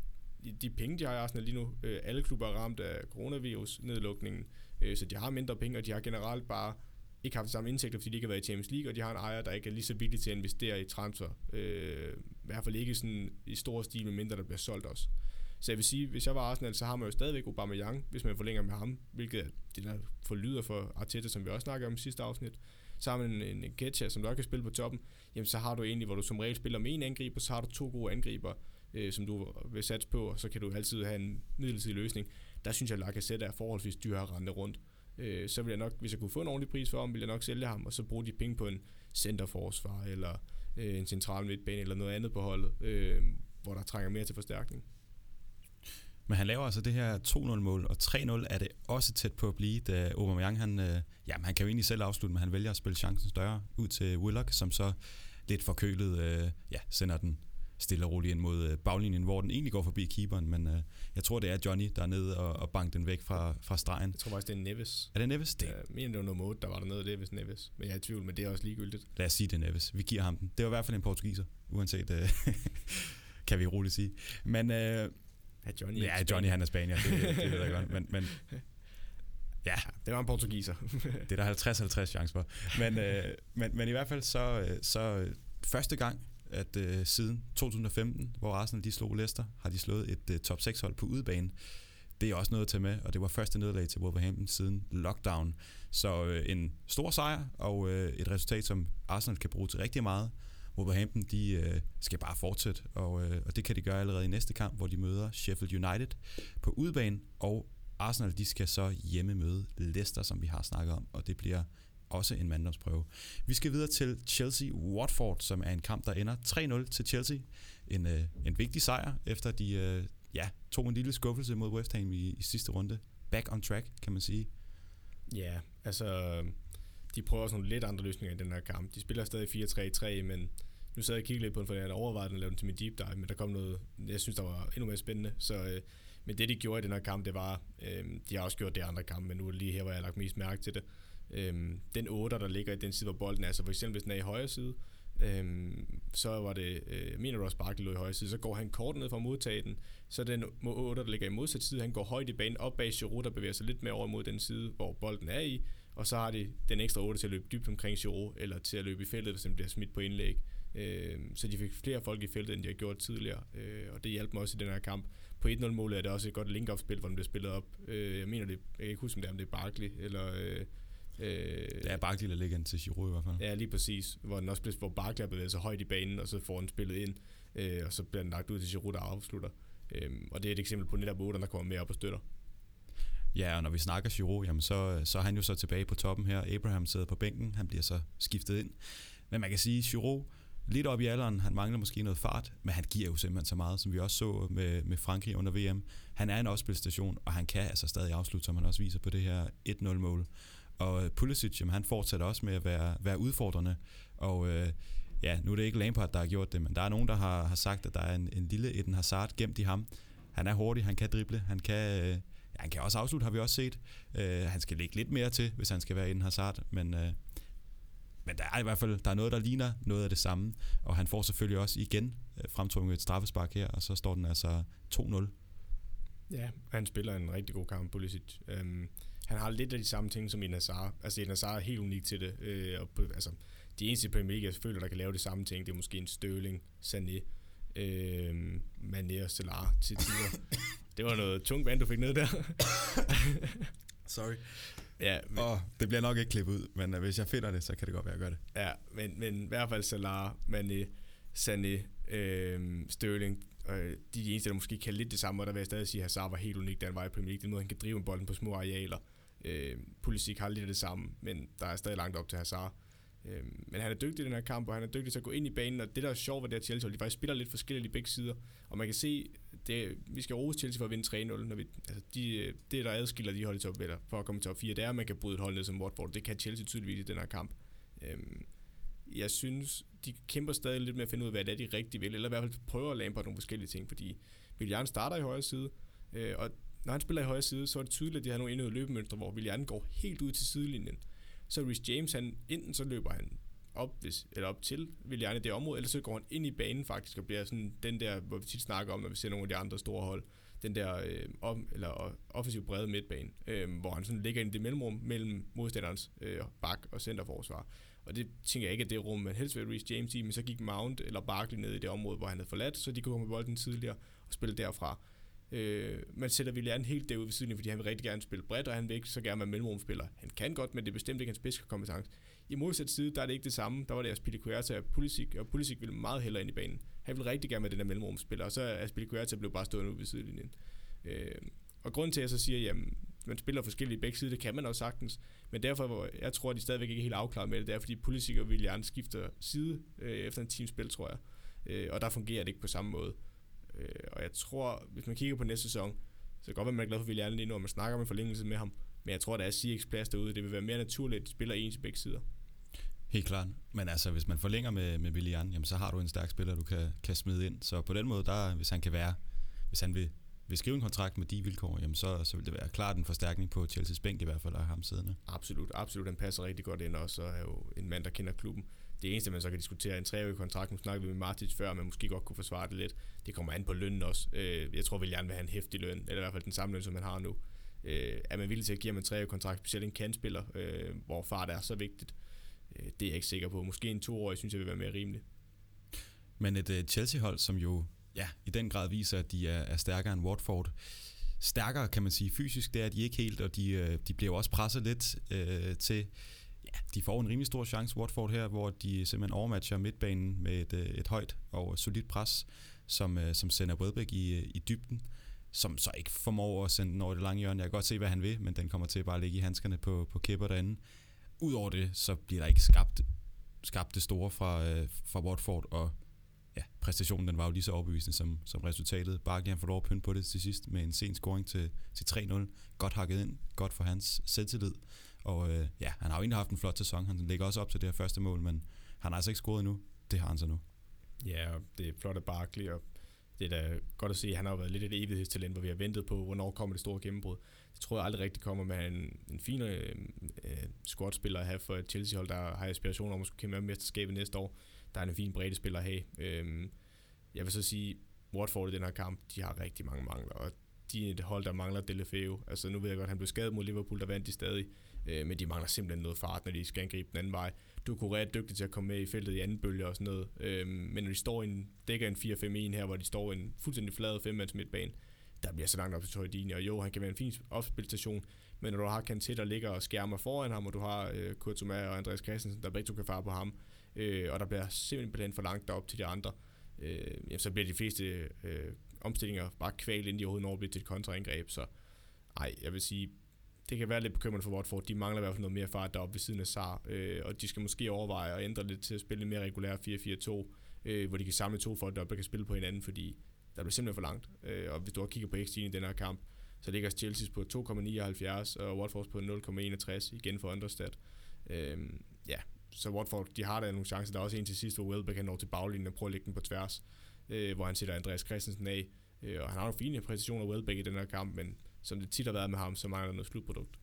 de penge, de har i Arsenal lige nu, øh, alle klubber er ramt af coronavirus-nedlukningen, øh, så de har mindre penge, og de har generelt bare ikke haft samme indtægter, fordi de ikke har været i Champions League, og de har en ejer, der ikke er lige så villig til at investere i transfer. Øh, I hvert fald ikke sådan i stor stil, medmindre der bliver solgt også. Så jeg vil sige, hvis jeg var Arsenal, så har man jo stadigvæk Aubameyang, hvis man forlænger med ham, hvilket det der forlyder for Arteta, som vi også snakkede om i sidste afsnit. Så har man en, en Ketcha, som du også kan spille på toppen. Jamen så har du egentlig, hvor du som regel spiller med en angriber, så har du to gode angriber, øh, som du vil satse på, og så kan du altid have en midlertidig løsning. Der synes jeg, at Lacazette er forholdsvis dyr at rende rundt. Øh, så vil jeg nok, hvis jeg kunne få en ordentlig pris for ham, vil jeg nok sælge ham, og så bruge de penge på en centerforsvar, eller øh, en central midtbane, eller noget andet på holdet, øh, hvor der trænger mere til forstærkning. Men han laver altså det her to nul-mål, og tre nul er det også tæt på at blive, da Aubameyang, han, øh, jamen, han kan jo egentlig selv afslutte, men han vælger at spille chancen større ud til Willock, som så lidt forkølet øh, ja, sender den stille og roligt ind mod øh, baglinjen, hvor den egentlig går forbi keeperen, men øh, jeg tror, det er Johnny, der er nede og, og banker den væk fra, fra stregen. Jeg tror faktisk, det er Neves. Er det Neves? Det? Jeg mener, det var nummer otte, der var dernede, det er vist Neves. Men jeg er i tvivl, men det er også ligegyldigt. Lad os sige, det er Neves. Vi giver ham den. Det var i hvert fald en portugiser, uanset, øh, kan vi roligt sige. Men... Øh, Ja, Johnny, ja, Johnny han er spanier, det, det ved jeg godt, men, men ja, det var en portugiser. Det er der halvtreds halvtreds chance for. Men, øh, men, men i hvert fald så, så første gang, at øh, siden to tusind og femten, hvor Arsenal de slog Leicester, har de slået et øh, top seks hold på udebane. Det er også noget at tage med, og det var første nederlag til Wolverhampton siden lockdown. Så øh, en stor sejr, og øh, et resultat, som Arsenal kan bruge til rigtig meget. Wolverhampton, de øh, skal bare fortsætte, og, øh, og det kan de gøre allerede i næste kamp, hvor de møder Sheffield United på udebane, og Arsenal, de skal så hjemme møde Leicester, som vi har snakket om, og det bliver også en manddomsprøve. Vi skal videre til Chelsea-Watford, som er en kamp, der ender tre nul til Chelsea. En, øh, en vigtig sejr, efter de øh, ja, tog en lille skuffelse mod West Ham i, i sidste runde. Back on track, kan man sige. Ja, altså... De prøver også nogle lidt andre løsninger i den her kamp. De spiller stadig fire tre tre, men nu sad jeg og kiggede lidt på den, for jeg havde overvejet den og lavet den til min deep dive, men der kom noget, jeg synes, der var endnu mere spændende. Så, øh, men det, de gjorde i den her kamp, det var, øh, de har også gjort det andre kampe, men nu er det lige her, hvor jeg har lagt mest mærke til det. Øh, den otter, der ligger i den side, hvor bolden er, så for eksempel hvis den er i højre side, øh, så var det, øh, mener Ross Barkley lå i højre side, så går han kort ned for at modtage den, så den otter, der ligger i modsat side, han går højt i banen op bag Giroud, der bevæger sig lidt mere over mod den side, hvor bolden er i, og så har de den ekstra otte til at løbe dybt omkring Giroud, eller til at løbe i feltet, hvis den bliver smidt på indlæg. Øh, så de fik flere folk i feltet, end de har gjort tidligere, øh, og det hjalp mig også i den her kamp. På et nul-målet er det også et godt link-up-spil, hvor den bliver spillet op. Øh, jeg mener, det, jeg kan ikke huske, om det er, om det er Barkley, eller... Øh, øh, det er Barkley, der ligger ind til Giroud i hvert fald. Ja, lige præcis, hvor den også bliver, hvor Barkley har bevæget sig højt i banen, og så får den spillet ind, øh, og så bliver den lagt ud til Giroud, der afslutter. Øh, og det er et eksempel på netop otte, der kommer mere op og støtter. Ja, og når vi snakker Giroud, jamen så, så er han jo så tilbage på toppen her. Abraham sidder på bænken, han bliver så skiftet ind. Men man kan sige, Giroud, lidt op i alderen, han mangler måske noget fart, men han giver jo simpelthen så meget, som vi også så med, med Frankrig under V M. Han er en opspilstation, og han kan altså stadig afslutte, som han også viser på det her et nul-mål. Og Pulisic, jamen, han fortsætter også med at være, være udfordrende, og øh, ja, nu er det ikke Lampard, der har gjort det, men der er nogen, der har, har sagt, at der er en, en lille Eden Hazard gemt i ham. Han er hurtig, han kan drible, han kan... Øh, Ja, han kan også afslutte, har vi også set. Uh, han skal lægge lidt mere til, hvis han skal være Eden Hazard, men, uh, men der er i hvert fald der er noget, der ligner noget af det samme, og han får selvfølgelig også igen uh, fremtrukket et straffespark her, og så står den altså to nul. Ja, han spiller en rigtig god kamp, Pulisic. Um, han har lidt af de samme ting som Eden Hazard. Altså Eden Hazard er helt unik til det. Uh, og på, altså, de eneste Premier League, jeg føler, der kan lave det samme ting, det er måske en Sterling, Sané, uh, Mané og Salah til tider. Det var noget tungt vand, du fik ned der. Sorry. Ja, men, oh, det bliver nok ikke klippet ud, men uh, hvis jeg finder det, så kan det godt være, at jeg gør det. Ja, men, men i hvert fald Salah, Mané, Sané, øh, Sterling, øh, de er de eneste, der måske kan lidt det samme, og der vil jeg stadig sige, at Hazard var helt unik, da han var i Premier League. Den måde, han kan drive bolden på små arealer. Øh, Pulisic har lidt af det samme, men der er stadig langt op til Hazard. Øh, men han er dygtig i den her kamp, og han er dygtig til at gå ind i banen, og det der er sjovt ved det her Chelsea, de faktisk spiller lidt forskelligt i begge sider, og man kan se, det, vi skal rose Chelsea for at vinde tre nul, når vi, altså de, det der adskiller de hold i top, eller for at komme i top fire, det er, at man kan bryde et hold ned som Watford. Det kan Chelsea tydeligvis i den her kamp. Øhm, jeg synes, de kæmper stadig lidt med at finde ud af, hvad det er, de rigtig vil, eller i hvert fald prøver at Lampard nogle forskellige ting, fordi Willian starter i højre side, øh, og når han spiller i højre side, så er det tydeligt, at de har nogle indøvede løbemønstre, hvor Willian går helt ud til sidelinjen. Så Reece James, han, enten så løber han op, hvis, eller op til Willian i det område, eller så går han ind i banen faktisk, og bliver sådan den der, hvor vi tit snakker om, når vi ser nogle af de andre store hold, den der øh, om, eller offensiv brede midtbane, øh, hvor han sådan ligger i det mellemrum mellem modstanderens øh, bak og centerforsvar. Og det tænker jeg ikke, at det rum, men helst ved Reece James i, men så gik Mount eller Barkley ned i det område, hvor han havde forladt, så de kunne komme med bolden tidligere og spille derfra. Øh, man sætter Willian helt derude ved siden af, fordi han vil rigtig gerne spille bredt, og han vil ikke så gerne være mellemrumspiller. Han kan godt, men det er bestemt ikke hans spidskompetence. I modsat side, der er det ikke det samme. Der var det Azpilicueta og Pulisic, og Pulisic ville meget hellere ind i banen. Han ville rigtig gerne med den der mellemrumspiller, og så er Azpilicueta blev bare stående ude ved sidelinjen. Øh, og grunden til, at jeg så siger, jamen, man spiller forskellige begge sider, det kan man også sagtens, men derfor, hvor jeg tror, at de stadigvæk ikke er helt afklaret med det, det er, fordi Pulisic og Willian skifter side øh, efter en teamspil, tror jeg. Øh, og der fungerer det ikke på samme måde. Øh, og jeg tror, hvis man kigger på næste sæson, så kan det godt være, at man er glad for Willian lige nu, og man snakker med forlængelse med ham, men jeg tror, at der er C X-plads derude, det vil være mere naturligt, at de spiller en til begge sider. Helt klart. Men altså, hvis man forlænger med, med Willian, jamen, så har du en stærk spiller, du kan, kan smide ind. Så på den måde, der, hvis han kan være, hvis han vil, vil skrive en kontrakt med de vilkår, jamen, så, så vil det være klart en forstærkning på Chelseas bænk i hvert fald, at have ham siddende. Absolut, absolut. Han passer rigtig godt ind også, og er jo en mand, der kender klubben. Det eneste, man så kan diskutere, er en treårig kontrakt. Nu snakkede vi med Martic før, men måske godt kunne forsvare det lidt. Det kommer an på lønnen også. Jeg tror, Willian vil have en hæftig løn, eller i hvert fald den samme løn, som han har nu. Er man villig til at give ham en treårig kontrakt, specielt en kantspiller, hvor fart er så vigtigt? Det er jeg ikke sikker på. Måske en toårig, synes jeg vil være mere rimelig. Men et uh, Chelsea-hold, som jo ja, i den grad viser, at de er, er stærkere end Watford. Stærkere, kan man sige, fysisk, det er de ikke helt, og de, uh, de bliver også presset lidt uh, til... Ja, de får en rimelig stor chance, Watford her, hvor de simpelthen overmatcher midtbanen med et, uh, et højt og solidt pres, som, uh, som sender Welbeck i, i dybden, som så ikke formår at sende den over det lange hjørne. Jeg kan godt se, hvad han vil, men den kommer til bare at ligge i handskerne på, på kæpper derinde. Udover det, så bliver der ikke skabt, skabt det store fra, øh, fra Watford, og ja, præstationen den var jo lige så overbevisende som, som resultatet. Barkley han får lov at pynte på det til sidst med en sen scoring til, til tre nul. Godt hakket ind, godt for hans selvtillid. Og øh, ja, han har jo egentlig haft en flot sæson. Han lægger også op til det her første mål, men han har altså ikke scoret endnu. Det har han så nu. Ja, det er flot af Barkley, og det er da godt at se, han har jo været lidt et evighedstalent, hvor vi har ventet på, hvornår kommer det store gennembrud. Det tror jeg aldrig rigtig kommer med en, en fin øh, squad-spiller at have for et Chelsea-hold, der har aspirationer om at skulle kæmpe med mesterskabet næste år. Der er en fin bredde spiller at have. Øhm, jeg vil så sige, Watford i den her kamp, de har rigtig mange mangler, og de er et hold, der mangler Deulofeu. Altså nu ved jeg godt, han blev skadet mod Liverpool, der vandt de stadig, øh, men de mangler simpelthen noget fart, når de skal angribe den anden vej. Doucouré er dygtig til at komme med i feltet i anden bølge og sådan noget, øh, men når de står i en, dækker en fire fem en her, hvor de står i en fuldstændig flad femmands midtbane, der bliver så langt op til Troy Deeney, og jo, han kan være en fin opspilstation, men når du har Kanté, der ligger og skærmer foran ham, og du har øh, Kurt Zouma og Andreas Christensen, der begge to kan fare på ham, øh, og der bliver simpelthen for langt derop til de andre, øh, jamen, så bliver de fleste øh, omstillinger bare kvalt, inden de overhovedet når bliver til et kontraangreb, så ej, jeg vil sige, det kan være lidt bekymrende for Watford. De mangler i hvert fald noget mere fart deroppe ved siden af Sarr, øh, og de skal måske overveje at ændre lidt til at spille en mere regulær fire fire to, øh, hvor de kan samle to folk deroppe, der kan spille på hinanden, fordi der bliver simpelthen for langt. Øh, og hvis du har kigget på X G'en i den her kamp, så ligger Chelsea på to komma nioghalvfjerds, og Watford på nul komma enogtres, igen for Understat. Øh, ja, så Watford, de har der nogle chancer. Der er også en til sidst, hvor Welbeck han når til baglinjen og prøver at lægge den på tværs, øh, hvor han sætter Andreas Christensen af. Øh, og han har nogle fine præstationer af Welbeck i den her kamp, men som det tit har været med ham, så mangler noget slutprodukt.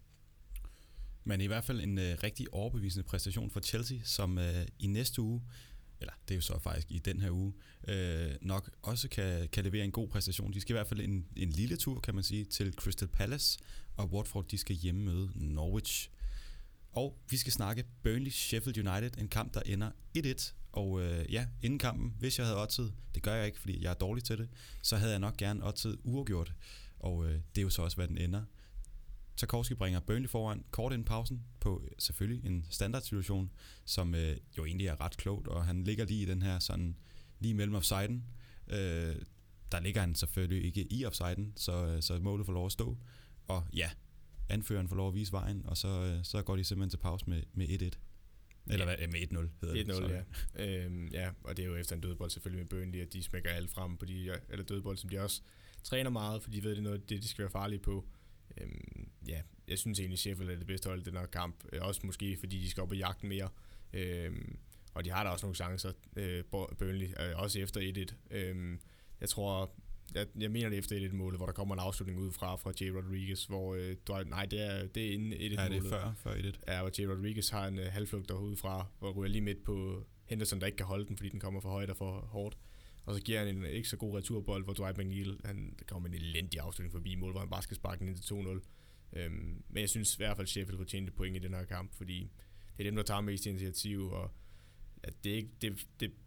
Men i hvert fald en øh, rigtig overbevisende præstation for Chelsea, som øh, i næste uge, eller det er jo så faktisk i den her uge, øh, nok også kan, kan levere en god præstation. De skal i hvert fald en, en lille tur, kan man sige, til Crystal Palace, og Watford, de skal hjemme møde Norwich. Og vi skal snakke Burnley-Sheffield United, en kamp, der ender et et. Og øh, ja, inden kampen, hvis jeg havde oddset, det gør jeg ikke, fordi jeg er dårlig til det, så havde jeg nok gerne oddset uafgjort. Og øh, det er jo så også, hvad den ender. Tarkowski bringer Burnley foran kort inden pausen på øh, selvfølgelig en standardsituation, som øh, jo egentlig er ret klogt, og han ligger lige i den her sådan lige mellem offsiden. Øh, der ligger han selvfølgelig ikke i offsiden, så, så målet får lov at stå. Og ja, anføreren får lov at vise vejen, og så, øh, så går de simpelthen til pause med, med et et. Eller ja. Med et nul hedder et nul, det. ja. Øhm, ja, og det er jo efter en dødbold selvfølgelig med Burnley, at de smækker alt frem på de eller dødbold, som de også træner meget, for de ved, det er noget, det de skal være farlige på. Øhm, ja, jeg synes egentlig, Sheffield er det bedste hold i den her kamp. Også måske, fordi de skal op og jagten mere. Øhm, og de har da også nogle chancer, øh, Burnley, øh, også efter et et. Øhm, jeg tror, jeg, jeg mener det efter et et-målet, hvor der kommer en afslutning ud fra, fra Jay Rodriguez, hvor, øh, du, nej, det er, det er inden et et-målet. Ja, det er før, før et et. Ja, hvor Jay Rodriguez har en øh, halvflugt derude fra, hvor ryger lige midt på Henderson, der ikke kan holde den, fordi den kommer for højt og for hårdt. Og så giver han en ikke så god returbold, hvor Dwight McNeil, han kommer med en elendig afslutning forbi mål, hvor han bare skal sparke den ind til to nul. Øhm, men jeg synes i hvert fald, Sheffield fortjente point i den her kamp, fordi det er dem, der tager mest initiativ, og ja, det, er ikke, det, det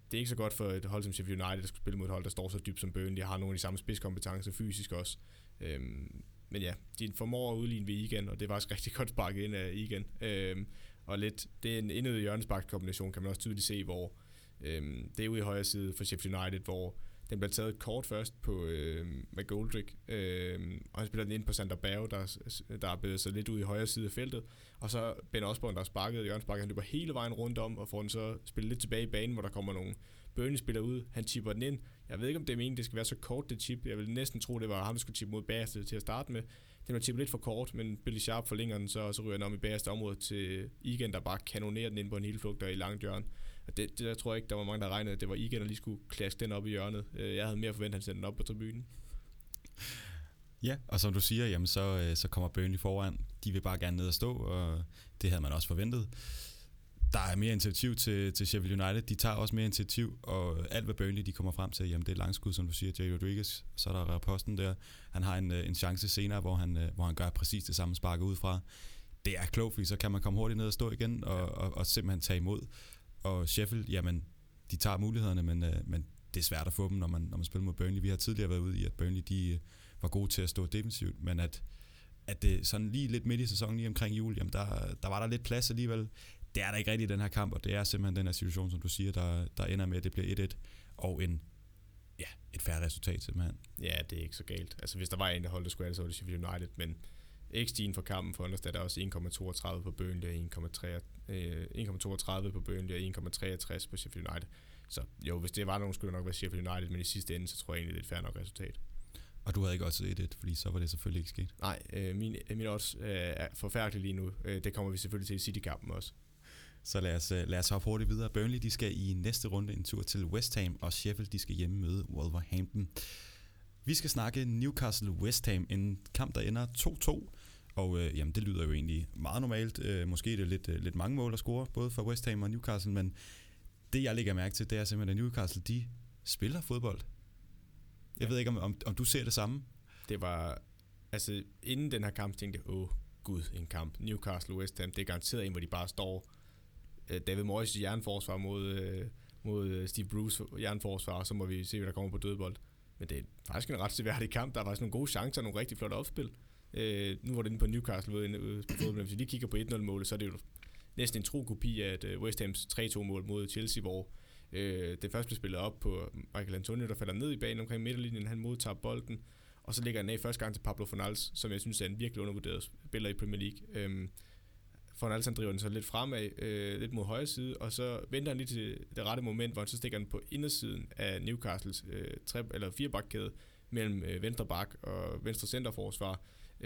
det er ikke så godt for et hold som Sheffield United, der skal spille mod et hold, der står så dybt som Burnley, og har nogle af de samme spidskompetencer fysisk også. Øhm, men ja, de formår at udligne ved Egan, og det var faktisk rigtig godt sparket ind af Egan. Øhm, og lidt, det er en indøvet hjørnesparkkombination, kan man også tydeligt se, hvor øhm, det er ude i højre side for Sheffield United, hvor den bliver taget kort først på øh, McGoldrick, øh, og han spiller den ind på Sander Berge, der, der er blevet så lidt ud i højre side af feltet, og så Ben Osborne, der har sparket hjørnesparket, han løber hele vejen rundt om, og får den så spillet lidt tilbage i banen, hvor der kommer nogle Burnley-spillere ud, han chipper den ind. Jeg ved ikke, om det er meningen, det skal være så kort, det chip. Jeg vil næsten tro, det var ham, der skulle chippe mod bagerste til at starte med. Den var chippet lidt for kort, men Billy Sharp forlænger den så, og så ryger den om i bagerste område til Egan, der bare kanonerer den ind på en helflugter i langt hjørne. Og det, det der tror jeg ikke, der var mange, der regnede, at det var Egan, der lige skulle klaske den op i hjørnet. Jeg havde mere forventet, at han sendte den op på tribunen. Ja, og som du siger, jamen så, så kommer Burnley foran. De vil bare gerne ned og stå, og det havde man også forventet. Der er mere initiativ til, til Sheffield United. De tager også mere initiativ, og alt hvad Burnley de kommer frem til, jamen det er langskud, som du siger, Jay Rodriguez. Så er der Raposten der. Han har en, en chance senere, hvor han, hvor han gør præcis det samme sparke ud fra. Det er klogt, fordi så kan man komme hurtigt ned og stå igen, og, og, og simpelthen tage imod. Og Sheffield, jamen, de tager mulighederne, men, men det er svært at få dem, når man, når man spiller mod Burnley. Vi har tidligere været ude i, at Burnley de var gode til at stå defensivt, men at, at det sådan lige lidt midt i sæsonen, lige omkring jul, jamen der, der var der lidt plads alligevel. Det er der ikke rigtigt i den her kamp, og det er simpelthen den her situation, som du siger, der, der ender med, at det bliver et et, og en, ja, et færre resultat simpelthen. Ja, det er ikke så galt. Altså hvis der var en, der holdt det skulle, så var det Sheffield United, men X G'en for kampen for Understad er også en komma toogtredive på Burnley og en komma toogtredive på Burnley og en komma treogtres på Sheffield United. Så jo, hvis det var nogen, skulle det nok være Sheffield United, men i sidste ende, så tror jeg egentlig, det er et fair nok resultat. Og du havde ikke også et et, fordi så var det selvfølgelig ikke sket? Nej, øh, min, min odds øh, er forfærdelig lige nu. Øh, det kommer vi selvfølgelig til i City-kampen også. Så lad os, lad os hoppe hurtigt videre. Burnley de skal i næste runde en tur til West Ham, og Sheffield de skal hjemme møde Wolverhampton. Vi skal snakke Newcastle-West Ham, en kamp, der ender to to. Og øh, jamen, det lyder jo egentlig meget normalt. Øh, måske er det lidt, øh, lidt mange mål at score, både for West Ham og Newcastle, men det jeg lægger mærke til, det er simpelthen, at Newcastle, de spiller fodbold. Jeg ja. ved ikke, om, om, om du ser det samme? Det var, altså inden den her kamp, tænkte jeg, åh gud, en kamp. Newcastle-West Ham, det er garanteret en, hvor de bare står. Øh, David Moyes' jernforsvar mod, øh, mod Steve Bruce jernforsvar, og så må vi se, hvad der kommer på dødbold. Men det er faktisk en ret seværdig kamp. Der var faktisk nogle gode chancer, nogle rigtig flotte opspil. Øh, nu var det inde på Newcastle ude på fodbold. Hvis vi lige kigger på et nul-målet, så er det jo næsten en tro kopi af et West Hams tre to-mål mod Chelsea, hvor øh, det først blev spillet op på Michael Antonio, der falder ned i banen omkring midterlinjen. Han modtager bolden, og så ligger han af første gang til Pablo Fornals, som jeg synes er en virkelig undervurderet spiller i Premier League. Øh, Fornals han driver den så lidt fremad, øh, lidt mod højre side, og så venter han lige til det rette moment, hvor han så stikker den på indersiden af Newcastles øh, tre, eller firebakkæde mellem øh, venstre bak og venstre centerforsvar.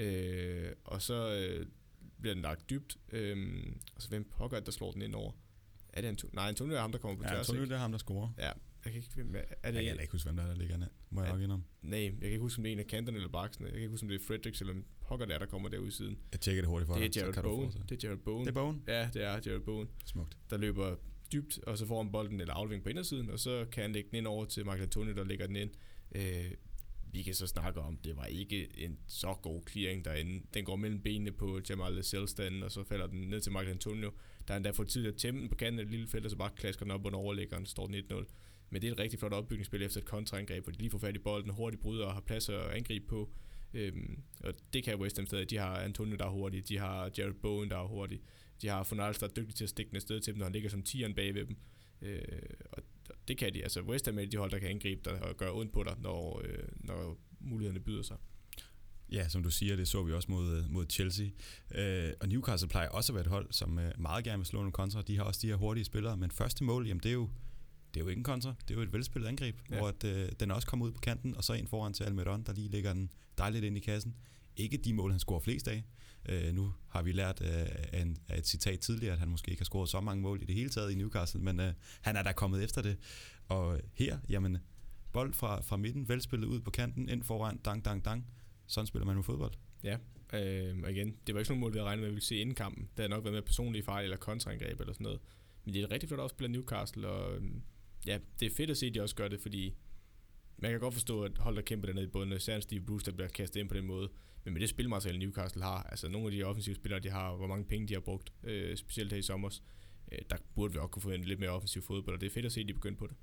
Øh, og så øh, bliver den lagt dybt, øh, og så hvem pokker der slår den ind over? Er det Antonio? Nej, Antonio er ham, der kommer på ja, tværs. Antonio det er ham, der scorer. Ja, jeg kan ikke, er det, jeg kan ikke huske, hvem der, er, der ligger ned. Må jeg nok indrømme? Nej, jeg kan ikke huske, om det er en af kanterne eller baksene. Jeg kan ikke huske, om det er Fredericks eller pokker der, der kommer derude i siden. Jeg tjekker det hurtigt for dig. Det er Jared Bowen. Det er Jared Bowen. Det er Bowen? Ja, det er Jared Bowen. Smukt. Der løber dybt, og så får han bolden eller aflevering på indersiden, og så kan han lægge den ind over til Michael Antonio, der lægger den ind. Øh, vi kan så snakke om, det var ikke en så god clearing derinde. Den går mellem benene på Jamal Selvstand, og så falder den ned til Michael Antonio. Der er endda fået tid at tæmme den på kanten af et lille felt, og så bare klasker den op under overlæggeren, står den et nul. Men det er et rigtig flot opbygningsspil efter et kontraangreb, hvor de lige får fat i bolden, hurtigt bryder og har plads at angribe på. Øhm, og det kan West Ham stadig. De har Antonio, der er hurtig, de har Jared Bowen, der er hurtig, de har Fornals, der er dygtig til at stikke den et sted til dem, når han ligger som tieren bag ved dem. Øh, og det kan de. Altså West Ham er de hold, der kan angribe dig og gøre ondt på dig, når, øh, når mulighederne byder sig. Ja, som du siger, det så vi også mod, mod Chelsea. Øh, og Newcastle plejer også at være et hold, som øh, meget gerne vil slå nogle kontra. De har også de her hurtige spillere, men første mål, jamen det er jo, det er jo ikke en kontra, det er jo et velspillet angreb, ja. Hvor at, øh, den også kommer ud på kanten, og så ind foran til Almiron, der lige lægger den dejligt ind i kassen. Ikke de mål, han scorer flest af. Øh, nu har vi lært øh, af, en, af et citat tidligere, at han måske ikke har scoret så mange mål i det hele taget i Newcastle, men øh, han er da kommet efter det. Og her, jamen, bold fra, fra midten, velspillet ud på kanten, ind foran, dang, dang, dang. Sådan spiller man jo fodbold. Ja, øh, og igen, det var ikke sådan nogle mål, vi havde regnet med, at vi ville se inden kampen. Der havde nok været med personlige fejl eller kontraangreb eller sådan noget. Men det er et rigtig flot opspil af Newcastle, og øh, ja, det er fedt at se, at de også gør det, fordi man kan godt forstå, at hold der kæmper dernede i bunden, særligt Steve Bruce, der bliver kastet ind på den måde. Men med det spilmateriale, Newcastle har, altså nogle af de offensive spillere, de har, hvor mange penge de har brugt, øh, specielt her i sommer, øh, der burde vi også kunne få en lidt mere offensiv fodbold, og det er fedt at se, at de begynder på det.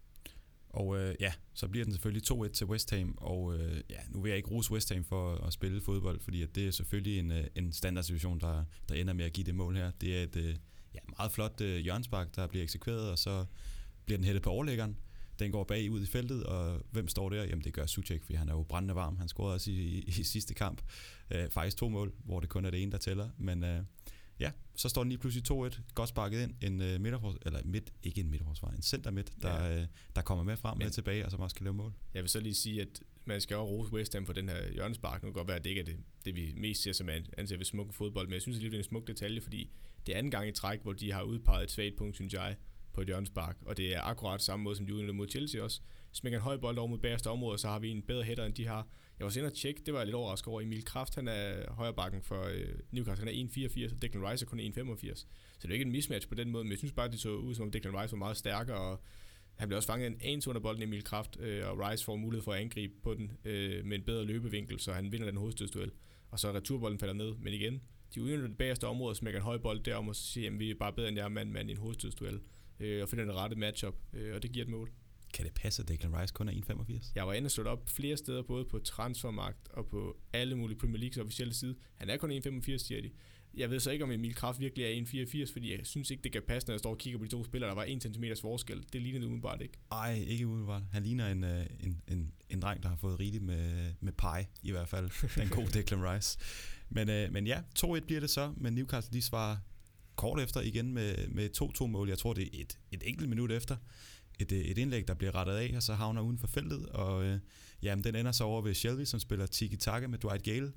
Og øh, ja, så bliver den selvfølgelig to et til West Ham, og øh, ja, nu vil jeg ikke rose West Ham for at spille fodbold, fordi at det er selvfølgelig en, øh, en standardsituation, der, der ender med at give det mål her. Det er et øh, ja, meget flot øh, hjørnespark, der bliver eksekveret, og så bliver den hættet på overlæggeren. Den går bagud i feltet, og hvem står der? Jamen det gør Souček, fordi han er jo brændende varm. Han scorede også i, i, i sidste kamp. Øh, faktisk to mål, hvor det kun er det ene, der tæller. Men øh, ja, så står den lige pludselig to et. Godt sparket ind. En øh, midterfors, eller midt, ikke en midterforsvar, en center midt, der, ja. øh, der kommer med frem med tilbage, og som også kan lave mål. Jeg vil så lige sige, at man skal også rose West Ham for den her hjørnespark. Nu kan godt være, at det ikke er det, det vi mest ser som anser ved smuk fodbold, men jeg synes, det er en smuk detalje, fordi det er anden gang i træk, hvor de har udpeget et svagt punkt, synes jeg, på et hjørnespark, og det er akkurat samme måde, som de udnyttede mod Chelsea også. Smækker en høj bold over mod bagerste område, så har vi en bedre header, end de har. Jeg var så inde og tjekke, det var jeg lidt overrasket over. Emil Kraft, han er højrebakken for øh, Newcastle, han er en fireogfirs, og Declan Rice er kun en femogfirs. Så det er ikke en mismatch på den måde, men jeg synes bare, at det så ud, som om Declan Rice var meget stærkere, og han blev også fanget en anelse under bolden, Emil Kraft, øh, og Rice får mulighed for at angribe på den øh, med en bedre løbevinkel, så han vinder den hovedstødsduel. Og så returbolden falder ned, men igen, de udnytter det bagerste område, smækker en høj bold derom, og så siger, at vi er bare bedre end jer mand, mand i en hovedstødsduel. Øh, og finder den rette matchup, øh, og det giver et mål. Kan det passe, at Declan Rice kun er en femogfirs? Jeg var inde og slået op flere steder, både på Transfermarkt og på alle mulige Premier Leagues officielle side. Han er kun en femogfirs, siger de. Jeg ved så ikke, om Emil Kraft virkelig er en fireogfirs, fordi jeg synes ikke, det kan passe, når jeg står og kigger på de to spillere. Der var en centimeters forskel. Det ligner det umiddelbart ikke. Ej, ikke umiddelbart. Han ligner en, en, en, en dreng, der har fået rigeligt med, med pie, i hvert fald. Den gode Declan Rice. Men, øh, men ja, to et bliver det så, men Newcastle de svarer kort efter igen med, med to to mål. Jeg tror, det er et, et enkelt minut efter. Et, et indlæg, der bliver rettet af, og så havner uden for feltet. Og øh, jamen, den ender så over ved Shelby, som spiller tiki-taka med Dwight Gale.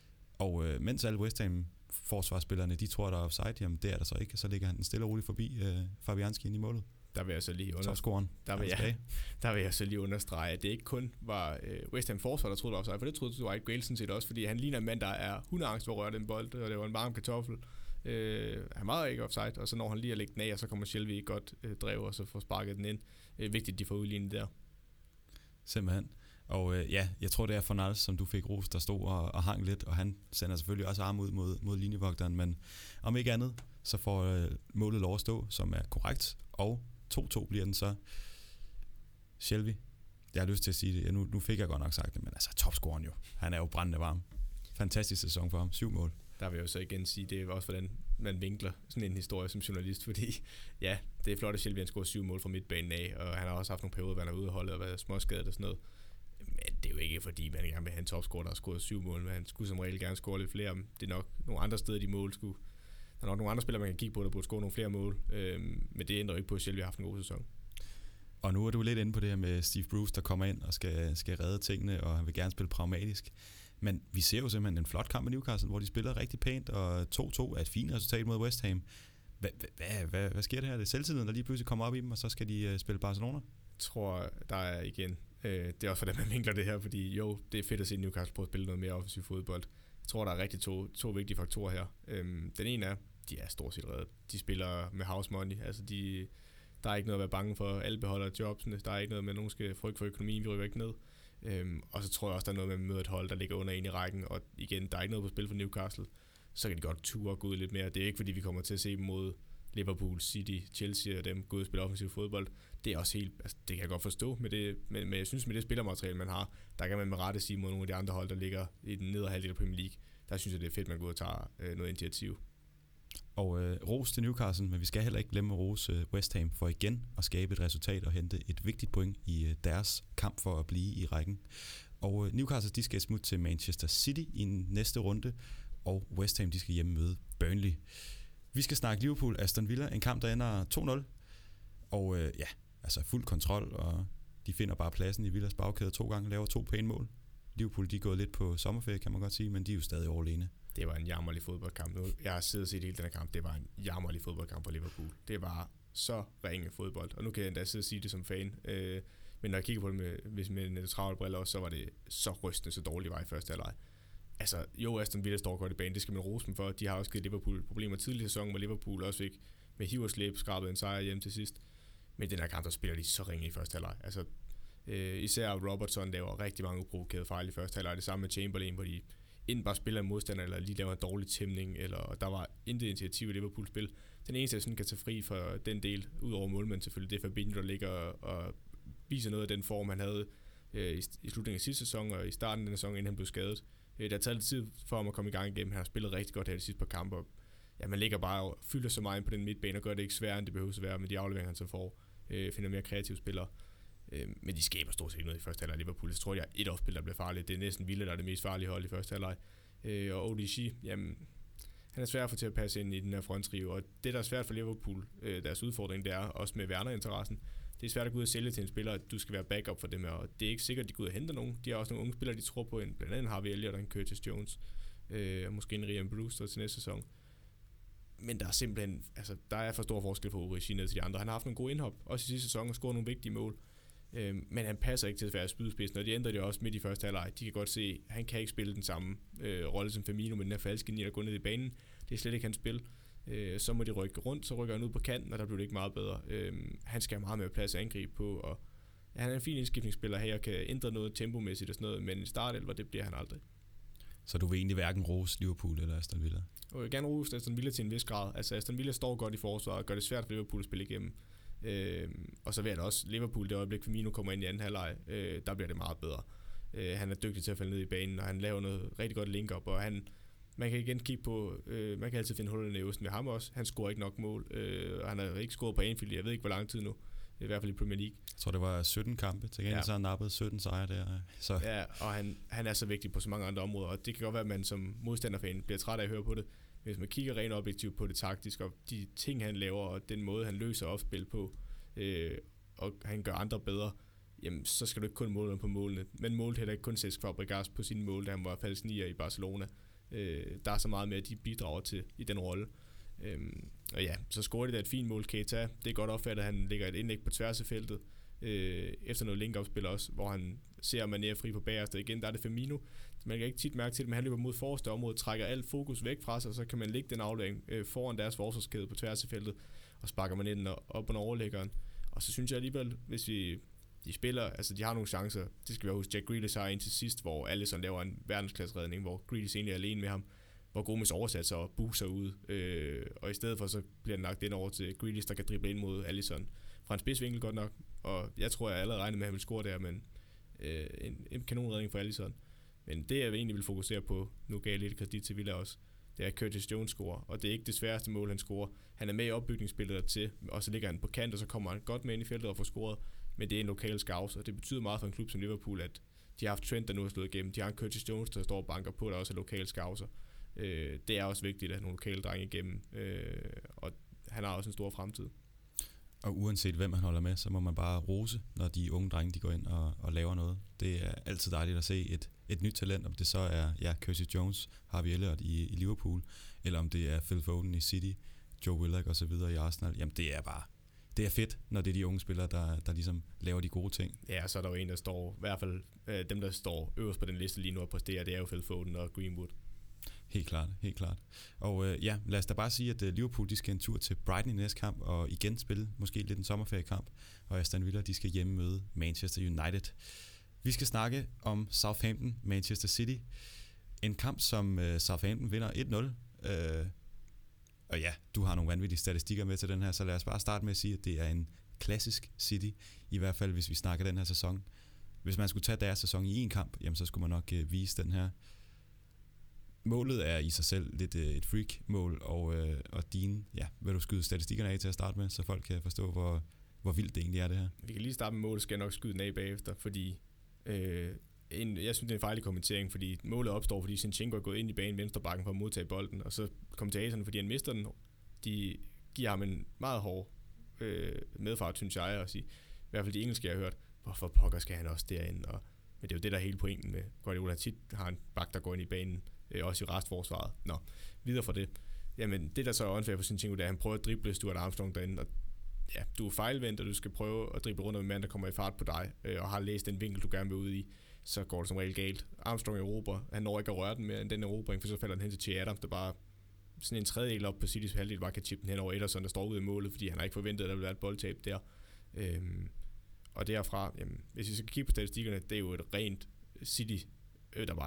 Og øh, mens alle West Ham forsvarsspillerne, de tror, der er offside, jamen det er der så ikke. Så ligger han den stille og roligt forbi øh, Fabianski ind i målet. Der vil jeg så lige understrege, der vil jeg, der vil jeg så lige understrege, at det ikke kun var øh, West Ham forsvar, der troede, der var offside. For det troede Dwight Gale sådan set også, fordi han ligner en mand, der er hundeangst for at røre den bold, og det var en varm kartoffel. Øh, han var ikke offside, og så når han lige at lægge den af, og så kommer Shelby godt øh, drev, og så får sparket den ind. Øh, vigtigt, de får udlignet der. Simpelthen. Og øh, ja, jeg tror, det er Fornals, som du fik ros, der stod og, og hang lidt, og han sender selvfølgelig også arm ud mod, mod linjevogteren, men om ikke andet, så får øh, målet lov at stå, som er korrekt, og to to bliver den så. Shelby, jeg har lyst til at sige det, ja, nu, nu fik jeg godt nok sagt det, men altså topscoren jo, han er jo brændende varm. Fantastisk sæson for ham, syv mål. Der vil jeg jo så igen sige, det er også hvordan man vinkler sådan en historie som journalist, fordi ja, det er flot, at Shelby han scorer syv mål fra midtbanen af, og han har også haft nogle perioder, hvor han er ude af holdet og været småskadet og sådan noget. Men det er jo ikke fordi, man gerne vil have en topscorer, der har scoret syv mål, men han skulle som regel gerne score lidt flere. Det er nok nogle andre steder, de mål skulle. Der er nok nogle andre spillere, man kan kigge på, der burde score nogle flere mål, øhm, men det ændrer ikke på, at Shelby har haft en god sæson. Og nu er du lidt inde på det her med Steve Bruce, der kommer ind og skal, skal redde tingene, og han vil gerne spille pragmatisk. Men vi ser jo simpelthen en flot kamp med Newcastle, hvor de spiller rigtig pænt, og to to er et fint resultat mod West Ham. Hvad, hvad, hvad, hvad sker det her? Det er selvtilliden, der lige pludselig kommer op i dem, og så skal de uh, spille Barcelona? Jeg tror, der er igen... Øh, det er også hvordan man vinkler det her, fordi jo, det er fedt at se Newcastle prøve at spille noget mere offensiv fodbold. Jeg tror, der er rigtig to, to vigtige faktorer her. Øhm, den ene er, de er stort set reddet. De spiller med house money, altså de... Der er ikke noget at være bange for. Alle beholder jobsene. Der er ikke noget med, at nogen skal frygte for økonomien. Vi rykker ikke ned. Øhm, og så tror jeg også, der er noget med at møde et hold, der ligger under en i rækken. Og igen, der er ikke noget på spil for Newcastle. Så kan de godt ture gå ud lidt mere. Det er ikke, fordi vi kommer til at se dem mod Liverpool, City, Chelsea og dem gå ud og spille offensiv fodbold. Det er også helt... Altså, det kan jeg godt forstå. Med det, men, men jeg synes, med det spillermateriale, man har, der kan man med rette sige mod nogle af de andre hold, der ligger i den nedre halvdel af Premier League. Der synes jeg, det er fedt, at man går ud og tager øh, noget initiativ. Og øh, ros til Newcastle, men vi skal heller ikke glemme at rose øh, West Ham for igen at skabe et resultat og hente et vigtigt point i øh, deres kamp for at blive i rækken. Og øh, Newcastle, de skal smutte til Manchester City i næste runde, og West Ham, de skal hjemme møde Burnley. Vi skal snakke Liverpool Aston Villa, en kamp, der ender to nul. Og øh, ja, altså fuld kontrol, og de finder bare pladsen i Villas bagkæde to gange, laver to pæne mål. Liverpool, de er gået lidt på sommerferie, kan man godt sige, men de er jo stadig overlegne. Det var en jammerlig fodboldkamp. Nu, jeg har siddet og set hele den her kamp. Det var en jammerlig fodboldkamp for Liverpool. Det var så ringe fodbold. Og nu kan jeg endda sidde og sige det som fan. Øh, men når jeg kigger på det med, hvis med en travle briller også, så var det så rystende, så dårligt var i første halvleg. Altså, jo, Aston Villa står godt i banen. Det skal man rose dem for. De har også givet Liverpool problemer tidligere i sæsonen, hvor Liverpool også fik med hiv og slæb skrabet en sejr hjem til sidst. Men den her kamp, der spiller de så ringe i første halvleg. Altså, øh, især Robertson laver rigtig mange uprovokerede fejl i første halvleg. Det samme med Chamberlain, hvor de enten bare spiller en modstander, eller lige laver en dårlig tæmning, eller der var intet initiativ i Liverpools spil. Den eneste, jeg sådan kan tage fri for den del, ud over målmanden selvfølgelig, det er Fabinho, der ligger og viser noget af den form, han havde øh, i, i slutningen af sidste sæson, og i starten af den sæson, inden han blev skadet. Øh, det har taget lidt tid for ham at komme i gang igen. Han har spillet rigtig godt her de sidste par kampe, og ja, man ligger bare og fylder så meget ind på den midtbane, og gør det ikke sværere, end det behøver at være, med de afleveringer, han så får. Øh, finder mere kreative spillere. Øh, men de skaber stort set ikke noget i første halvleg. Liverpool, jeg tror, jeg er et opspil, der bliver farligt. Det er næsten Villa, der er det mest farlige hold i første halvleg. Øh, og O D G, jamen, han er svær at få til at passe ind i den her fronttrio, og det, der er svært for Liverpool, øh, deres udfordring, det er også med Werner-interessen. Det er svært at gå ud og sælge til en spiller, at du skal være backup for dem her, og det er ikke sikkert, at de går ud og henter nogen. De har også nogle unge spillere, de tror på, en, blandt andet Harvey Elliott og en Curtis Jones, øh, og måske en Ryan Brewster til næste sæson. Men der er simpelthen, altså, der er for stor forskel på Origi ned til de andre. Han har haft nogle gode indhop, også i sidste sæson, og scoret nogle vigtige mål. Øh, men han passer ikke til at være spydspidsen, og de ændrer det også midt i første halvleg. De kan godt se, at han kan ikke spille den samme øh, rolle som Firmino med den her falske nier, der går ned i banen. Det er slet ikke hans spil. Øh, så må de rykke rundt, så rykker han ud på kanten, og der bliver det ikke meget bedre. Øh, han skal have meget mere plads at angribe på, og ja, han er en fin indskiftningsspiller her, og kan ændre noget tempomæssigt og sådan noget, men en startelver, det bliver han aldrig. Så du vil egentlig hverken rose Liverpool eller Aston Villa? Og jeg vil gerne rose Aston Villa til en vis grad. Altså Aston Villa står godt i forsvaret og gør det svært for Liverpool at spille igennem. Øh, og så vil jeg da også Liverpool, det øjeblik Firmino kommer ind i anden halvleg, øh, der bliver det meget bedre. Øh, han er dygtig til at falde ned i banen, og han laver noget rigtig godt link-up, og han, man kan igen kigge på, øh, man kan altid finde hullerne i osten med ham også. Han scorer ikke nok mål, øh, og han har ikke scoret på Anfield, jeg ved ikke hvor lang tid nu, i hvert fald i Premier League. Jeg tror det var sytten kampe, til gengæld ja. Så har han nappet sytten sejre der. Så. Ja, og han, han er så vigtig på så mange andre områder, og det kan godt være, at man som modstanderfan bliver træt af at høre på det. Hvis man kigger rent objektivt på det taktiske, og de ting han laver, og den måde han løser opspil på, øh, og han gør andre bedre, jamen så skal du ikke kun måle på målene. Men målte heller ikke kun Cesc Fabregas på sine mål, da han var falsk nier i Barcelona. Øh, der er så meget med, at de bidrager til i den rolle. Øh, og ja, så scorer de da et fint mål, Keita. Det er godt opfattet, at han lægger et indlæg på tværs af feltet, øh, efter noget link-up-spil også, hvor han ser Mané fri på bagerste. Igen, der er det Firmino. Man kan ikke tit mærke til det, men han løber mod forreste område, trækker alt fokus væk fra sig, og så kan man lægge den aflevering øh, foran deres forsvarskæde på tværs af feltet, og sparker man ind og op under overlæggeren. Og så synes jeg alligevel, hvis vi de spiller, altså de har nogle chancer, det skal vi huske, Jack Grealish har en til sidst, hvor Alisson laver en verdensklasse-redning, hvor Grealish egentlig er alene med ham, hvor Gomes oversat sig og buser ud, øh, og i stedet for så bliver den lagt ind over til Grealish, der kan drible ind mod Alisson fra en spidsvinkel godt nok, og jeg tror, jeg allerede regner med, at han vil score der, men øh, en, en kanonredning for Alisson. Men det, jeg egentlig vil fokusere på, nu gav jeg lidt kredit til Villa også, det er Curtis Jones scorer, og det er ikke det sværeste mål, han scorer. Han er med i opbygningsspillet dertil, og så ligger han på kant, og så kommer han godt med ind i feltet og får scoret, men det er en lokal scouts, og det betyder meget for en klub som Liverpool, at de har haft Trent, der nu har slået igennem. De har en Curtis Jones, der står og banker på, der også er lokale scouts. Øh, det er også vigtigt at have nogle lokale drenge igennem, øh, og han har også en stor fremtid. Og uanset hvem man holder med, så må man bare rose, når de unge drenge de går ind og, og laver noget. Det er altid dejligt at se et, et nyt talent, om det så er ja, Curtis Jones, Harvey Elliott i, i Liverpool, eller om det er Phil Foden i City, Joe Willock og så videre i Arsenal. Jamen det er bare, det er fedt, når det er de unge spillere, der, der ligesom laver de gode ting. Ja, så er der jo en, der står, i hvert fald øh, dem, der står øverst på den liste lige nu og præsterer, det er jo Phil Foden og Greenwood. Helt klart, helt klart. Og øh, ja, lad os da bare sige, at øh, Liverpool de skal en tur til Brighton i næste kamp, og igen spille måske lidt en sommerferiekamp, og Aston Villa de skal hjemme møde Manchester United. Vi skal snakke om Southampton, Manchester City. En kamp, som øh, Southampton vinder et nul. Øh, og ja, du har nogle vanvittige statistikker med til den her, så lad os bare starte med at sige, at det er en klassisk City, i hvert fald hvis vi snakker den her sæson. Hvis man skulle tage deres sæson i en kamp, jamen, så skulle man nok øh, vise den her. Målet er i sig selv lidt øh, et freak-mål, og, øh, og din, ja, vil du skyde statistikkerne af til at starte med, så folk kan forstå, hvor, hvor vildt det egentlig er det her. Vi kan lige starte med målet, skal jeg nok skyde den af bagefter, fordi øh, en, jeg synes, det er en fejlig kommentering, fordi målet opstår, fordi Zinchenko er gået ind i banen venstrebakken for at modtage bolden, og så kommentatorerne, fordi han mister den, de giver ham en meget hård øh, medfart, synes jeg, og sige, i hvert fald de engelske, jeg har hørt, hvorfor pokker skal han også derinde, og, men det er jo det, der er hele pointen med Guardiola. Tit har en bak, der går ind i banen, øh, også i restforsvaret. Nå, videre fra det. Jamen, det der så er unfair for Zinchenko, det er, at han prøver at drible Stuart Armstrong derinde, og ja, du er fejlvendt, og du skal prøve at drible rundt om en mand, der kommer i fart på dig, øh, og har læst den vinkel, du gerne vil ud i, så går det som regel galt. Armstrong erobrer, han når ikke at røre den mere end den erobring, for så falder den hen til Che Adams, der bare sådan en tredjedel op på Citys halvdel, bare kan chippe den hen over Ederson, der står ude i målet, fordi han har ikke forventet, at der vil være et boldtab der. Øhm, og derfra, jamen, hvis vi skal kigge på statistikkerne, det er jo et rent City, øh, der bare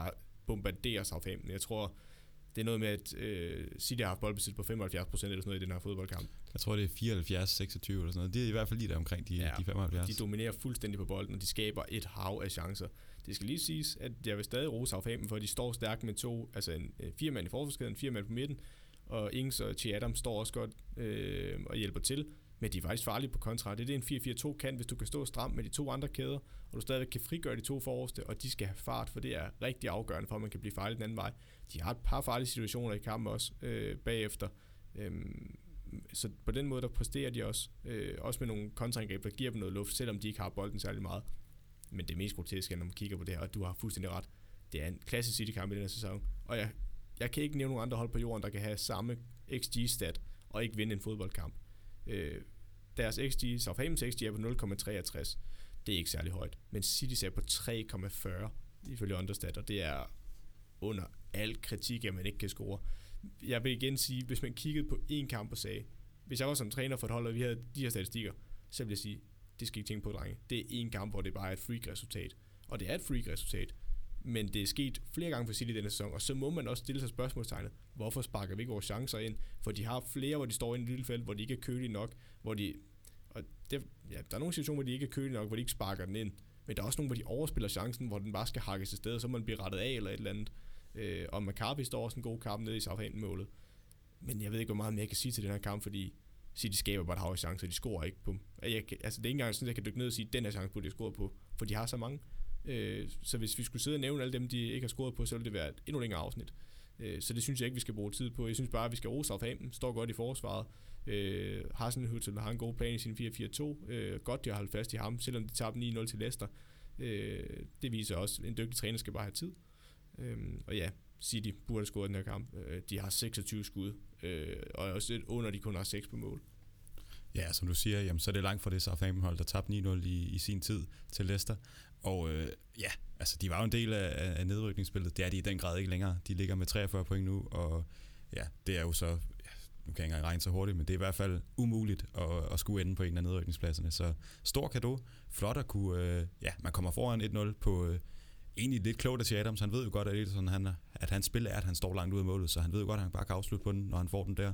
bombardere Southampton. Jeg tror, det er noget med, at øh, City har haft boldbesiddelse på femoghalvfjerds procent eller sådan noget i den her fodboldkamp. Jeg tror, det er fireoghalvfjerds seksogtyve eller sådan noget. Det er i hvert fald lige der omkring de, ja, de femoghalvfjerds. De dominerer fuldstændig på bolden, og de skaber et hav af chancer. Det skal lige siges, at jeg vil stadig rose Southampton, for de står stærkt med to, altså en, en fire mand i forsvarskæden, en fire mand på midten, og Ings og Che Adams står også godt øh, og hjælper til, men de er faktisk farlige på kontra. Det er det, en fire fire to kan, hvis du kan stå stramt med de to andre kæder, og du stadigvæk kan frigøre de to forreste, og de skal have fart, for det er rigtig afgørende for, at man kan blive farlig den anden vej. De har et par farlige situationer i kampen også øh, bagefter, øhm, så på den måde, der præsterer de også, øh, også med nogle kontraangreb, der giver dem noget luft, selvom de ikke har bolden særlig meget. Men det mest groteske, når man kigger på det her, og du har fuldstændig ret, det er en klassisk City-kamp i den her sæson, og jeg, jeg kan ikke nævne nogen andre hold på jorden, der kan have samme X G-stat og ikke vinde en fodboldkamp. Øh, deres X G, Southamptons X G er på nul komma treogtres. Det er ikke særlig højt, men City er på tre komma fyrre ifølge Understat, og det er under al kritik, at man ikke kan score. Jeg vil igen sige, hvis man kiggede på én kamp og sagde, hvis jeg var som træner for et hold, og vi havde de her statistikker, så ville jeg sige, det skal ikke tænke på, drenge. Det er én kamp, hvor det bare er et freak-resultat. Og det er et freak-resultat, men det er sket flere gange for City denne sæson, og så må man også stille sig spørgsmålstegnet, hvorfor sparker vi ikke vores chancer ind? For de har flere, hvor de står i en lille felt, hvor de ikke er kølige nok, hvor de... Og det, ja, der er nogle situationer, hvor de ikke er kølige nok, hvor de ikke sparker den ind, men der er også nogle, hvor de overspiller chancen, hvor den bare skal hakkes til sted, så man bliver rettet af eller et eller andet. Øh, og McCarthy står også en god kamp nede i Southampton-målet. Men jeg ved ikke, hvor meget mere jeg kan sige til den her kamp, fordi City skaber bare et hav af chancer, de scorer ikke på. Jeg kan, altså det er ikke engang sådan, at jeg kan dykke ned og sige, at den her chance burde de score på, for de har så mange. Øh, så hvis vi skulle sidde og nævne alle dem, de ikke har scoret på, så ville det være et endnu længere afsnit. Øh, så det synes jeg ikke, vi skal bruge tid på. Jeg synes bare, at vi skal rose Southampton, står godt i forsvaret. Øh, Hasenhüttl har en god plan i sin fire fire to. Øh, godt, de har holdt fast i ham, selvom de tabte ni nul til Leicester. Øh, det viser også, at en dygtig træner skal bare have tid. Øh, og ja, City burde score den her kamp. Øh, de har seksogtyve skud, øh, og også lidt under, de kun har seks på mål. Ja, som du siger, jamen, så er det langt fra det Southampton-hold, der tabte ni nul i, i sin tid til Leicester. Og øh, ja, altså de var jo en del af, af nedrykningsspillet. Det er de i den grad ikke længere. De ligger med treogfyrre point nu, og ja, det er jo så, ja, nu kan jeg ikke engang regne så hurtigt, men det er i hvert fald umuligt at, at skulle ende på en af nedrykningspladserne. Så stor cadeau. Flot at kunne, øh, ja, man kommer foran et nul på øh, egentlig lidt klogt af til Adams. Han ved jo godt, at, det sådan, han, at hans spil er, at han står langt ude af målet, så han ved jo godt, at han bare kan afslutte på den, når han får den der.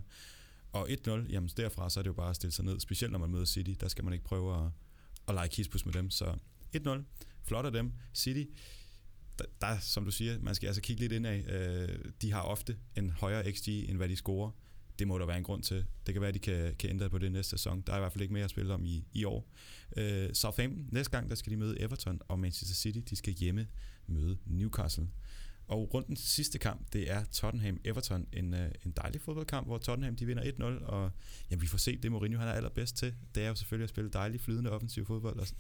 Og et nul, jamen derfra, så er det jo bare at stille sig ned. Specielt når man møder City, der skal man ikke prøve at, at lege kispus med dem. Så et nul, flot af dem. City, der, der som du siger, man skal altså kigge lidt indad. Øh, de har ofte en højere X G, end hvad de scorer. Det må der være en grund til. Det kan være, at de kan, kan ændre på det næste sæson. Der er i hvert fald ikke mere at spille om i, i år. Øh, Southampton, næste gang, der skal de møde Everton, og Manchester City, de skal hjemme møde Newcastle. Og rundens sidste kamp, det er Tottenham-Everton, en, en dejlig fodboldkamp, hvor Tottenham de vinder et nul, og jamen, vi får se det, Mourinho han er allerbedst til. Det er jo selvfølgelig at spille dejlig, flydende offensiv fodbold. Og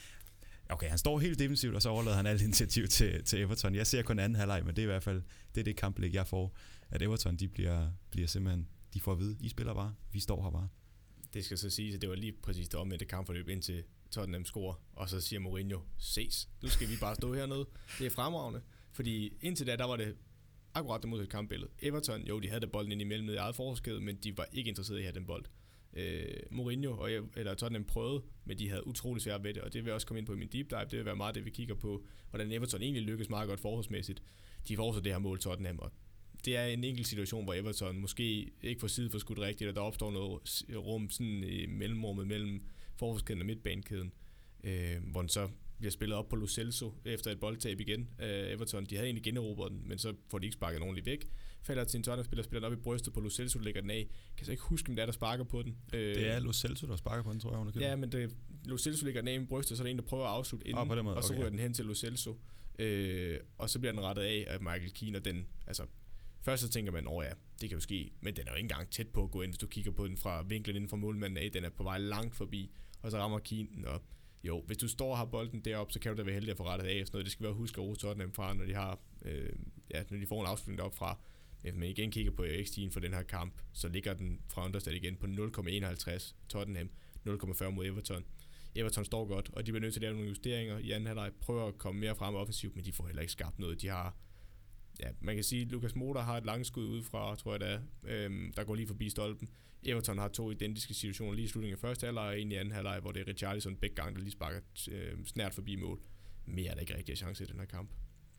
okay, han står helt defensivt, og så overlader han alt initiativ til, til Everton. Jeg ser kun anden halvleg, men det er i hvert fald det, er det kampblik, jeg får, at Everton de bliver, bliver simpelthen, de får at vide, I spiller bare, vi står her bare. Det skal så siges, at det var lige præcis det omvendte kampforløb indtil Tottenham scorer, og så siger Mourinho, ses, nu skal vi bare stå hernede. Det er fremragende. Fordi indtil da, der var det akkurat det mod et kampbillede. Everton, jo, de havde der bolden ind imellem nede i eget forsvarskæde, men de var ikke interesserede i at have den bold. Øh, Mourinho og eller Tottenham prøvede, men de havde utrolig svært ved det, og det vil også komme ind på i min deep dive. Det vil være meget det, vi kigger på, hvordan Everton egentlig lykkes meget godt forsvarsmæssigt. De får så det her mål Tottenham, og det er en enkelt situation, hvor Everton måske ikke får side for skudt rigtigt, og der opstår noget rum sådan i mellemrummet mellem forsvarskæden og midtbanekæden, øh, hvor den så bliver spillet op på Lo Celso efter et boldtab igen af Everton. De havde egentlig generobret den, men så får de ikke sparket ordentligt væk. Falder til en Tottenham-spiller, spiller den op i brystet på Lo Celso, lægger den af. Kan så ikke huske, om det er, der sparker på den. Det er Lo Celso, der sparker på den, tror jeg. Under ja, men det, Lo Celso lægger den af i brystet, så er der en, der prøver at afslutte inden, oh, måde, og så okay. ryger den hen til Lo Celso. Øh, og så bliver den rettet af af Michael Keane, og den, altså, først så tænker man, åh ja, det kan jo ske, men den er jo ikke engang tæt på at gå ind, hvis du kigger på den fra vinklen inden for målmanden af. Den er på vej langt forbi, og så rammer Keane den, og jo, hvis du står og har bolden deroppe, så kan du da være heldig at få rettet af efter noget. Det skal være at huske at rose Tottenham fra, når de har, øh, ja, når de får en afslutning deroppe fra. Hvis man igen kigger på X G'en for den her kamp, så ligger den fra Understat igen på nul komma enoghalvtreds. Tottenham nul komma fyrre mod Everton. Everton står godt, og de bliver nødt til at lave nogle justeringer i anden halvleg. Prøver at komme mere frem offensivt, men de får heller ikke skabt noget. De har, ja, man kan sige, at Lucas Moura har et langskud udefra, tror jeg det er, øhm, der går lige forbi stolpen. Everton har to identiske situationer lige i slutningen af første halvleg og en i anden halvleg, hvor det er Richarlison begge gange, der lige sparker øh, snært forbi mål. Mere er der ikke rigtig chance i den her kamp.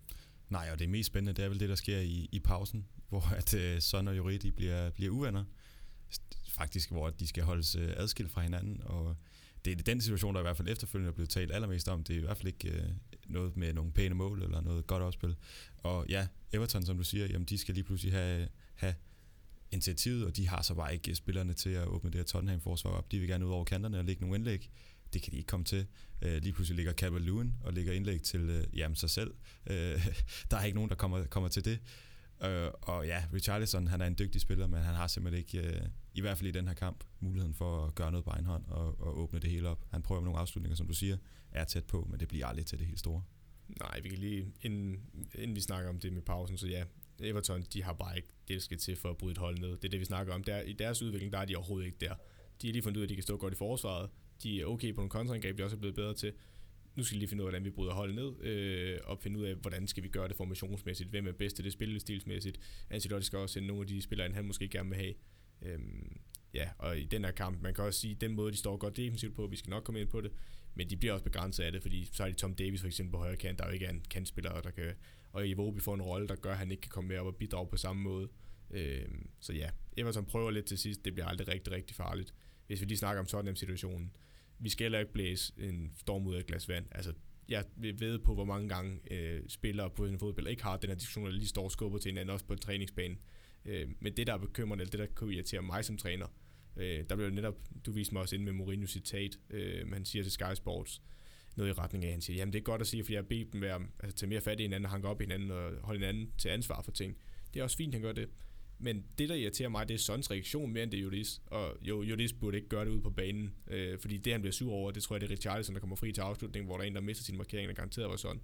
Nej, og det mest spændende, det er vel det, der sker i, i pausen, hvor at uh, Son og Juré, de bliver, bliver uvenner. Faktisk, hvor de skal holdes uh, adskilt fra hinanden, og det er den situation, der i hvert fald efterfølgende er blevet talt allermest om. Det er i hvert fald ikke uh, noget med nogle pæne mål, eller noget godt opspil. Og ja, Everton, som du siger, jamen, de skal lige pludselig have, have initiativet, og de har så bare ikke spillerne til at åbne det her Tottenham-forsvar op. De vil gerne ud over kanterne og lægge nogle indlæg. Det kan de ikke komme til. Uh, lige pludselig ligger Calvert-Lewin og lægger indlæg til uh, jamen, sig selv. Uh, der er ikke nogen, der kommer, kommer til det. Uh, og ja, Richarlison, han er en dygtig spiller, men han har simpelthen ikke, uh, i hvert fald i den her kamp, muligheden for at gøre noget på egen hånd og, og åbne det hele op. Han prøver med nogle afslutninger, som du siger, er tæt på, men det bliver aldrig til det helt store. Nej, vi kan lige, inden, inden vi snakker om det med pausen, så ja, Everton, de har bare ikke det, der skal til for at bryde et hold ned. Det er det, vi snakker om. Der, i deres udvikling, der er de overhovedet ikke der. De har lige fundet ud af, at de kan stå godt i forsvaret. De er okay på nogle kontraangreb, de også er blevet bedre til. Nu skal vi lige finde ud af, hvordan vi bryder holdet ned, øh, og finde ud af, hvordan skal vi gøre det formationsmæssigt, hvem er bedst til det spillestilsmæssigt. Ancelotti skal også sende nogle af de spillere, han måske gerne vil have. Øhm, ja, og i den her kamp, man kan også sige, at den måde, de står godt defensivt på, vi skal nok komme ind på det, men de bliver også begrænset af det, fordi så er de Tom Davies for eksempel på højre kant, der er jo ikke en kantspiller, der kan, og Iwobi får en rolle, der gør, at han ikke kan komme med op og bidrage på samme måde. Øhm, så ja, Everton prøver lidt til sidst, det bliver aldrig rigtig, rigtig farligt. Hvis vi lige snakker om Tottenham-situationen, vi skal heller ikke blæse en storm ud af et glas vand. Altså, jeg ved på, hvor mange gange øh, spillere på en fodbold ikke har den her diskussion, der lige står og skubber til hinanden, også på en træningsbane. Øh, men det, der er bekymrende, eller det, der kan irritere mig som træner, øh, der blev netop, du viste mig også inde med Mourinho citat, øh, han siger til Sky Sports, noget i retning af, han siger, jamen det er godt at sige, for jeg har bedt dem være, altså, tage mere fat i hinanden, hanke op i hinanden og holde hinanden til ansvar for ting. Det er også fint, han gør det. Men det, der irriterer mig, det er Sons reaktion mere end det er Lloris. Og jo, Lloris burde ikke gøre det ude på banen, øh, fordi det, han bliver sur over, det tror jeg, det er Richarlison, der kommer fri til afslutning, hvor der er en, der mister sin markering, der garanteret var Son.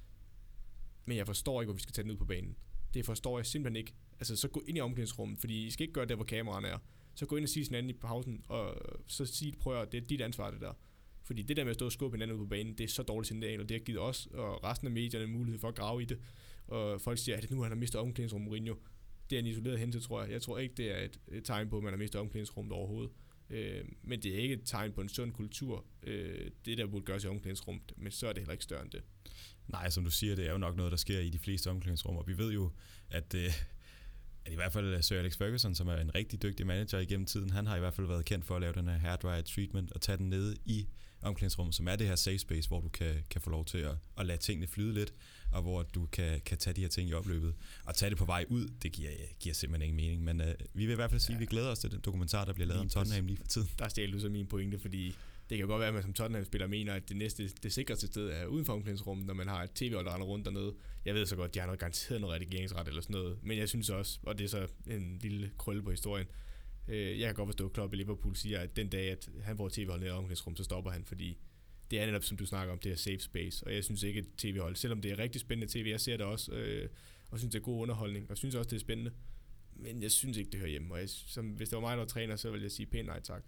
Men jeg forstår ikke, hvor vi skal tage den ud på banen. Det forstår jeg simpelthen ikke. Altså, så gå ind i omklædningsrummet, fordi I skal ikke gøre det, hvor kameraerne er. Så gå ind og sige sin anden i pausen, og så sig, prøv at det er dit ansvar, det der. Fordi det der med at stå og skubbe hinanden ud på banen, det er så dårligt signal, og det har givet os og resten af medierne mulighed for at grave i det. Og folk siger, at det nu han har mistet omklædningsrummet, Mourinho. Det er en isoleret hente, tror jeg. Jeg tror ikke, det er et, et tegn på, at man har mistet omklædningsrummet overhovedet. Øh, men det er ikke et tegn på en sund kultur. Øh, det der burde gøres i omklædningsrummet, men så er det heller ikke større end det. Nej, som du siger, det er jo nok noget, der sker i de fleste omklædningsrum, og vi ved jo, at, øh, at i hvert fald Sir Alex Ferguson, som er en rigtig dygtig manager igennem tiden, han har i hvert fald været kendt for at lave den her hairdryer treatment og tage den nede i omklædningsrummet, som er det her safe space, hvor du kan, kan få lov til at, at lade tingene flyde lidt, og hvor du kan, kan tage de her ting i opløbet. Og tage det på vej ud, det giver, giver simpelthen ingen mening. Men uh, vi vil i hvert fald sige, ja. at vi glæder os til den dokumentar, der bliver lavet lige om Tottenham lige for tiden. Der stjæler du så min pointe, fordi det kan jo godt være, at man som Tottenham-spiller mener, at det næste, det sikreste sted er uden for omklædningsrummet, når man har et tv-hold, der render rundt dernede. Jeg ved så godt, de har noget garanteret noget redigeringsret eller sådan noget, men jeg synes også, og det er så en lille krølle på historien, øh, jeg kan godt forstå, at Klopp i Liverpool siger, at den dag, at han får tv-hold ned i omklædningsrummet, så stopper han, fordi det er netop, som du snakker om, det er safe space, og jeg synes ikke, at tv-hold, selvom det er rigtig spændende tv, jeg ser det også, øh, og synes, det er god underholdning, og synes også, det er spændende, men jeg synes ikke, det hører hjemme, og jeg, som, hvis det var mig, der var træner, så ville jeg sige pænt nej tak.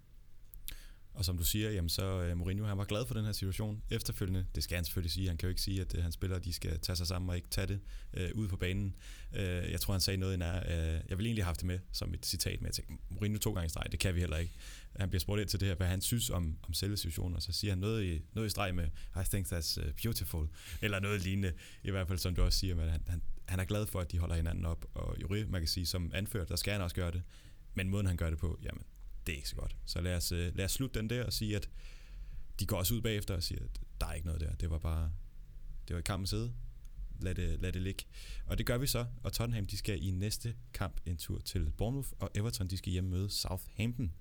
Og som du siger, jamen så uh, Mourinho, han var glad for den her situation efterfølgende. Det skal han selvfølgelig sige. Han kan jo ikke sige, at uh, hans spillere, de skal tage sig sammen og ikke tage det uh, ud på banen. Uh, jeg tror, han sagde noget i nær. Uh, jeg vil egentlig have haft det med som et citat, men jeg tænkte, Mourinho to gange i streg, det kan vi heller ikke. Han bliver spurgt ind til det her, hvad han synes om, om selve situationen, og så siger han noget i, noget i streg med, I think that's uh, beautiful, eller noget lignende, i hvert fald som du også siger, men han, han, han er glad for, at de holder hinanden op, og Juré, man kan sige, som anført, der skal han også gøre det, men måden han gør det på, jamen, det er ikke så godt. Så lad os, lad os slutte den der og sige, at de går også ud bagefter og siger, at der er ikke noget der. Det var bare, det var i kampen side. Lad det, lad det ligge. Og det gør vi så, og Tottenham, de skal i næste kamp en tur til Bournemouth, og Everton, de skal hjem møde Southampton.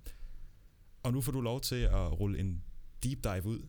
Og nu får du lov til at rulle en deep dive ud.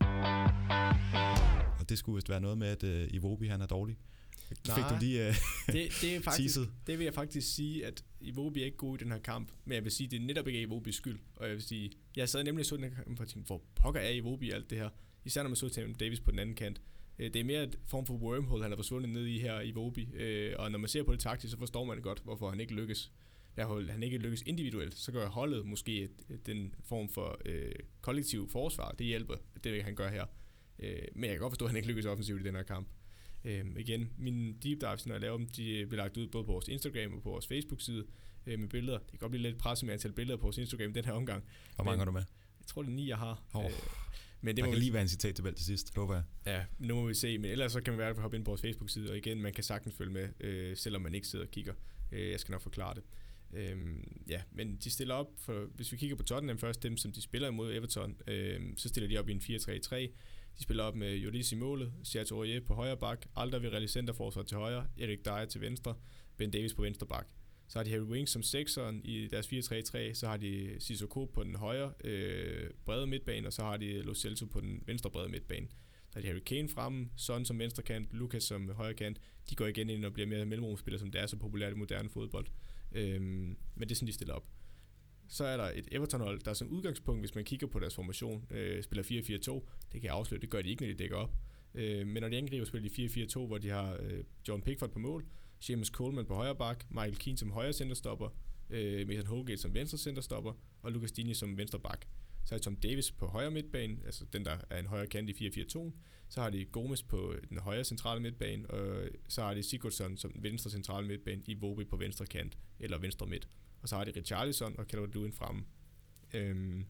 Og det skulle vist være noget med, at uh, Iwobi, han er dårlig. Nej, fik du lige uh, det, det, er faktisk, det vil jeg faktisk sige, at Iwobi er ikke god i den her kamp, men jeg vil sige, at det er netop ikke Iwobis skyld, og jeg vil sige, jeg sad nemlig så den her kamp og tænkte, hvor pokker er Iwobi i alt det her, især når man så til Davis på den anden kant. Det er mere et form for wormhole, han er forsvundet ned i her, Iwobi, og når man ser på det taktisk, så forstår man det godt, hvorfor han ikke lykkes. Han ikke lykkes individuelt, så gør holdet måske et, et, den form for øh, kollektiv forsvar, det hjælper, det han gør her. Øh, men jeg kan godt forstå, at han ikke lykkes offensivt i den her kamp. Øhm, igen, mine deep dives, når jeg laver dem, de bliver lagt ud både på vores Instagram og på vores Facebook-side øh, med billeder. Det kan godt blive lidt presset med antal billeder på vores Instagram den her omgang. Hvor mange har du med? Jeg tror, det er ni, jeg har. Oh. Øh, Men det der må kan vi... lige være en citat-tabel til sidst, håber jeg. Ja, nu må vi se. Men ellers så kan man i hvert fald hoppe ind på vores Facebook-side, og igen, man kan sagtens følge med, øh, selvom man ikke sidder og kigger. Øh, jeg skal nok forklare det. Øhm, ja, men de stiller op, for hvis vi kigger på Tottenham først, dem som de spiller imod Everton, øhm, så stiller de op i en fire tre tre. De spiller op med Lloris i målet, Serge Aurier på højre bak, Alderweireld i centerforsvar til højre, Eric Dyer til venstre, Ben Davies på venstre bak. Så har de Harry Winks som sekseren i deres fire tre tre, så har de Sissoko på den højre øh, brede midtbane, og så har de Lo Celso på den venstre brede midtbane. Så har de Harry Kane fremme, Son som venstre kant, Lucas som højre kant. De går igen ind og bliver mere mellemrumspillere, som det er så populært i moderne fodbold. Øhm, men det er sådan, de stiller op. Så er der et Everton-hold, der som udgangspunkt, hvis man kigger på deres formation, øh, spiller fire fire to. Det kan jeg afsløre, det gør de ikke, når de dækker op. Øh, men når de angriber, spiller de fire fire to, hvor de har øh, John Pickford på mål, Seamus Coleman på højre bak, Michael Keane som højre centerstopper, øh, Mason Holgate som venstre centerstopper, og Lucas Digne som venstre bak. Så har de Tom Davies på højre midtbane, altså den, der er en højre kant i fire fire to. Så har de Gomes på den højre centrale midtbane, og så har de Sigurdsson som venstre centrale midtbane, i Iwobi på venstre kant, eller venstre midt. Og så har de Richarlison og Calvert-Lewin fremme. Øhm,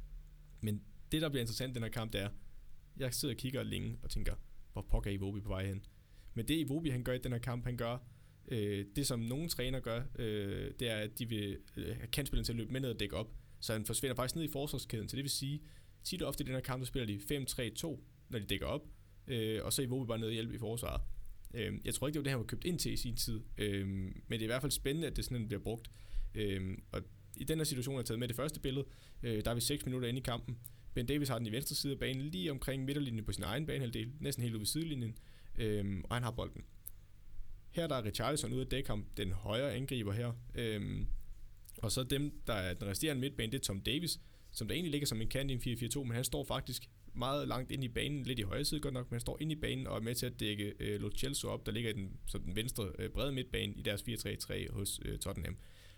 men det, der bliver interessant i den her kamp, det er, jeg sidder og kigger længe og tænker, hvor pokker er Iwobi på vej hen? Men det Iwobi, han gør i den her kamp, han gør, øh, det som nogle træner gør, øh, det er, at de vil øh, kan spille til at løbe med ned og dække op. Så han forsvinder faktisk ned i forsvarskæden. Så det vil sige, tit og ofte i den her kamp, så spiller de fem tre to, når de dækker op. Øh, og så er Iwobi bare nede og hjælpe i forsvaret. Øh, jeg tror ikke, det var det, han var købt ind til i sin tid. Øh, men det er i hvert fald spændende, at det sådan bliver brugt. Øh, og i den her situation, jeg har taget med det første billede, øh, der er vi seks minutter inde i kampen. Ben Davies har den i venstre side af banen, lige omkring midterlinjen på sin egen banehalvdel, næsten helt ude ved sidelinjen, øh, og han har bolden. Her der er Richarlison ude at dække ham, den højre angriber her. Øh, Og så dem, der er den resterende midtbane, det er Tom Davies, som der egentlig ligger som en kant i en fire fire to, men han står faktisk meget langt ind i banen, lidt i højre side godt nok, men han står ind i banen og er med til at dække øh, Lo Celso op, der ligger i den, som den venstre øh, brede midtbane i deres fire tre tre hos øh, Tottenham.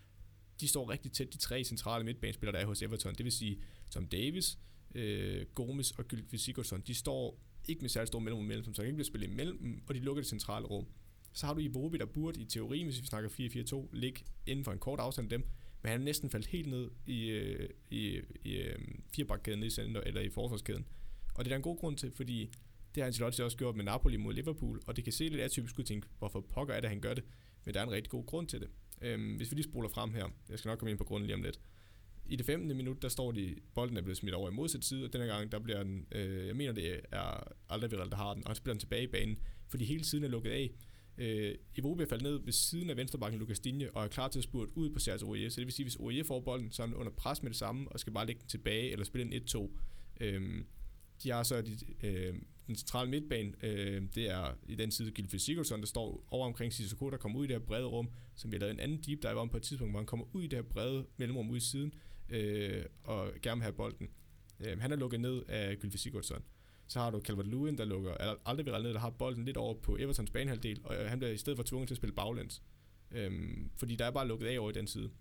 De står rigtig tæt, de tre centrale midtbanespillere, der er hos Everton, det vil sige Tom Davies, øh, Gomes og Gylfi Sigurdsson, de står ikke med særlig stor mellemrum mellem, som så ikke bliver spillet imellem, og de lukker det centrale rum. Så har du Iwobi, der burde i teorien, hvis vi snakker fire fire to, ligge inden for en kort afstand af dem, men han er næsten faldt helt ned i, øh, i, i øh, firebakkæden i center, eller i forsvarskæden. Og det er der en god grund til, fordi det har Ancelotti også gjort med Napoli mod Liverpool, og det kan se lidt atypisk ud, tænke, hvorfor pokker er det, han gør det, men der er en rigtig god grund til det. Øhm, hvis vi lige spoler frem her, jeg skal nok komme ind på grunden lige om lidt. I det femtende minut, der står de, bolden er blevet smidt over i modsat side, og denne gang, der bliver den, øh, jeg mener det er Alderweireld, der har den, og han spiller den tilbage i banen, fordi hele siden er lukket af. Øh, Iwobi er faldet ned ved siden af venstrebakken Lucas Digne og er klar til at spurte ud på Serge Aurier, så det vil sige, hvis Aurier får bolden, så er han under pres med det samme og skal bare lægge den tilbage eller spille en et to. Øh, de har så de, øh, den centrale midtbane, øh, det er i den side Gylfi Sigurdsson, der står over omkring Sissoko, der kommer ud i det her brede rum, som vi har lavet en anden deep dive om på et tidspunkt, hvor han kommer ud i det her brede mellemrum ud i siden øh, og gerne vil have bolden. Øh, han er lukket ned af Gylfi Sigurdsson. Så har du Calvert-Lewin, der lukker aldrig ved ned, der har bolden lidt over på Evertons banehalvdel, og han bliver i stedet for tvunget til at spille baglæns. Øhm, fordi der er bare lukket af over i den side.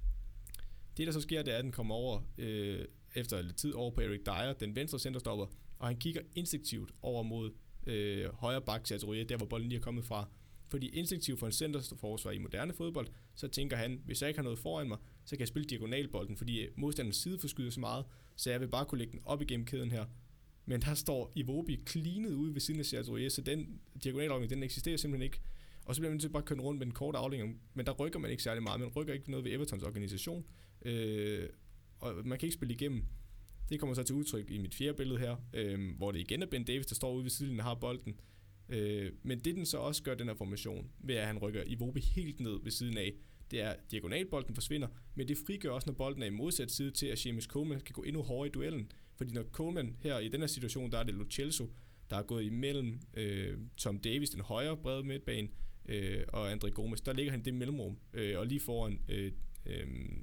Det, der så sker, det er, at den kommer over, øh, efter lidt tid over på Eric Dyer, den venstre centerstopper, og han kigger instinktivt over mod øh, højre bak til Aurier, der hvor bolden lige er kommet fra. Fordi instinktivt for en centerforsvar i moderne fodbold, så tænker han, hvis jeg ikke har noget foran mig, så kan jeg spille diagonalbolden, fordi modstanderens side forskyder så meget, så jeg vil bare kunne lægge den op igennem kæden her. Men der står Iwobi cleanet ude ved siden af Serge Aurier, så den diagonalaflæng, den eksisterer simpelthen ikke. Og så bliver man nødt til bare at køre rundt med en kort aflæng, men der rykker man ikke særlig meget. Man rykker ikke noget ved Evertons organisation, øh, og man kan ikke spille igennem. Det kommer så til udtryk i mit fjerde billede her, øh, hvor det igen er Ben Davies, der står ude ved siden og har bolden. Øh, men det den så også gør, den her formation, ved at han rykker Iwobi helt ned ved siden af, det er, at diagonalbolden forsvinder, men det frigør også, når bolden er i modsat side til, at Seamus Coleman kan gå endnu hårdere i duellen. Fordi når Coleman her i den her situation, der er det Lo Celso, der er gået imellem øh, Tom Davies, den højre brede midtbane, øh, og André Gomes, der ligger han i det mellemrum, øh, og lige foran, øh, øh,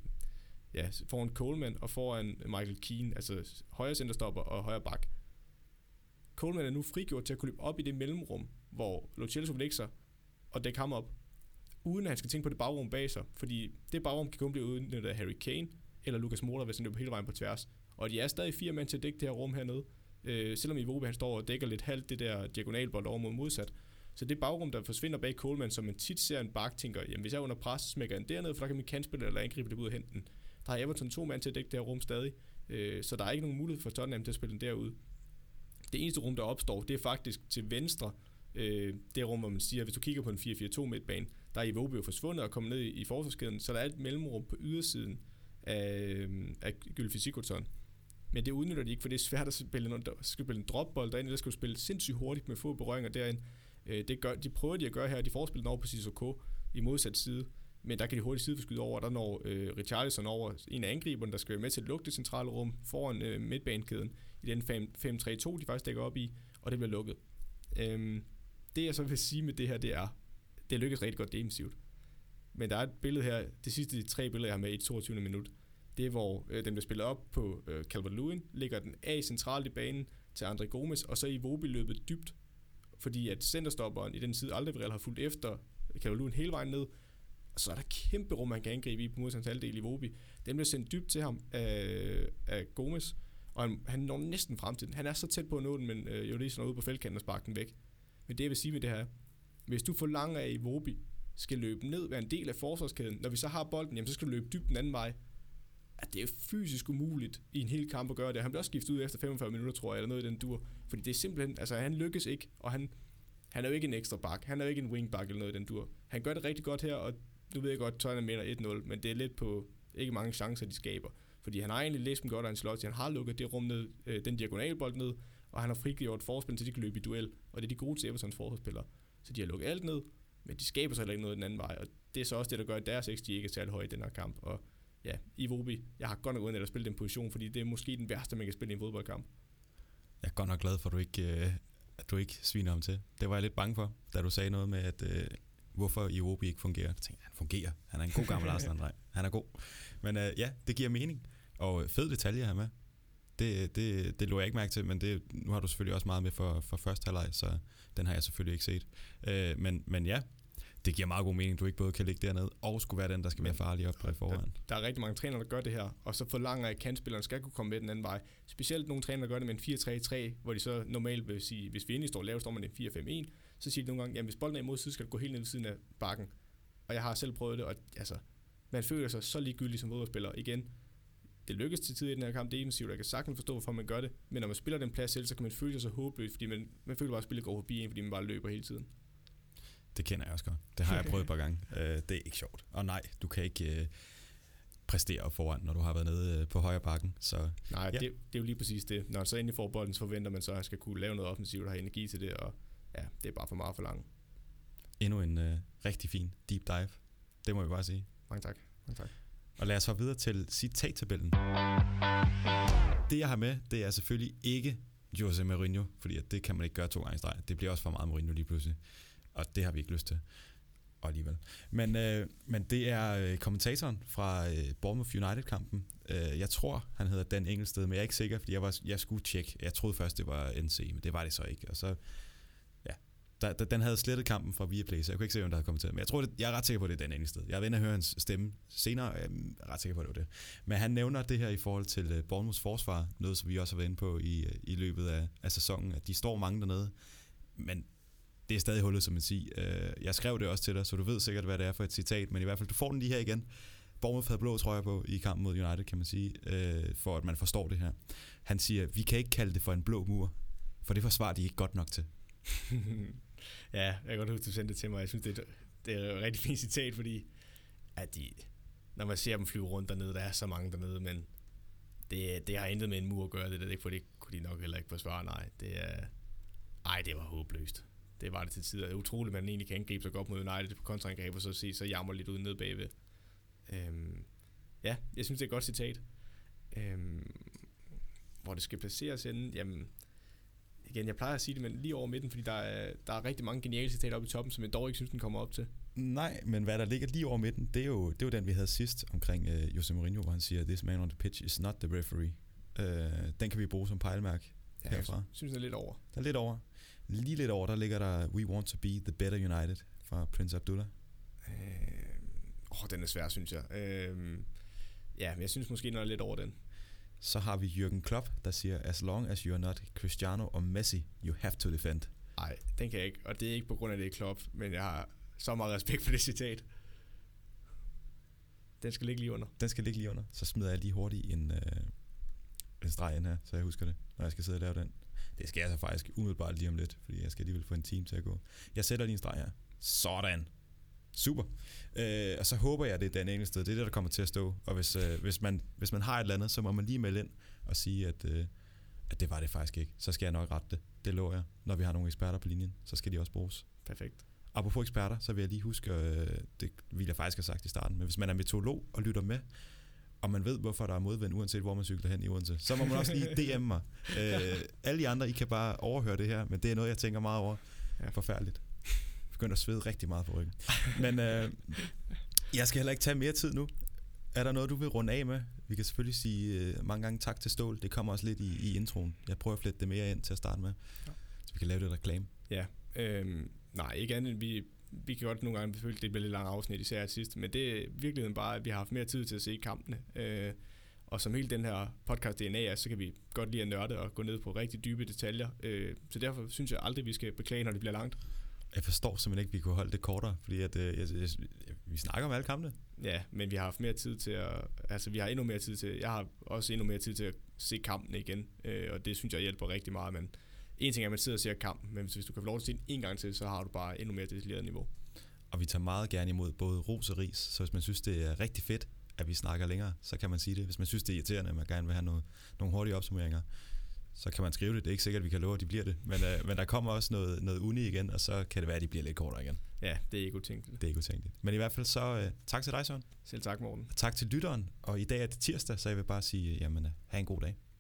ja, foran Coleman og foran Michael Keane, altså højre centerstopper og højre bak. Coleman er nu frigjort til at kunne løbe op i det mellemrum, hvor Lo Celso vil lægge sig og dække ham op, uden at han skal tænke på det bagrum bag sig, fordi det bagrum kan kun blive udnyttet af Harry Kane eller Lucas Moura, hvis han løber hele vejen på tværs. Og de er stadig fire mand til at dække det her rum hernede, øh, selvom Iwobi han står og dækker lidt halvt det der diagonalbold over mod modsat. Så det bagrum, der forsvinder bag Coleman, som man tit ser en bak, tænker, jamen hvis jeg er under pres, så smækker han dernede, for der kan min kantspiller eller angriber det ud og hente den. Der har Everton to mand til at dække det her rum stadig, Øh, så der er ikke nogen mulighed for Tottenham til at spille den derude. Det eneste rum, der opstår, det er faktisk til venstre. Øh, det rum, hvor man siger, hvis du kigger på en fire fire to midtbane, der er Iwobi jo forsvundet og kommet ned i, i forsvarskæden, så der er et mellemrum på ydersiden af, af Gylfi Sigurdsson. Men det udnytter de ikke, for det er svært at spille en, spille en dropbold derinde, eller skal du spille sindssygt hurtigt med få berøringer derinde. Øh, det gør, de prøver de at gøre her, de får spillet den over på Sissoko i modsat side, men der kan de hurtigt sideforskyde over, der når øh, Richarlison over en af angriberne, der skal være med til at lukke det centrale rum foran øh, midtbanekæden i den fem tre to, de faktisk dækker op i, og det bliver lukket. Øhm, det jeg så vil sige med det her, det er, det lykkes rigtig godt defensivt. Men der er et billede her, det sidste de tre billeder, jeg har med i toogtyvende minut, det er, hvor øh, den bliver spillet op på øh, Calvert-Lewin, ligger den af centralt i banen til André Gomes, og så er Iwobi løbet dybt, fordi at centerstopperen i den side Alderweireld har fulgt efter Calvert-Lewin hele vejen ned, og så er der kæmpe rum, man kan angribe i på modstanders halvdel i Iwobi. Den bliver sendt dybt til ham af, af Gomes, og han, han når næsten frem til den. Han er så tæt på at nå den, men øh, jo lige sådan ude på feltkanten og sparke den væk. Men det jeg vil sige med det her, hvis du forlanger af Iwobi skal løbe ned, være en del af forsvarskæden, når vi så har bolden, jamen, så skal du løbe dybt den anden vej. At det er fysisk umuligt i en hel kamp at gøre det. Han bliver også skiftet ud efter femogfyrre minutter, tror jeg, eller noget i den dur. Fordi det er simpelthen, altså han lykkes ikke, og han, han er jo ikke en ekstra bak. Han er jo ikke en wingback eller noget i den dur. Han gør det rigtig godt her, og nu ved jeg godt, Tottenham mener et nul, men det er lidt på ikke mange chancer, de skaber. Fordi han har egentlig læst dem godt af Ancelotti. Han har lukket det rum ned, øh, den diagonalbold ned, og han har frigjort forspil, så de kan løbe i duel. Og det er de gode til Evertons forsvarsspillere. Så de har lukket alt ned, men de skaber så heller ikke noget den anden vej. Og det er så også det, der gør, at deres X G ikke er særlig høj i den her kamp. Og ja, Iwobi, jeg har godt nok undret at spille den position, fordi det er måske den værste, man kan spille i en fodboldkamp. Jeg er godt nok glad for, at du ikke, øh, at du ikke sviner ham til. Det var jeg lidt bange for, da du sagde noget med, at øh, hvorfor Iwobi ikke fungerer. Jeg tænkte, han fungerer. Han er en god gammel Arsenal-dreng. Han er god. Men øh, ja, det giver mening. Og fed detalje her med. Det, det, det lå jeg ikke mærke til, men det, nu har du selvfølgelig også meget med for, for første halvleg, så den har jeg selvfølgelig ikke set. Øh, men, men ja, det giver meget god mening, at du ikke både kan ligge dernede og skulle være den, der skal være farlig op på i forhånd. Der, der er rigtig mange trænere, der gør det her, og så forlanger at kantspilleren skal kunne komme med den anden vej. Specielt nogle trænere, der gør det med en fire tre tre, hvor de så normalt vil sige, hvis vi endelig står lavt, står man en fire fem en, så siger de nogle gange, jamen hvis bolden er imod side, skal du gå helt ned ved siden af bakken. Og jeg har selv prøvet det, og altså, man føler sig så ligegyldig som fodboldspiller. Igen, det lykkes til tid i den her kamp defensivt, og jeg kan sagtens forstå, hvorfor man gør det, men når man spiller den plads selv, så kan man føle sig så håbløs, fordi man, man føler bare, at spillet går forbi en, fordi man bare løber hele tiden. Det kender jeg også godt. Det har jeg prøvet et par gange. Uh, det er ikke sjovt. Og nej, du kan ikke uh, præstere op foran, når du har været nede uh, på højre bakken. Så, nej, ja. det, det er jo lige præcis det. Når han så endelig får bolden, så forventer man så, at han skal kunne lave noget offensivt og have energi til det, og ja, det er bare for meget for langt. Endnu en uh, rigtig fin deep dive. Det må vi bare sige. Mange tak. Mange tak. Og lad os hoppe videre til citattabellen. Det jeg har med, det er selvfølgelig ikke Jose Mourinho, fordi at det kan man ikke gøre to gange i streg. Det bliver også for meget Mourinho lige pludselig. Og det har vi ikke lyst til. Og alligevel. Men, øh, men det er øh, kommentatoren fra øh, Bournemouth United-kampen. Øh, jeg tror, han hedder Dan Engelsted, men jeg er ikke sikker, fordi jeg, var, jeg skulle tjekke. Jeg troede først, det var N C, men det var det så ikke. Og så, ja, der, der, den havde slettet kampen fra Viaplay, så jeg kunne ikke se, hvem der havde kommenteret. Men jeg tror, det, jeg er ret sikker på, det er Dan Engelsted. Jeg vil inde og høre hans stemme senere, og jeg er ret sikker på, det var det. Men han nævner det her i forhold til øh, Bournemouths forsvar, noget som vi også har været inde på i, i løbet af, af sæsonen, at de står mange dernede, men det er stadig hullet, som man siger. Jeg skrev det også til dig, så du ved sikkert, hvad det er for et citat, men i hvert fald, du får den lige her igen. Bournemouth havde blå trøjer på i kampen mod United, kan man sige, for at man forstår det her. Han siger, vi kan ikke kalde det for en blå mur, for det forsvarer de ikke godt nok til. Ja, jeg kan godt huske, at du sendte det til mig. Jeg synes, det er, det er et rigtig fint citat, fordi at de, når man ser dem flyve rundt dernede, der er så mange dernede, men det, det har intet med en mur at gøre, det der, det, for det kunne de nok heller ikke forsvare, nej. Det er, ej, det var håbløst. Det var det til tider. Det er utroligt, at man egentlig kan angribe sig godt mod United på kontraangreb, og så se, så jammer lidt ud ned bagved. Øhm, ja, jeg synes, det er et godt citat. Øhm, hvor det skal placeres inden, jamen, igen, jeg plejer at sige det, men lige over midten, fordi der er, der er rigtig mange geniale citater oppe i toppen, som jeg dog ikke synes, den kommer op til. Nej, men hvad der ligger lige over midten, det er jo, det er jo den, vi havde sidst omkring uh, Jose Mourinho, hvor han siger, this man on the pitch is not the referee. Uh, den kan vi bruge som pejlemærke ja, herfra. Jeg synes, den er lidt over. Den er lidt over. Lige lidt over, der ligger der We want to be the better United fra Prince Abdullah. Øh, åh, den er svær, synes jeg. Øh, ja, men jeg synes måske, den er lidt over den. Så har vi Jürgen Klopp, der siger, as long as you are not Cristiano or Messi, you have to defend. Nej, den kan jeg ikke, og det er ikke på grund af det Klopp, men jeg har så meget respekt for det citat. Den skal ligge lige under. Den skal ligge lige under. Så smider jeg lige hurtigt en, øh, en streg ind her, så jeg husker det, når jeg skal sidde og lave den. Det skal jeg så faktisk umiddelbart lige om lidt, fordi jeg skal alligevel få en time til at gå. Jeg sætter lige en streg her. Sådan. Super. Øh, og så håber jeg, det er den eneste sted. Det er det, der kommer til at stå. Og hvis, øh, hvis, man, hvis man har et eller andet, så må man lige melde ind og sige, at, øh, at det var det faktisk ikke. Så skal jeg nok rette det. Det lover jeg. Når vi har nogle eksperter på linjen, så skal de også bruges. Perfekt. Apropos eksperter, så vil jeg lige huske, øh, det ville jeg faktisk have sagt i starten, men hvis man er meteorolog og lytter med, og man ved, hvorfor der er modvind, uanset hvor man cykler hen i Odense, så må man også lige D M mig. Øh, alle de andre, I kan bare overhøre det her, men det er noget, jeg tænker meget over. Ja. Forfærdeligt. Jeg begynder at svede rigtig meget på ryggen. Men øh, jeg skal heller ikke tage mere tid nu. Er der noget, du vil runde af med? Vi kan selvfølgelig sige øh, mange gange tak til Stål. Det kommer også lidt i, i introen. Jeg prøver at flette det mere ind til at starte med, ja. Så vi kan lave lidt reklame. Ja, øhm, nej, ikke andet end vi... Vi kan godt nogle gange føle, at det bliver lidt lang afsnit, især til sidst, men det er virkeligheden bare, at vi har haft mere tid til at se kampene. Øh, og som hele den her podcast D N A er, så kan vi godt lide at nørde og gå ned på rigtig dybe detaljer. Øh, så derfor synes jeg aldrig, vi skal beklage, når det bliver langt. Jeg forstår simpelthen ikke, at vi kunne holde det kortere, fordi at, øh, jeg, jeg, vi snakker om alle kampene. Ja, men vi har haft mere tid til at... Altså, vi har endnu mere tid til... Jeg har også endnu mere tid til at se kampene igen, øh, og det synes jeg hjælper rigtig meget, men... En ting er, at man sidder og ser kampen, men hvis du kan få lov til at se den en gang til, så har du bare endnu mere detaljeret niveau. Og vi tager meget gerne imod både ros og ris, så hvis man synes, det er rigtig fedt, at vi snakker længere, så kan man sige det. Hvis man synes, det er irriterende, at man gerne vil have noget, nogle hurtige opsummeringer, så kan man skrive det. Det er ikke sikkert, at vi kan love, at de bliver det, men, øh, men der kommer også noget, noget uni igen, og så kan det være, at de bliver lidt kortere igen. Ja, det er ikke utænkeligt. Det er ikke utænkeligt. Men i hvert fald så øh, tak til dig, Søren. Selv tak, Morten. Tak til lytteren, og i dag er det tirsdag, så jeg vil bare sige, jamen, øh, have en god dag.